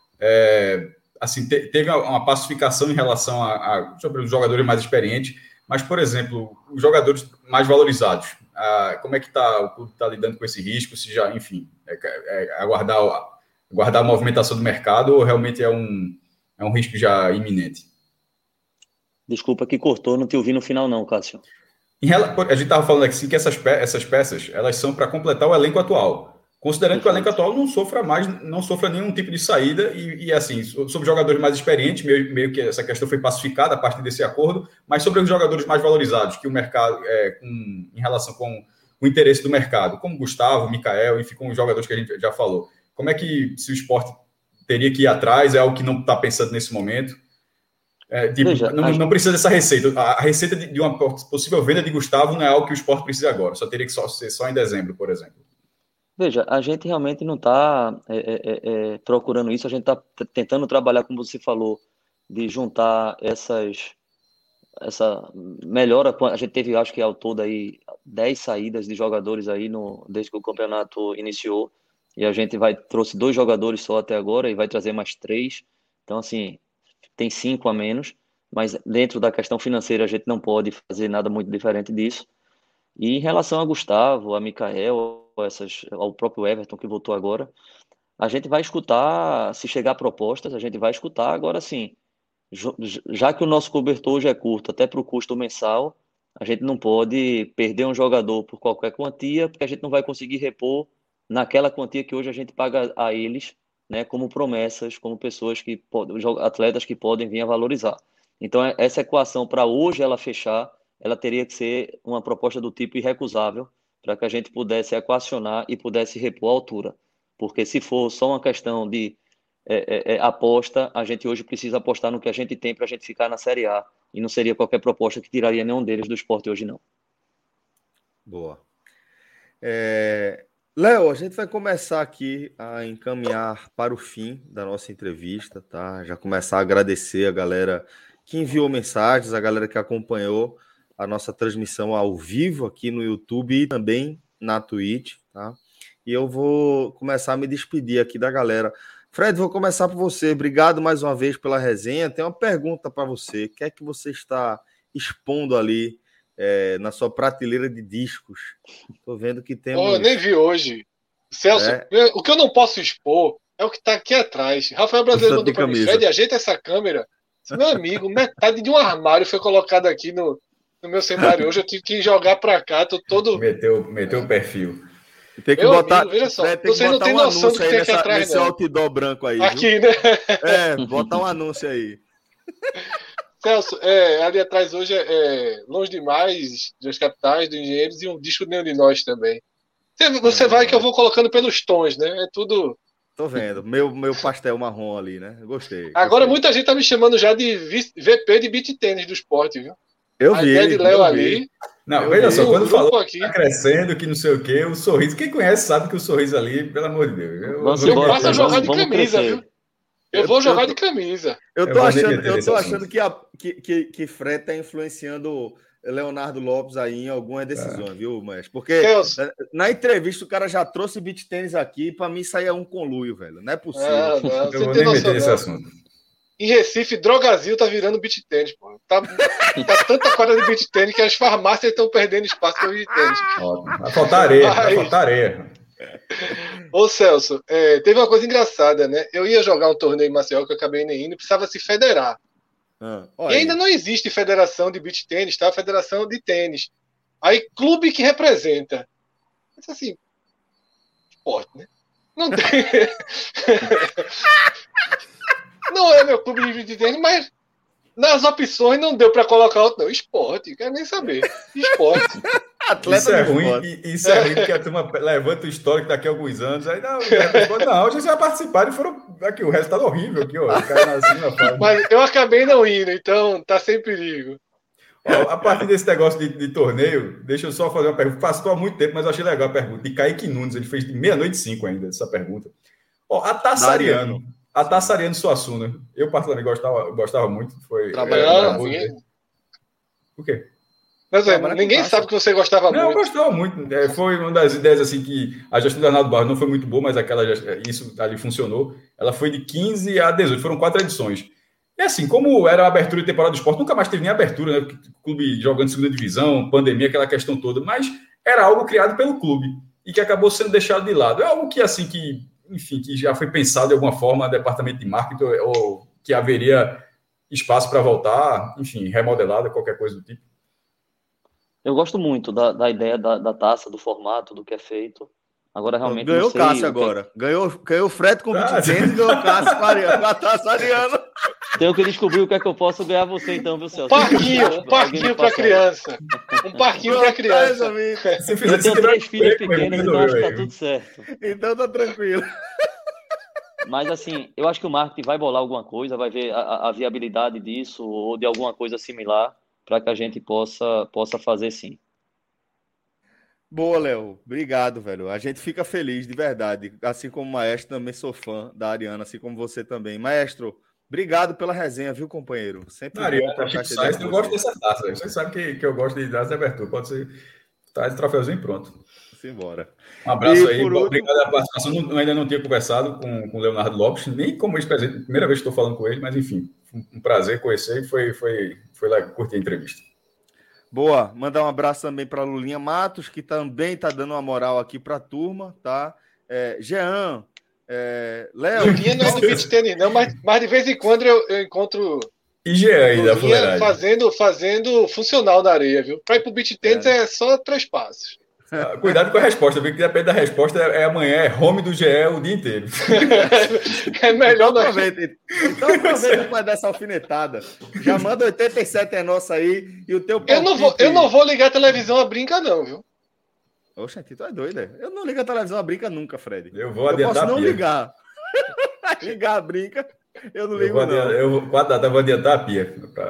Assim, teve uma pacificação em relação sobre os jogadores mais experientes, mas, por exemplo, os jogadores mais valorizados, como é que o clube está lidando com esse risco? Se já, enfim, aguardar a movimentação do mercado ou realmente é um risco já iminente? Desculpa que cortou, não te ouvi no final não, Cássio. A gente estava falando aqui que essas peças elas são para completar o elenco atual. Considerando que o elenco atual não sofra nenhum tipo de saída e assim, sobre jogadores mais experientes, meio que essa questão foi pacificada a partir desse acordo, mas sobre os jogadores mais valorizados, que o mercado, em relação com o interesse do mercado, como Gustavo, Mikael, enfim, com os jogadores que a gente já falou. Como é que, se o esporte teria que ir atrás, é algo que não está pensando nesse momento? Veja, não precisa dessa receita. A receita de uma possível venda de Gustavo não é algo que o esporte precisa agora. Só teria que ser só em dezembro, por exemplo. Veja, a gente realmente não está procurando isso. A gente está tentando trabalhar, como você falou, de juntar essa melhora. A gente teve, acho que ao todo aí 10 saídas de jogadores aí desde que o campeonato iniciou. E a gente trouxe 2 jogadores só até agora e vai trazer mais 3. Então, assim, tem 5 a menos, mas dentro da questão financeira a gente não pode fazer nada muito diferente disso. E em relação a Gustavo, a Mikael, ao próprio Everton que voltou agora, a gente vai escutar, se chegar propostas, a gente vai escutar. Agora sim, já que o nosso cobertor hoje é curto, até para o custo mensal, a gente não pode perder um jogador por qualquer quantia, porque a gente não vai conseguir repor naquela quantia que hoje a gente paga a eles, né, como promessas, como pessoas atletas que podem vir a valorizar. Então, essa equação, para hoje ela fechar, ela teria que ser uma proposta do tipo irrecusável, para que a gente pudesse equacionar e pudesse repor a altura. Porque se for só uma questão de aposta, a gente hoje precisa apostar no que a gente tem para a gente ficar na Série A, e não seria qualquer proposta que tiraria nenhum deles do esporte hoje, não. Boa. Léo, a gente vai começar aqui a encaminhar para o fim da nossa entrevista, tá? Já começar a agradecer a galera que enviou mensagens, a galera que acompanhou a nossa transmissão ao vivo aqui no YouTube e também na Twitch, tá? E eu vou começar a me despedir aqui da galera. Fred, vou começar por você. Obrigado mais uma vez pela resenha. Tem uma pergunta para você. O que é que você está expondo ali na sua prateleira de discos? Estou vendo que temos... Eu nem vi hoje. Celso, o que eu não posso expor é o que está aqui atrás. Rafael Brasileiro mandou para mim, Fred, ajeita essa câmera Meu amigo, metade de um armário foi colocado aqui no meu cenário hoje. Eu tive que jogar pra cá, tô todo. Meteu o perfil. Tem que Meu botar, amigo, veja só, Fred, tem que vocês não botar têm um noção do anúncio que aí tem aqui atrás, nesse não. outdoor branco aí, viu? Aqui, né? Botar um anúncio aí. Celso, ali atrás hoje longe demais das capitais, dos engenheiros e um disco nenhum de nós também. Você vai que eu vou colocando pelos tons, né? É tudo. Tô vendo. Meu pastel marrom ali, né? Gostei. Agora muita gente tá me chamando já de VP de beach tênis do esporte, viu? Eu A vi. ideia de Léo eu ali. vi. Não, veja só, quando grupo falou aqui. que tá crescendo, que não sei o quê, o sorriso. Quem conhece sabe que o sorriso ali, pelo amor de Deus. Eu passo a jogar de camisa, viu? Eu vou jogar de camisa. Eu tô achando que Fred tá influenciando Leonardo Lopes aí em algumas decisões, viu, Mestre? Porque na entrevista o cara já trouxe beach tênis aqui, pra mim isso aí é um conluio, velho. Não é possível. Não, eu vou nem meter nesse assunto. Em Recife, Drogazil tá virando beach tênis, pô. Tá tanta quadra de beach tênis que as farmácias estão perdendo espaço para beach tênis. Vai faltar areia, Ô Celso, teve uma coisa engraçada, né? Eu ia jogar um torneio em Maceió que eu acabei nem indo, precisava se federar. E ainda não existe federação de beach tênis, tá? Federação de tênis. Aí, clube que representa. Isso assim, esporte, né? Não tem. Não é meu clube de tênis, mas nas opções não deu para colocar outro, não. Esporte, quero nem saber. Esporte. Isso é ruim, isso é ruim, porque a turma levanta o histórico daqui a alguns anos. Aí não, a gente vai participar e foram. Aqui, o resultado horrível aqui, ó. Mas eu acabei não indo, então tá sem perigo. Ó, a partir desse negócio de torneio, deixa eu só fazer uma pergunta. Passou há muito tempo, mas eu achei legal a pergunta. De Kaique Nunes, ele fez de 00:05 ainda essa pergunta. Ó, a Tassariano Suassuna, eu particularmente gostava muito. Foi. O quê? Mas ninguém sabe que você gostava muito. Não, eu gostava muito. Foi uma das ideias assim que a gestão do Arnaldo Barros não foi muito boa, mas isso ali funcionou. Ela foi de 15 a 18, foram 4 edições. E assim, como era a abertura de temporada do esporte, nunca mais teve nem abertura, né? Clube jogando segunda divisão, pandemia, aquela questão toda, mas era algo criado pelo clube e que acabou sendo deixado de lado. É algo que, assim, que já foi pensado de alguma forma, departamento de marketing, ou que haveria espaço para voltar, enfim, remodelada, qualquer coisa do tipo. Eu gosto muito da ideia da taça, do formato, do que é feito. Agora, realmente, ganhou o Cássio agora. Ganhou o Fred com o beach tênis e ganhou o Cássio com a taça Ariana. Tenho que descobrir o que é que eu posso ganhar você, então, viu, Celso? Um parquinho para criança. Um parquinho para criança. Eu tenho 3 filhos pequenos, então acho que tá tudo certo. Então tá tranquilo. Mas, assim, eu acho que o marketing vai bolar alguma coisa, vai ver a viabilidade disso ou de alguma coisa similar para que a gente possa fazer sim. Boa, Léo. Obrigado, velho. A gente fica feliz, de verdade. Assim como o Maestro, também sou fã da Ariana, assim como você também. Maestro, obrigado pela resenha, viu, companheiro? Sempre Ariana, eu gosto dessa taça. Você sabe que eu gosto de taça de abertura. Pode ser esse troféuzinho pronto. Simbora. Um abraço aí. Obrigado pela participação. Eu ainda não tinha conversado com o Leonardo Lopes, nem como ex-presidente. Primeira vez que estou falando com ele, mas enfim, um prazer conhecer e foi lá curtir a entrevista. Boa, mandar um abraço também para Lulinha Matos, que também tá dando uma moral aqui para a turma, tá? Jean, Léo... Lulinha não é do beach tênis, não, mas de vez em quando eu encontro e Jean aí da Fuleiragem fazendo funcional na areia, viu? Para ir pro beach tênis é só 3 passos. Cuidado com a resposta, porque depende da resposta, amanhã, é home do GE o dia inteiro. É melhor então aproveita para dar essa alfinetada. Já manda 87 é nossa aí e o teu palpite... Eu não vou ligar a televisão a brinca não, viu? Oxe, tu é doido, né? Eu não ligo a televisão a brinca nunca, Fred. Eu vou adiantar. Eu posso não ligar. Ligar a brinca, eu não ligo não. Eu vou adiantar a pia.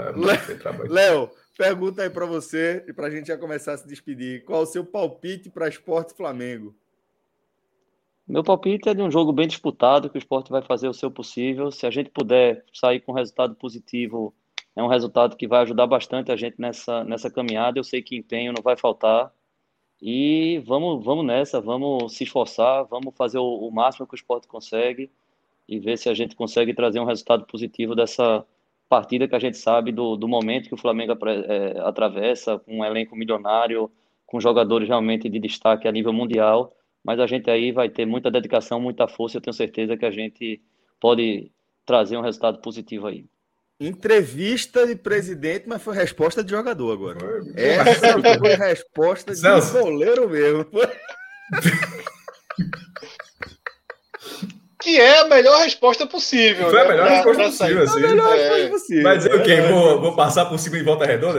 Léo, pergunta aí para você e para a gente já começar a se despedir. Qual o seu palpite para Sport Flamengo? Meu palpite é de um jogo bem disputado, que o Sport vai fazer o seu possível. Se a gente puder sair com resultado positivo, é um resultado que vai ajudar bastante a gente nessa caminhada. Eu sei que empenho não vai faltar. E vamos nessa, vamos se esforçar, vamos fazer o máximo que o Sport consegue e ver se a gente consegue trazer um resultado positivo dessa partida que a gente sabe do momento que o Flamengo atravessa, com um elenco milionário, com jogadores realmente de destaque a nível mundial, mas a gente aí vai ter muita dedicação, muita força, eu tenho certeza que a gente pode trazer um resultado positivo aí. Entrevista de presidente, mas foi resposta de jogador agora. Foi. Essa foi resposta de Celso. goleiro mesmo. Que é a melhor resposta possível. Foi a melhor resposta pra possível, sair. assim. A melhor resposta possível. Mas eu quem? Vou passar por cima em volta redonda?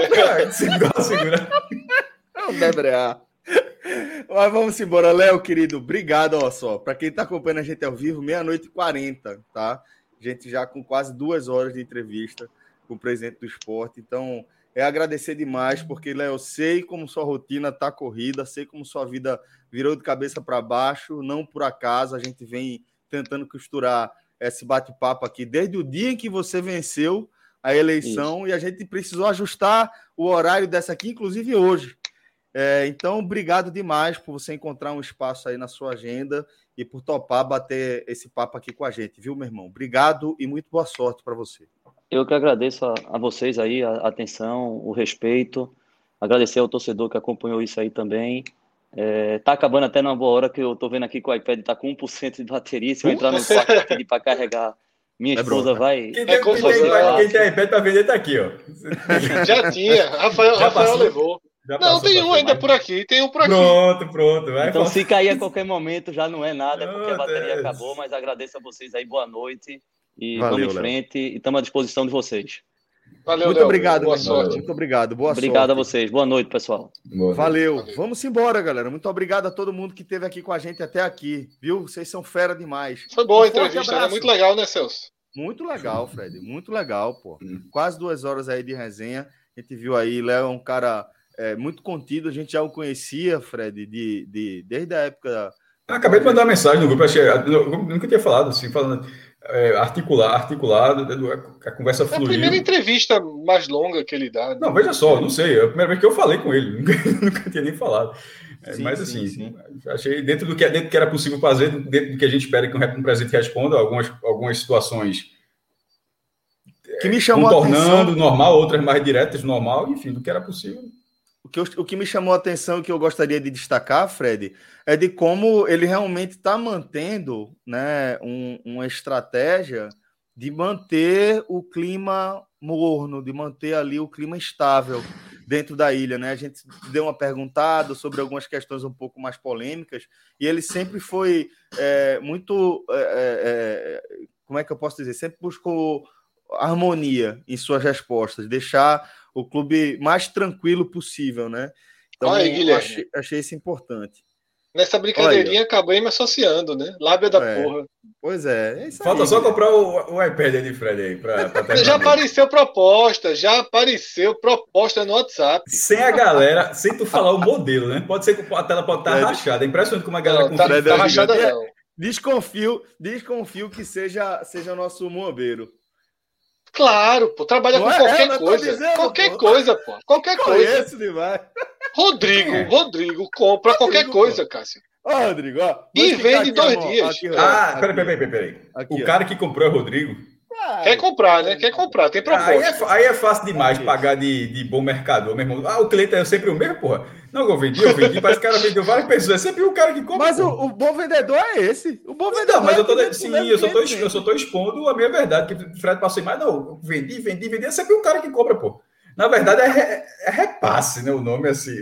Segura. Não debrear. Mas vamos embora, Léo, querido. Obrigado, ó só. Para quem está acompanhando a gente ao vivo, 00:40, tá? Gente já com quase 2 horas de entrevista com o presidente do esporte. Então, é agradecer demais, porque, Léo, eu sei como sua rotina tá corrida, sei como sua vida virou de cabeça para baixo, não por acaso. A gente vem tentando costurar esse bate-papo aqui desde o dia em que você venceu a eleição. Isso. E a gente precisou ajustar o horário dessa aqui, inclusive hoje. Então, obrigado demais por você encontrar um espaço aí na sua agenda e por topar bater esse papo aqui com a gente, viu, meu irmão? Obrigado e muito boa sorte para você. Eu que agradeço a vocês aí, a atenção, o respeito, agradecer ao torcedor que acompanhou isso aí também. Tá acabando até numa boa hora, que eu tô vendo aqui que o iPad tá com 1% de bateria. Se eu entrar no quarto e pedir para carregar, minha esposa vai... Quem tem iPad para vender tá aqui, ó. Já tinha, Rafael levou. Não, tem um ainda por aqui, tem um por aqui. Pronto. Vai, então, se cair a qualquer momento, já não é nada, porque a bateria acabou, mas agradeço a vocês aí, boa noite, e valeu, vamos em frente, e estamos à disposição de vocês. Valeu, muito Léo, obrigado, boa sorte. Muito obrigado, boa sorte. Obrigado a vocês, boa noite, pessoal. Valeu. Vamos embora, galera. Muito obrigado a todo mundo que esteve aqui com a gente até aqui, viu? Vocês são fera demais. Foi boa a entrevista, né? Muito legal, né, Celso? Muito legal, Fred, muito legal, pô. Quase 2 horas aí de resenha, a gente viu aí, Léo é um cara... muito contido, a gente já o conhecia, Fred, desde a época... Eu acabei de mandar uma mensagem no grupo, eu nunca tinha falado, assim, falando articulado, a conversa fluiu. É a primeira entrevista mais longa que ele dá. Né? Não, veja só, não sei, é a primeira vez que eu falei com ele, nunca tinha nem falado. Mas assim, sim. Achei dentro do que era possível fazer, dentro do que a gente espera que um presidente responda, algumas situações que me chamou contornando, normal, outras mais diretas, normal, enfim, do que era possível. O que me chamou a atenção, que eu gostaria de destacar, Fred, é de como ele realmente está mantendo, né, uma estratégia de manter o clima morno, de manter ali o clima estável dentro da ilha, né? A gente deu uma perguntada sobre algumas questões um pouco mais polêmicas e ele sempre foi muito... como é que eu posso dizer? Sempre buscou harmonia em suas respostas, deixar o clube mais tranquilo possível, né? Então, achei isso importante. Nessa brincadeirinha acabei me associando, né? Lábia da porra. Pois é. Isso falta aí, só comprar o iPad aí de Fred aí. Já apareceu proposta no WhatsApp. Sem a galera, sem tu falar o modelo, né? Pode ser que a tela pode estar rachada. É impressionante como a galera confia. Tá rachada não. Desconfio que seja o nosso moabeiro. Claro, pô, trabalha com qualquer coisa. Dizendo, qualquer coisa, pô. Qualquer coisa. Demais. Rodrigo compra qualquer coisa, Cássio. Rodrigo, ó. E vende 2 dias. Peraí. O cara que comprou é o Rodrigo. Quer comprar, né? Quer comprar, tem proposta. Aí é fácil demais pagar de bom mercador, meu irmão. O cliente é sempre o mesmo, porra. Não, eu vendi, mas o cara vendeu várias pessoas. É sempre o cara que compra. Mas o bom vendedor é esse. O bom vendedor. Não, mas eu só tô expondo a minha verdade. Que o Fred passou mais. Não, vendi. É sempre o cara que compra, pô. Na verdade, é repasse, né? O nome é assim.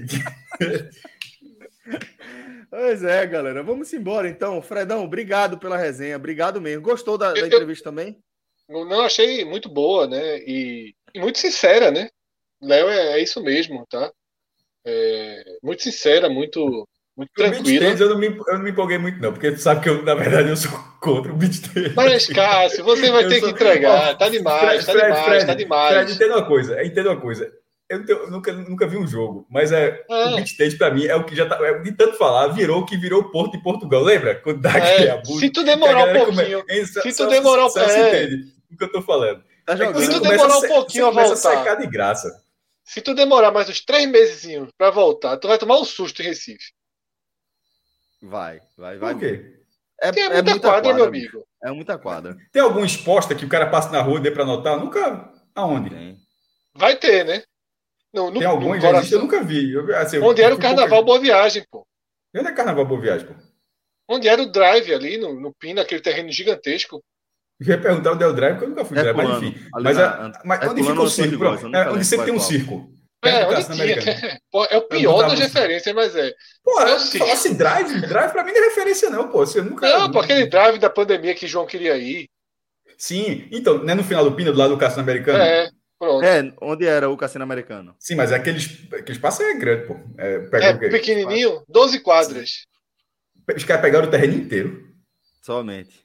Pois é, galera. Vamos embora, então. Fredão, obrigado pela resenha. Obrigado mesmo. Gostou da entrevista também? Não, achei muito boa, né? E muito sincera, né? Léo é isso mesmo, tá? Muito sincera, muito tranquila. Eu não me empolguei muito, não, porque tu sabe que na verdade, eu sou contra o beat tênis. Mas, Cássio, você vai ter que entregar. Tá demais. Fred, entenda uma coisa. Eu nunca vi um jogo, mas o beat tênis, pra mim, é o que já tá. De tanto falar, virou o que virou o Porto de Portugal. Lembra? Quando dá aquele abuso. Se tu demorar um pouquinho. Se tu demorar um pouquinho. Entende o que eu tô falando. Se tu demorar um pouquinho a voltar. Secar de graça. Se tu demorar mais uns 3 mesezinhos pra voltar, tu vai tomar um susto em Recife. Vai. Por quê? É muita quadra, meu amigo. É muita quadra. Tem alguma exposta que o cara passa na rua e dê pra anotar? Nunca. Aonde? Tem. Vai ter, né? Tem algum eu nunca vi. Onde era o Carnaval Boa Viagem, pô. Onde é Carnaval Boa Viagem, pô? Onde era o drive ali, no PIN, naquele terreno gigantesco. Eu ia perguntar o Del Drive, porque eu nunca fui drive, mas enfim. Mas onde fica o circo? Onde sempre tem um circo. Onde tinha. É o pior das referências, mas é. Pô, se falasse drive pra mim não é referência, não, pô. Você nunca. Não, pô, aquele drive da pandemia que João queria ir. Sim, então, não é no final do Pina, do lado do Cassino Americano? Pronto. Onde era o Cassino Americano? Sim, mas aquele espaço é grande, pô. Pequenininho, 12 quadras. Os caras pegaram o terreno inteiro. Somente.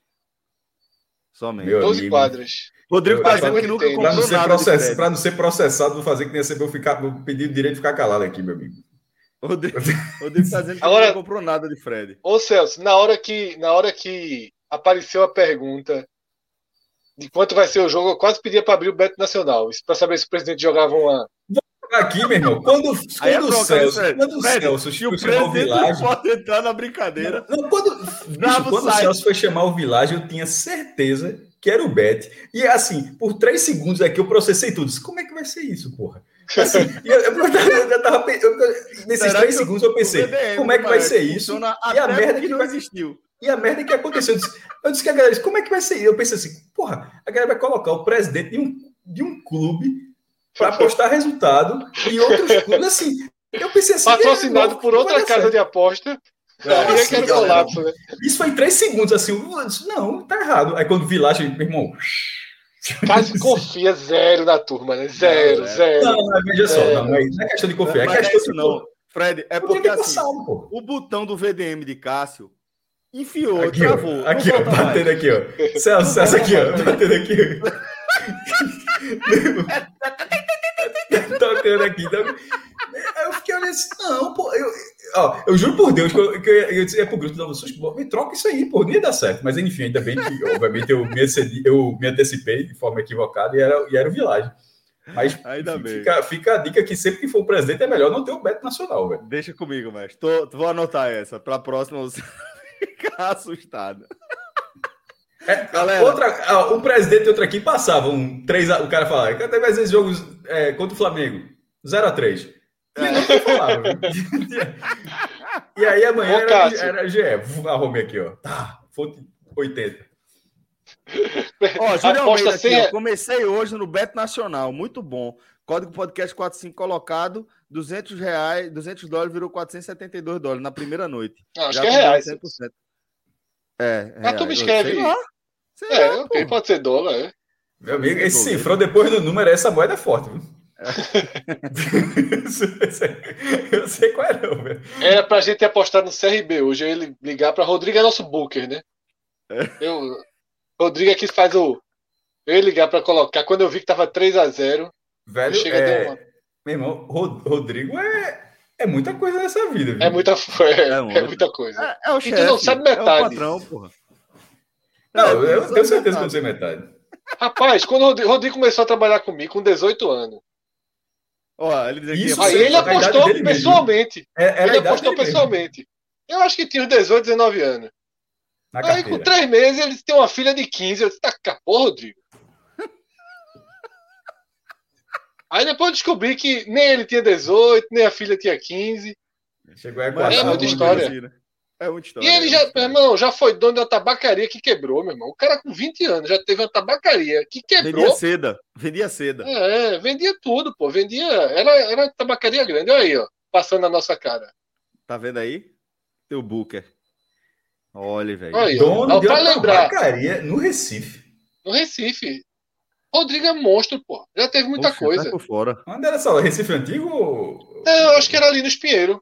12 quadras. Rodrigo tá dizendo que nunca comprou nada. Para não ser processado, vou fazer que nem recebeu vou pedir o direito de ficar calado aqui, meu amigo. Rodrigo tá dizendo que nunca comprou nada de Fred. Ô, Celso, na hora que apareceu a pergunta de quanto vai ser o jogo, eu quase pedia para abrir o Beto Nacional, para saber se o presidente jogava uma... Aqui, meu irmão, quando o Celso foi chamar o Village... pode entrar na brincadeira. Quando o Celso foi chamar o Village, eu tinha certeza que era o Bet. E assim, por 3 segundos aqui eu processei tudo. Como é que vai ser isso, porra? Assim, nesses 3 segundos eu pensei, como é que vai ser isso? E a merda que não existiu. E a merda que aconteceu. Eu disse que a galera disse, como é que vai ser? Eu pensei assim, porra, a galera vai colocar o presidente de um clube para postar resultado e outros clubes, assim, eu pensei assim... Patrocinado por outra casa de aposta. Aí que era colapso, né? Isso foi em 3 segundos, assim, eu disse, não, tá errado. Aí quando o Village, meu irmão... Cássio confia zero na turma, né? Zero. Não, veja só, não é questão de confiar, é questão de... Não, Fred, é porque assim, o botão do VDM de Cássio enfiou, aqui, travou. Aqui, ó, batendo aqui, ó. Celso aqui, ó, batendo aqui. Tocando aqui. Aí eu fiquei olhando assim, não, pô, eu juro por Deus que eu disse pro grupo, me troca isso aí, pô, não ia dar certo. Mas enfim, ainda bem que, obviamente, eu me antecipei de forma equivocada e era o Village. Mas fica a dica que sempre que for o presidente é melhor não ter o Beto Nacional, velho. Deixa comigo, mestre. Vou anotar essa, pra próxima você ficar assustado. Galera, um presidente e outro aqui passavam 3x. O cara falava, quantas vezes esses jogos contra o Flamengo? 0x3. E aí amanhã era GE. Arrumei aqui, ó. Fonte 80. Júlio Almeida aqui, comecei hoje no Beto Nacional, muito bom. Código podcast 45 colocado, $200, $200 virou $472 na primeira noite. Acho que é reais. 100%. Mas tu me escreve. Ok, pode ser dólar, Meu amigo, esse cifrão depois do número, essa moeda é forte, viu? Eu sei qual é, não, velho. Era pra gente apostar no CRB hoje, ele ligar pra Rodrigo, é nosso booker, né? Rodrigo aqui faz o. Eu ia ligar pra colocar. Quando eu vi que tava 3x0, velho, meu irmão, Rodrigo é muita coisa nessa vida, viu? É muita coisa. É o chefe. E tu não sabe metade. É o patrão, porra. Não, eu tenho certeza que eu sei metade. Rapaz, quando o Rodrigo começou a trabalhar comigo com 18 anos. Ele apostou pessoalmente. Ele apostou pessoalmente. Eu acho que tinha uns 18, 19 anos. Aí com 3 meses ele tem uma filha de 15. Eu disse, porra, Rodrigo. Aí depois eu descobri que nem ele tinha 18, nem a filha tinha 15. Chegou a muita história. É muita história. E ele meu irmão, já foi dono de uma tabacaria que quebrou, meu irmão. O cara com 20 anos já teve uma tabacaria que quebrou. Vendia seda. Vendia tudo, pô. Era uma tabacaria grande. Olha aí, ó. Passando na nossa cara. Tá vendo aí? Teu Booker. Olha, velho. Dono de uma tabacaria no Recife. No Recife. Rodrigo é monstro, pô. Já teve muita coisa. Tá por fora. Onde era só? Recife Antigo ou... Eu acho que era ali no Espinheiro.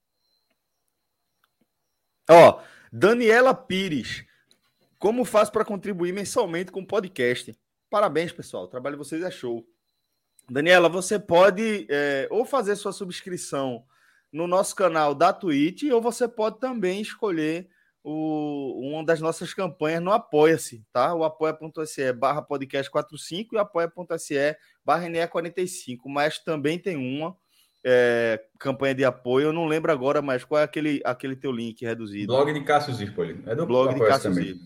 Daniela Pires. Como faço para contribuir mensalmente com o podcast? Parabéns, pessoal. O trabalho de vocês é show. Daniela, você pode ou fazer sua subscrição no nosso canal da Twitch, ou você pode também escolher uma das nossas campanhas no Apoia-se, tá? O apoia.se/podcast45 e o apoia.se/NE45. Mas também tem uma campanha de apoio, eu não lembro agora, mas qual é aquele teu link reduzido? Blog de Cássio Zirpoli. É do blog de Cássio Zirpoli.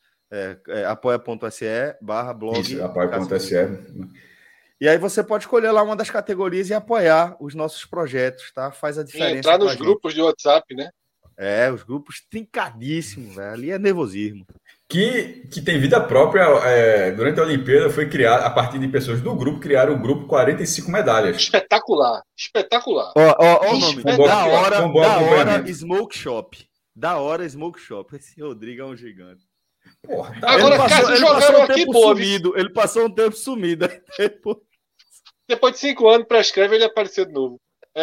Apoia.se/blog. Isso, apoia.se. E aí você pode escolher lá uma das categorias e apoiar os nossos projetos, tá? Faz a diferença. E entrar nos grupos de WhatsApp, né? Os grupos trincadíssimos, velho. Ali é nervosismo. que tem vida própria. Durante a Olimpíada foi criado, a partir de pessoas do grupo, criaram o grupo 45 medalhas. Espetacular. Espetacular. Ó o nome. Com bom Da hora acompanhamento. Smoke Shop. Da hora Smoke Shop. Esse Rodrigo é um gigante. Porra, tá Agora, bom. Cássio, ele jogaram passou um aqui, tempo pô. sumido. Ele passou um tempo sumido. Depois de 5 anos, prescreve, ele apareceu de novo.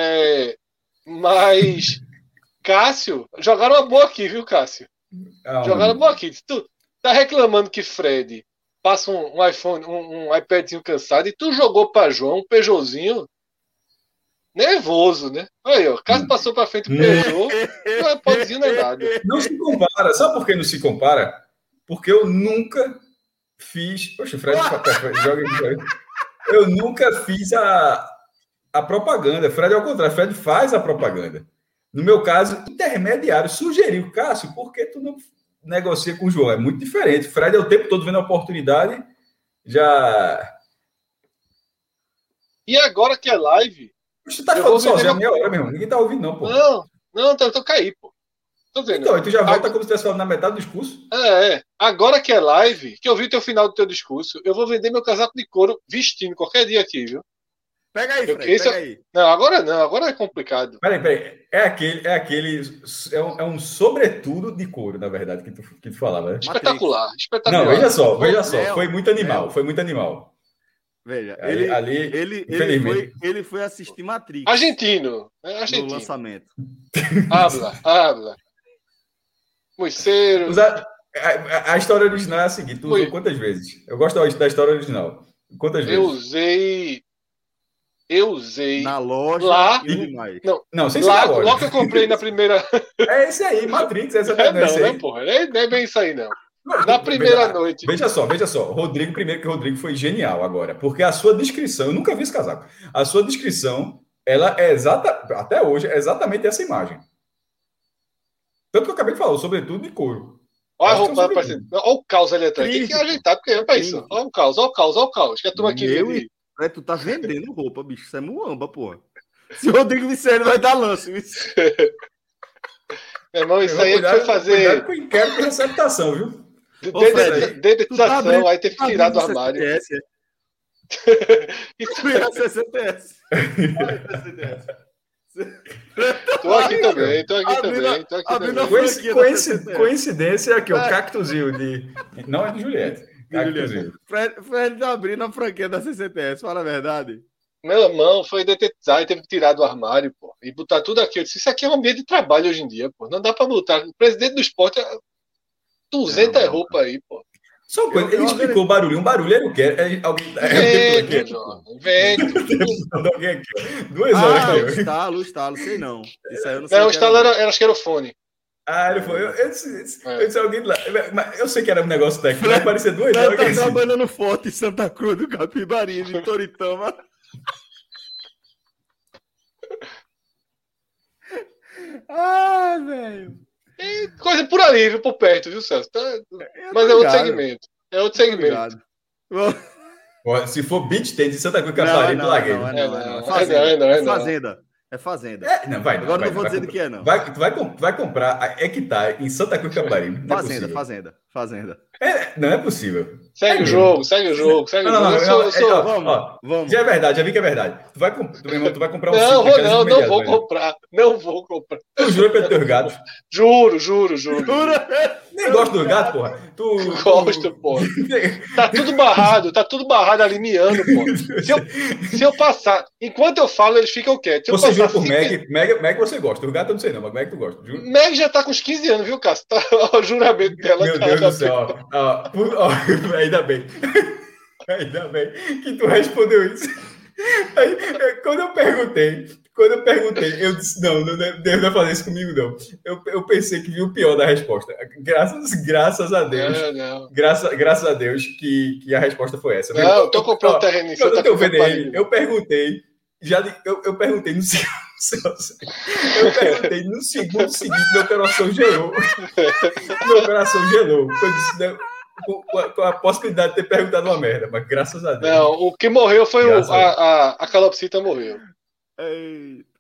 Mas, Cássio, jogaram uma boa aqui, viu, Cássio? Jogaram uma boa aqui. Se tu tá reclamando que Fred passa um iPhone, um iPadzinho cansado, e tu jogou pra João um Peugeotzinho nervoso, né? Aí, ó, Cássio passou pra frente o Peugeot, não é podzinho nem nada. Não se compara. Sabe por que não se compara? Porque eu nunca fiz. Poxa, o Fred joga aqui. Eu nunca fiz a propaganda. Fred é o contrário. Fred faz a propaganda. No meu caso, intermediário sugeriu, Cássio, por que tu não negocia com o João? É muito diferente. Fred é o tempo todo vendo a oportunidade. Já. E agora que é live. Você tá falando sozinho a meia hora, meu irmão. Ninguém tá ouvindo, não, pô. Não, tô cair, pô. Tô vendo. Então, tu já volta como se estivesse falando na metade do discurso. Agora que é live, que eu vi o final do teu discurso, eu vou vender meu casaco de couro vestindo qualquer dia aqui, viu? Pega aí, Fred, pega aí. Não, agora é complicado. Peraí. É um sobretudo de couro, na verdade, que tu falava, né? Espetacular. Não, veja só. Foi muito animal. Veja, ele foi assistir Matrix. Argentino. No lançamento. Habla. Muiceiro. A história original é a seguinte: tu usou quantas vezes? Eu gosto da história original. Quantas vezes? Eu usei. Na loja lá. Não, sem ser na loja. Logo que eu comprei na primeira. É esse aí, Matrix. Essa não, né, porra? Não é bem isso aí, não. Na primeira noite. Veja só. Rodrigo, primeiro que o Rodrigo foi genial agora, porque a sua descrição, eu nunca vi esse casaco. A sua descrição, ela é até hoje, é exatamente essa imagem. Tanto que eu acabei de falar, sobretudo de couro. Olha a roupa parecendo. Olha o caos ali atrás. Tem que ajeitar, porque é pra isso. Olha o caos. Acho que a turma aqui. Tu tá vendendo roupa, bicho. Isso é muamba, porra. Se o Rodrigo disser, ele vai dar lance. Meu irmão, isso aí foi fazer. Cuidado com o inquérito de receptação, viu? Dedetização, aí teve que tirar do armário. Isso foi a CCTS. Tô aqui também. Coincidência que o Cactuzinho não é de Juliette. Fred tá abrindo a franquia da CCTS, fala a verdade. Meu irmão foi detetizar e teve que tirar do armário, pô, e botar tudo aqui. Eu disse, isso aqui é um ambiente de trabalho hoje em dia, pô. Não dá pra botar. O presidente do esporte é 200 roupas aí, pô. Só uma coisa, ele explicou o barulho. Um barulho era o quê? Vento. 2 horas. Estalo, sei não. Isso aí eu não sei. Não, o estalo acho que era o fone. Ele foi. Eu disse alguém lá. Mas eu sei que era um negócio técnico, mas parecia 2 horas. Tá trabalhando no Forte em Santa Cruz do Capibari, de Toritama. Velho. Coisa por ali, viu, por perto, viu, Celso? Mas é outro segmento. Se for beach tennis de Santa Cruz, Capibari, tu larguei. É fazenda. Agora não vou dizer do que é, não. Vai comprar hectare em Santa Cruz, Capibari. Fazenda. Não é possível. Segue o jogo. Vamos. Já é verdade, já vi que é verdade. Tu vai comprar um Não vou comprar. Tu jura pelos teus gatos? Juro. Nem gosto dos gatos, porra. Gosto, porra. Tá tudo barrado ali, miando, porra. Se eu passar, enquanto eu falo, eles ficam quietos. Você jura por Meg você gosta. O gato eu não sei não, mas Meg tu gosta. Juro. Meg já tá com uns 15 anos, viu, Cássio? Tá o juramento dela. Meu Deus do céu. Ainda bem que tu respondeu isso. Aí, quando eu perguntei, eu disse, não Deus não vai fazer isso comigo, não. Eu pensei que vi o pior da resposta. Graças a Deus. Graças a Deus que a resposta foi essa. Não, eu tô comprando terreno em Santa Cruz. Eu perguntei no segundo. Eu perguntei no segundo seguinte, meu coração gelou. Eu disse, com a possibilidade de ter perguntado uma merda, mas graças a Deus. Não, o que morreu foi a calopsita morreu.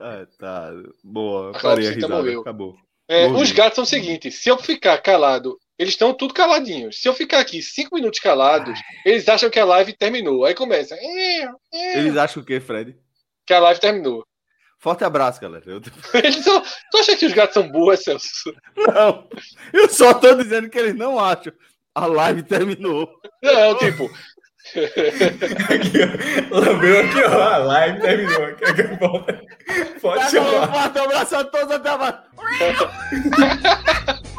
Tá. Boa. A calopsita morreu. Acabou. Os gatos são o seguinte: se eu ficar calado Eles estão tudo caladinhos. Se eu ficar aqui 5 minutos calados, eles acham que a live terminou. Aí começa. Eles acham o quê, Fred? Que a live terminou. Forte abraço, galera. Tu acha que os gatos são burros, Celso? Não, eu só tô dizendo que eles não acham. A live terminou. Não, tipo... Lambeu aqui, ó. A live terminou. Pode chamar. Forte abraço a todos, até mais.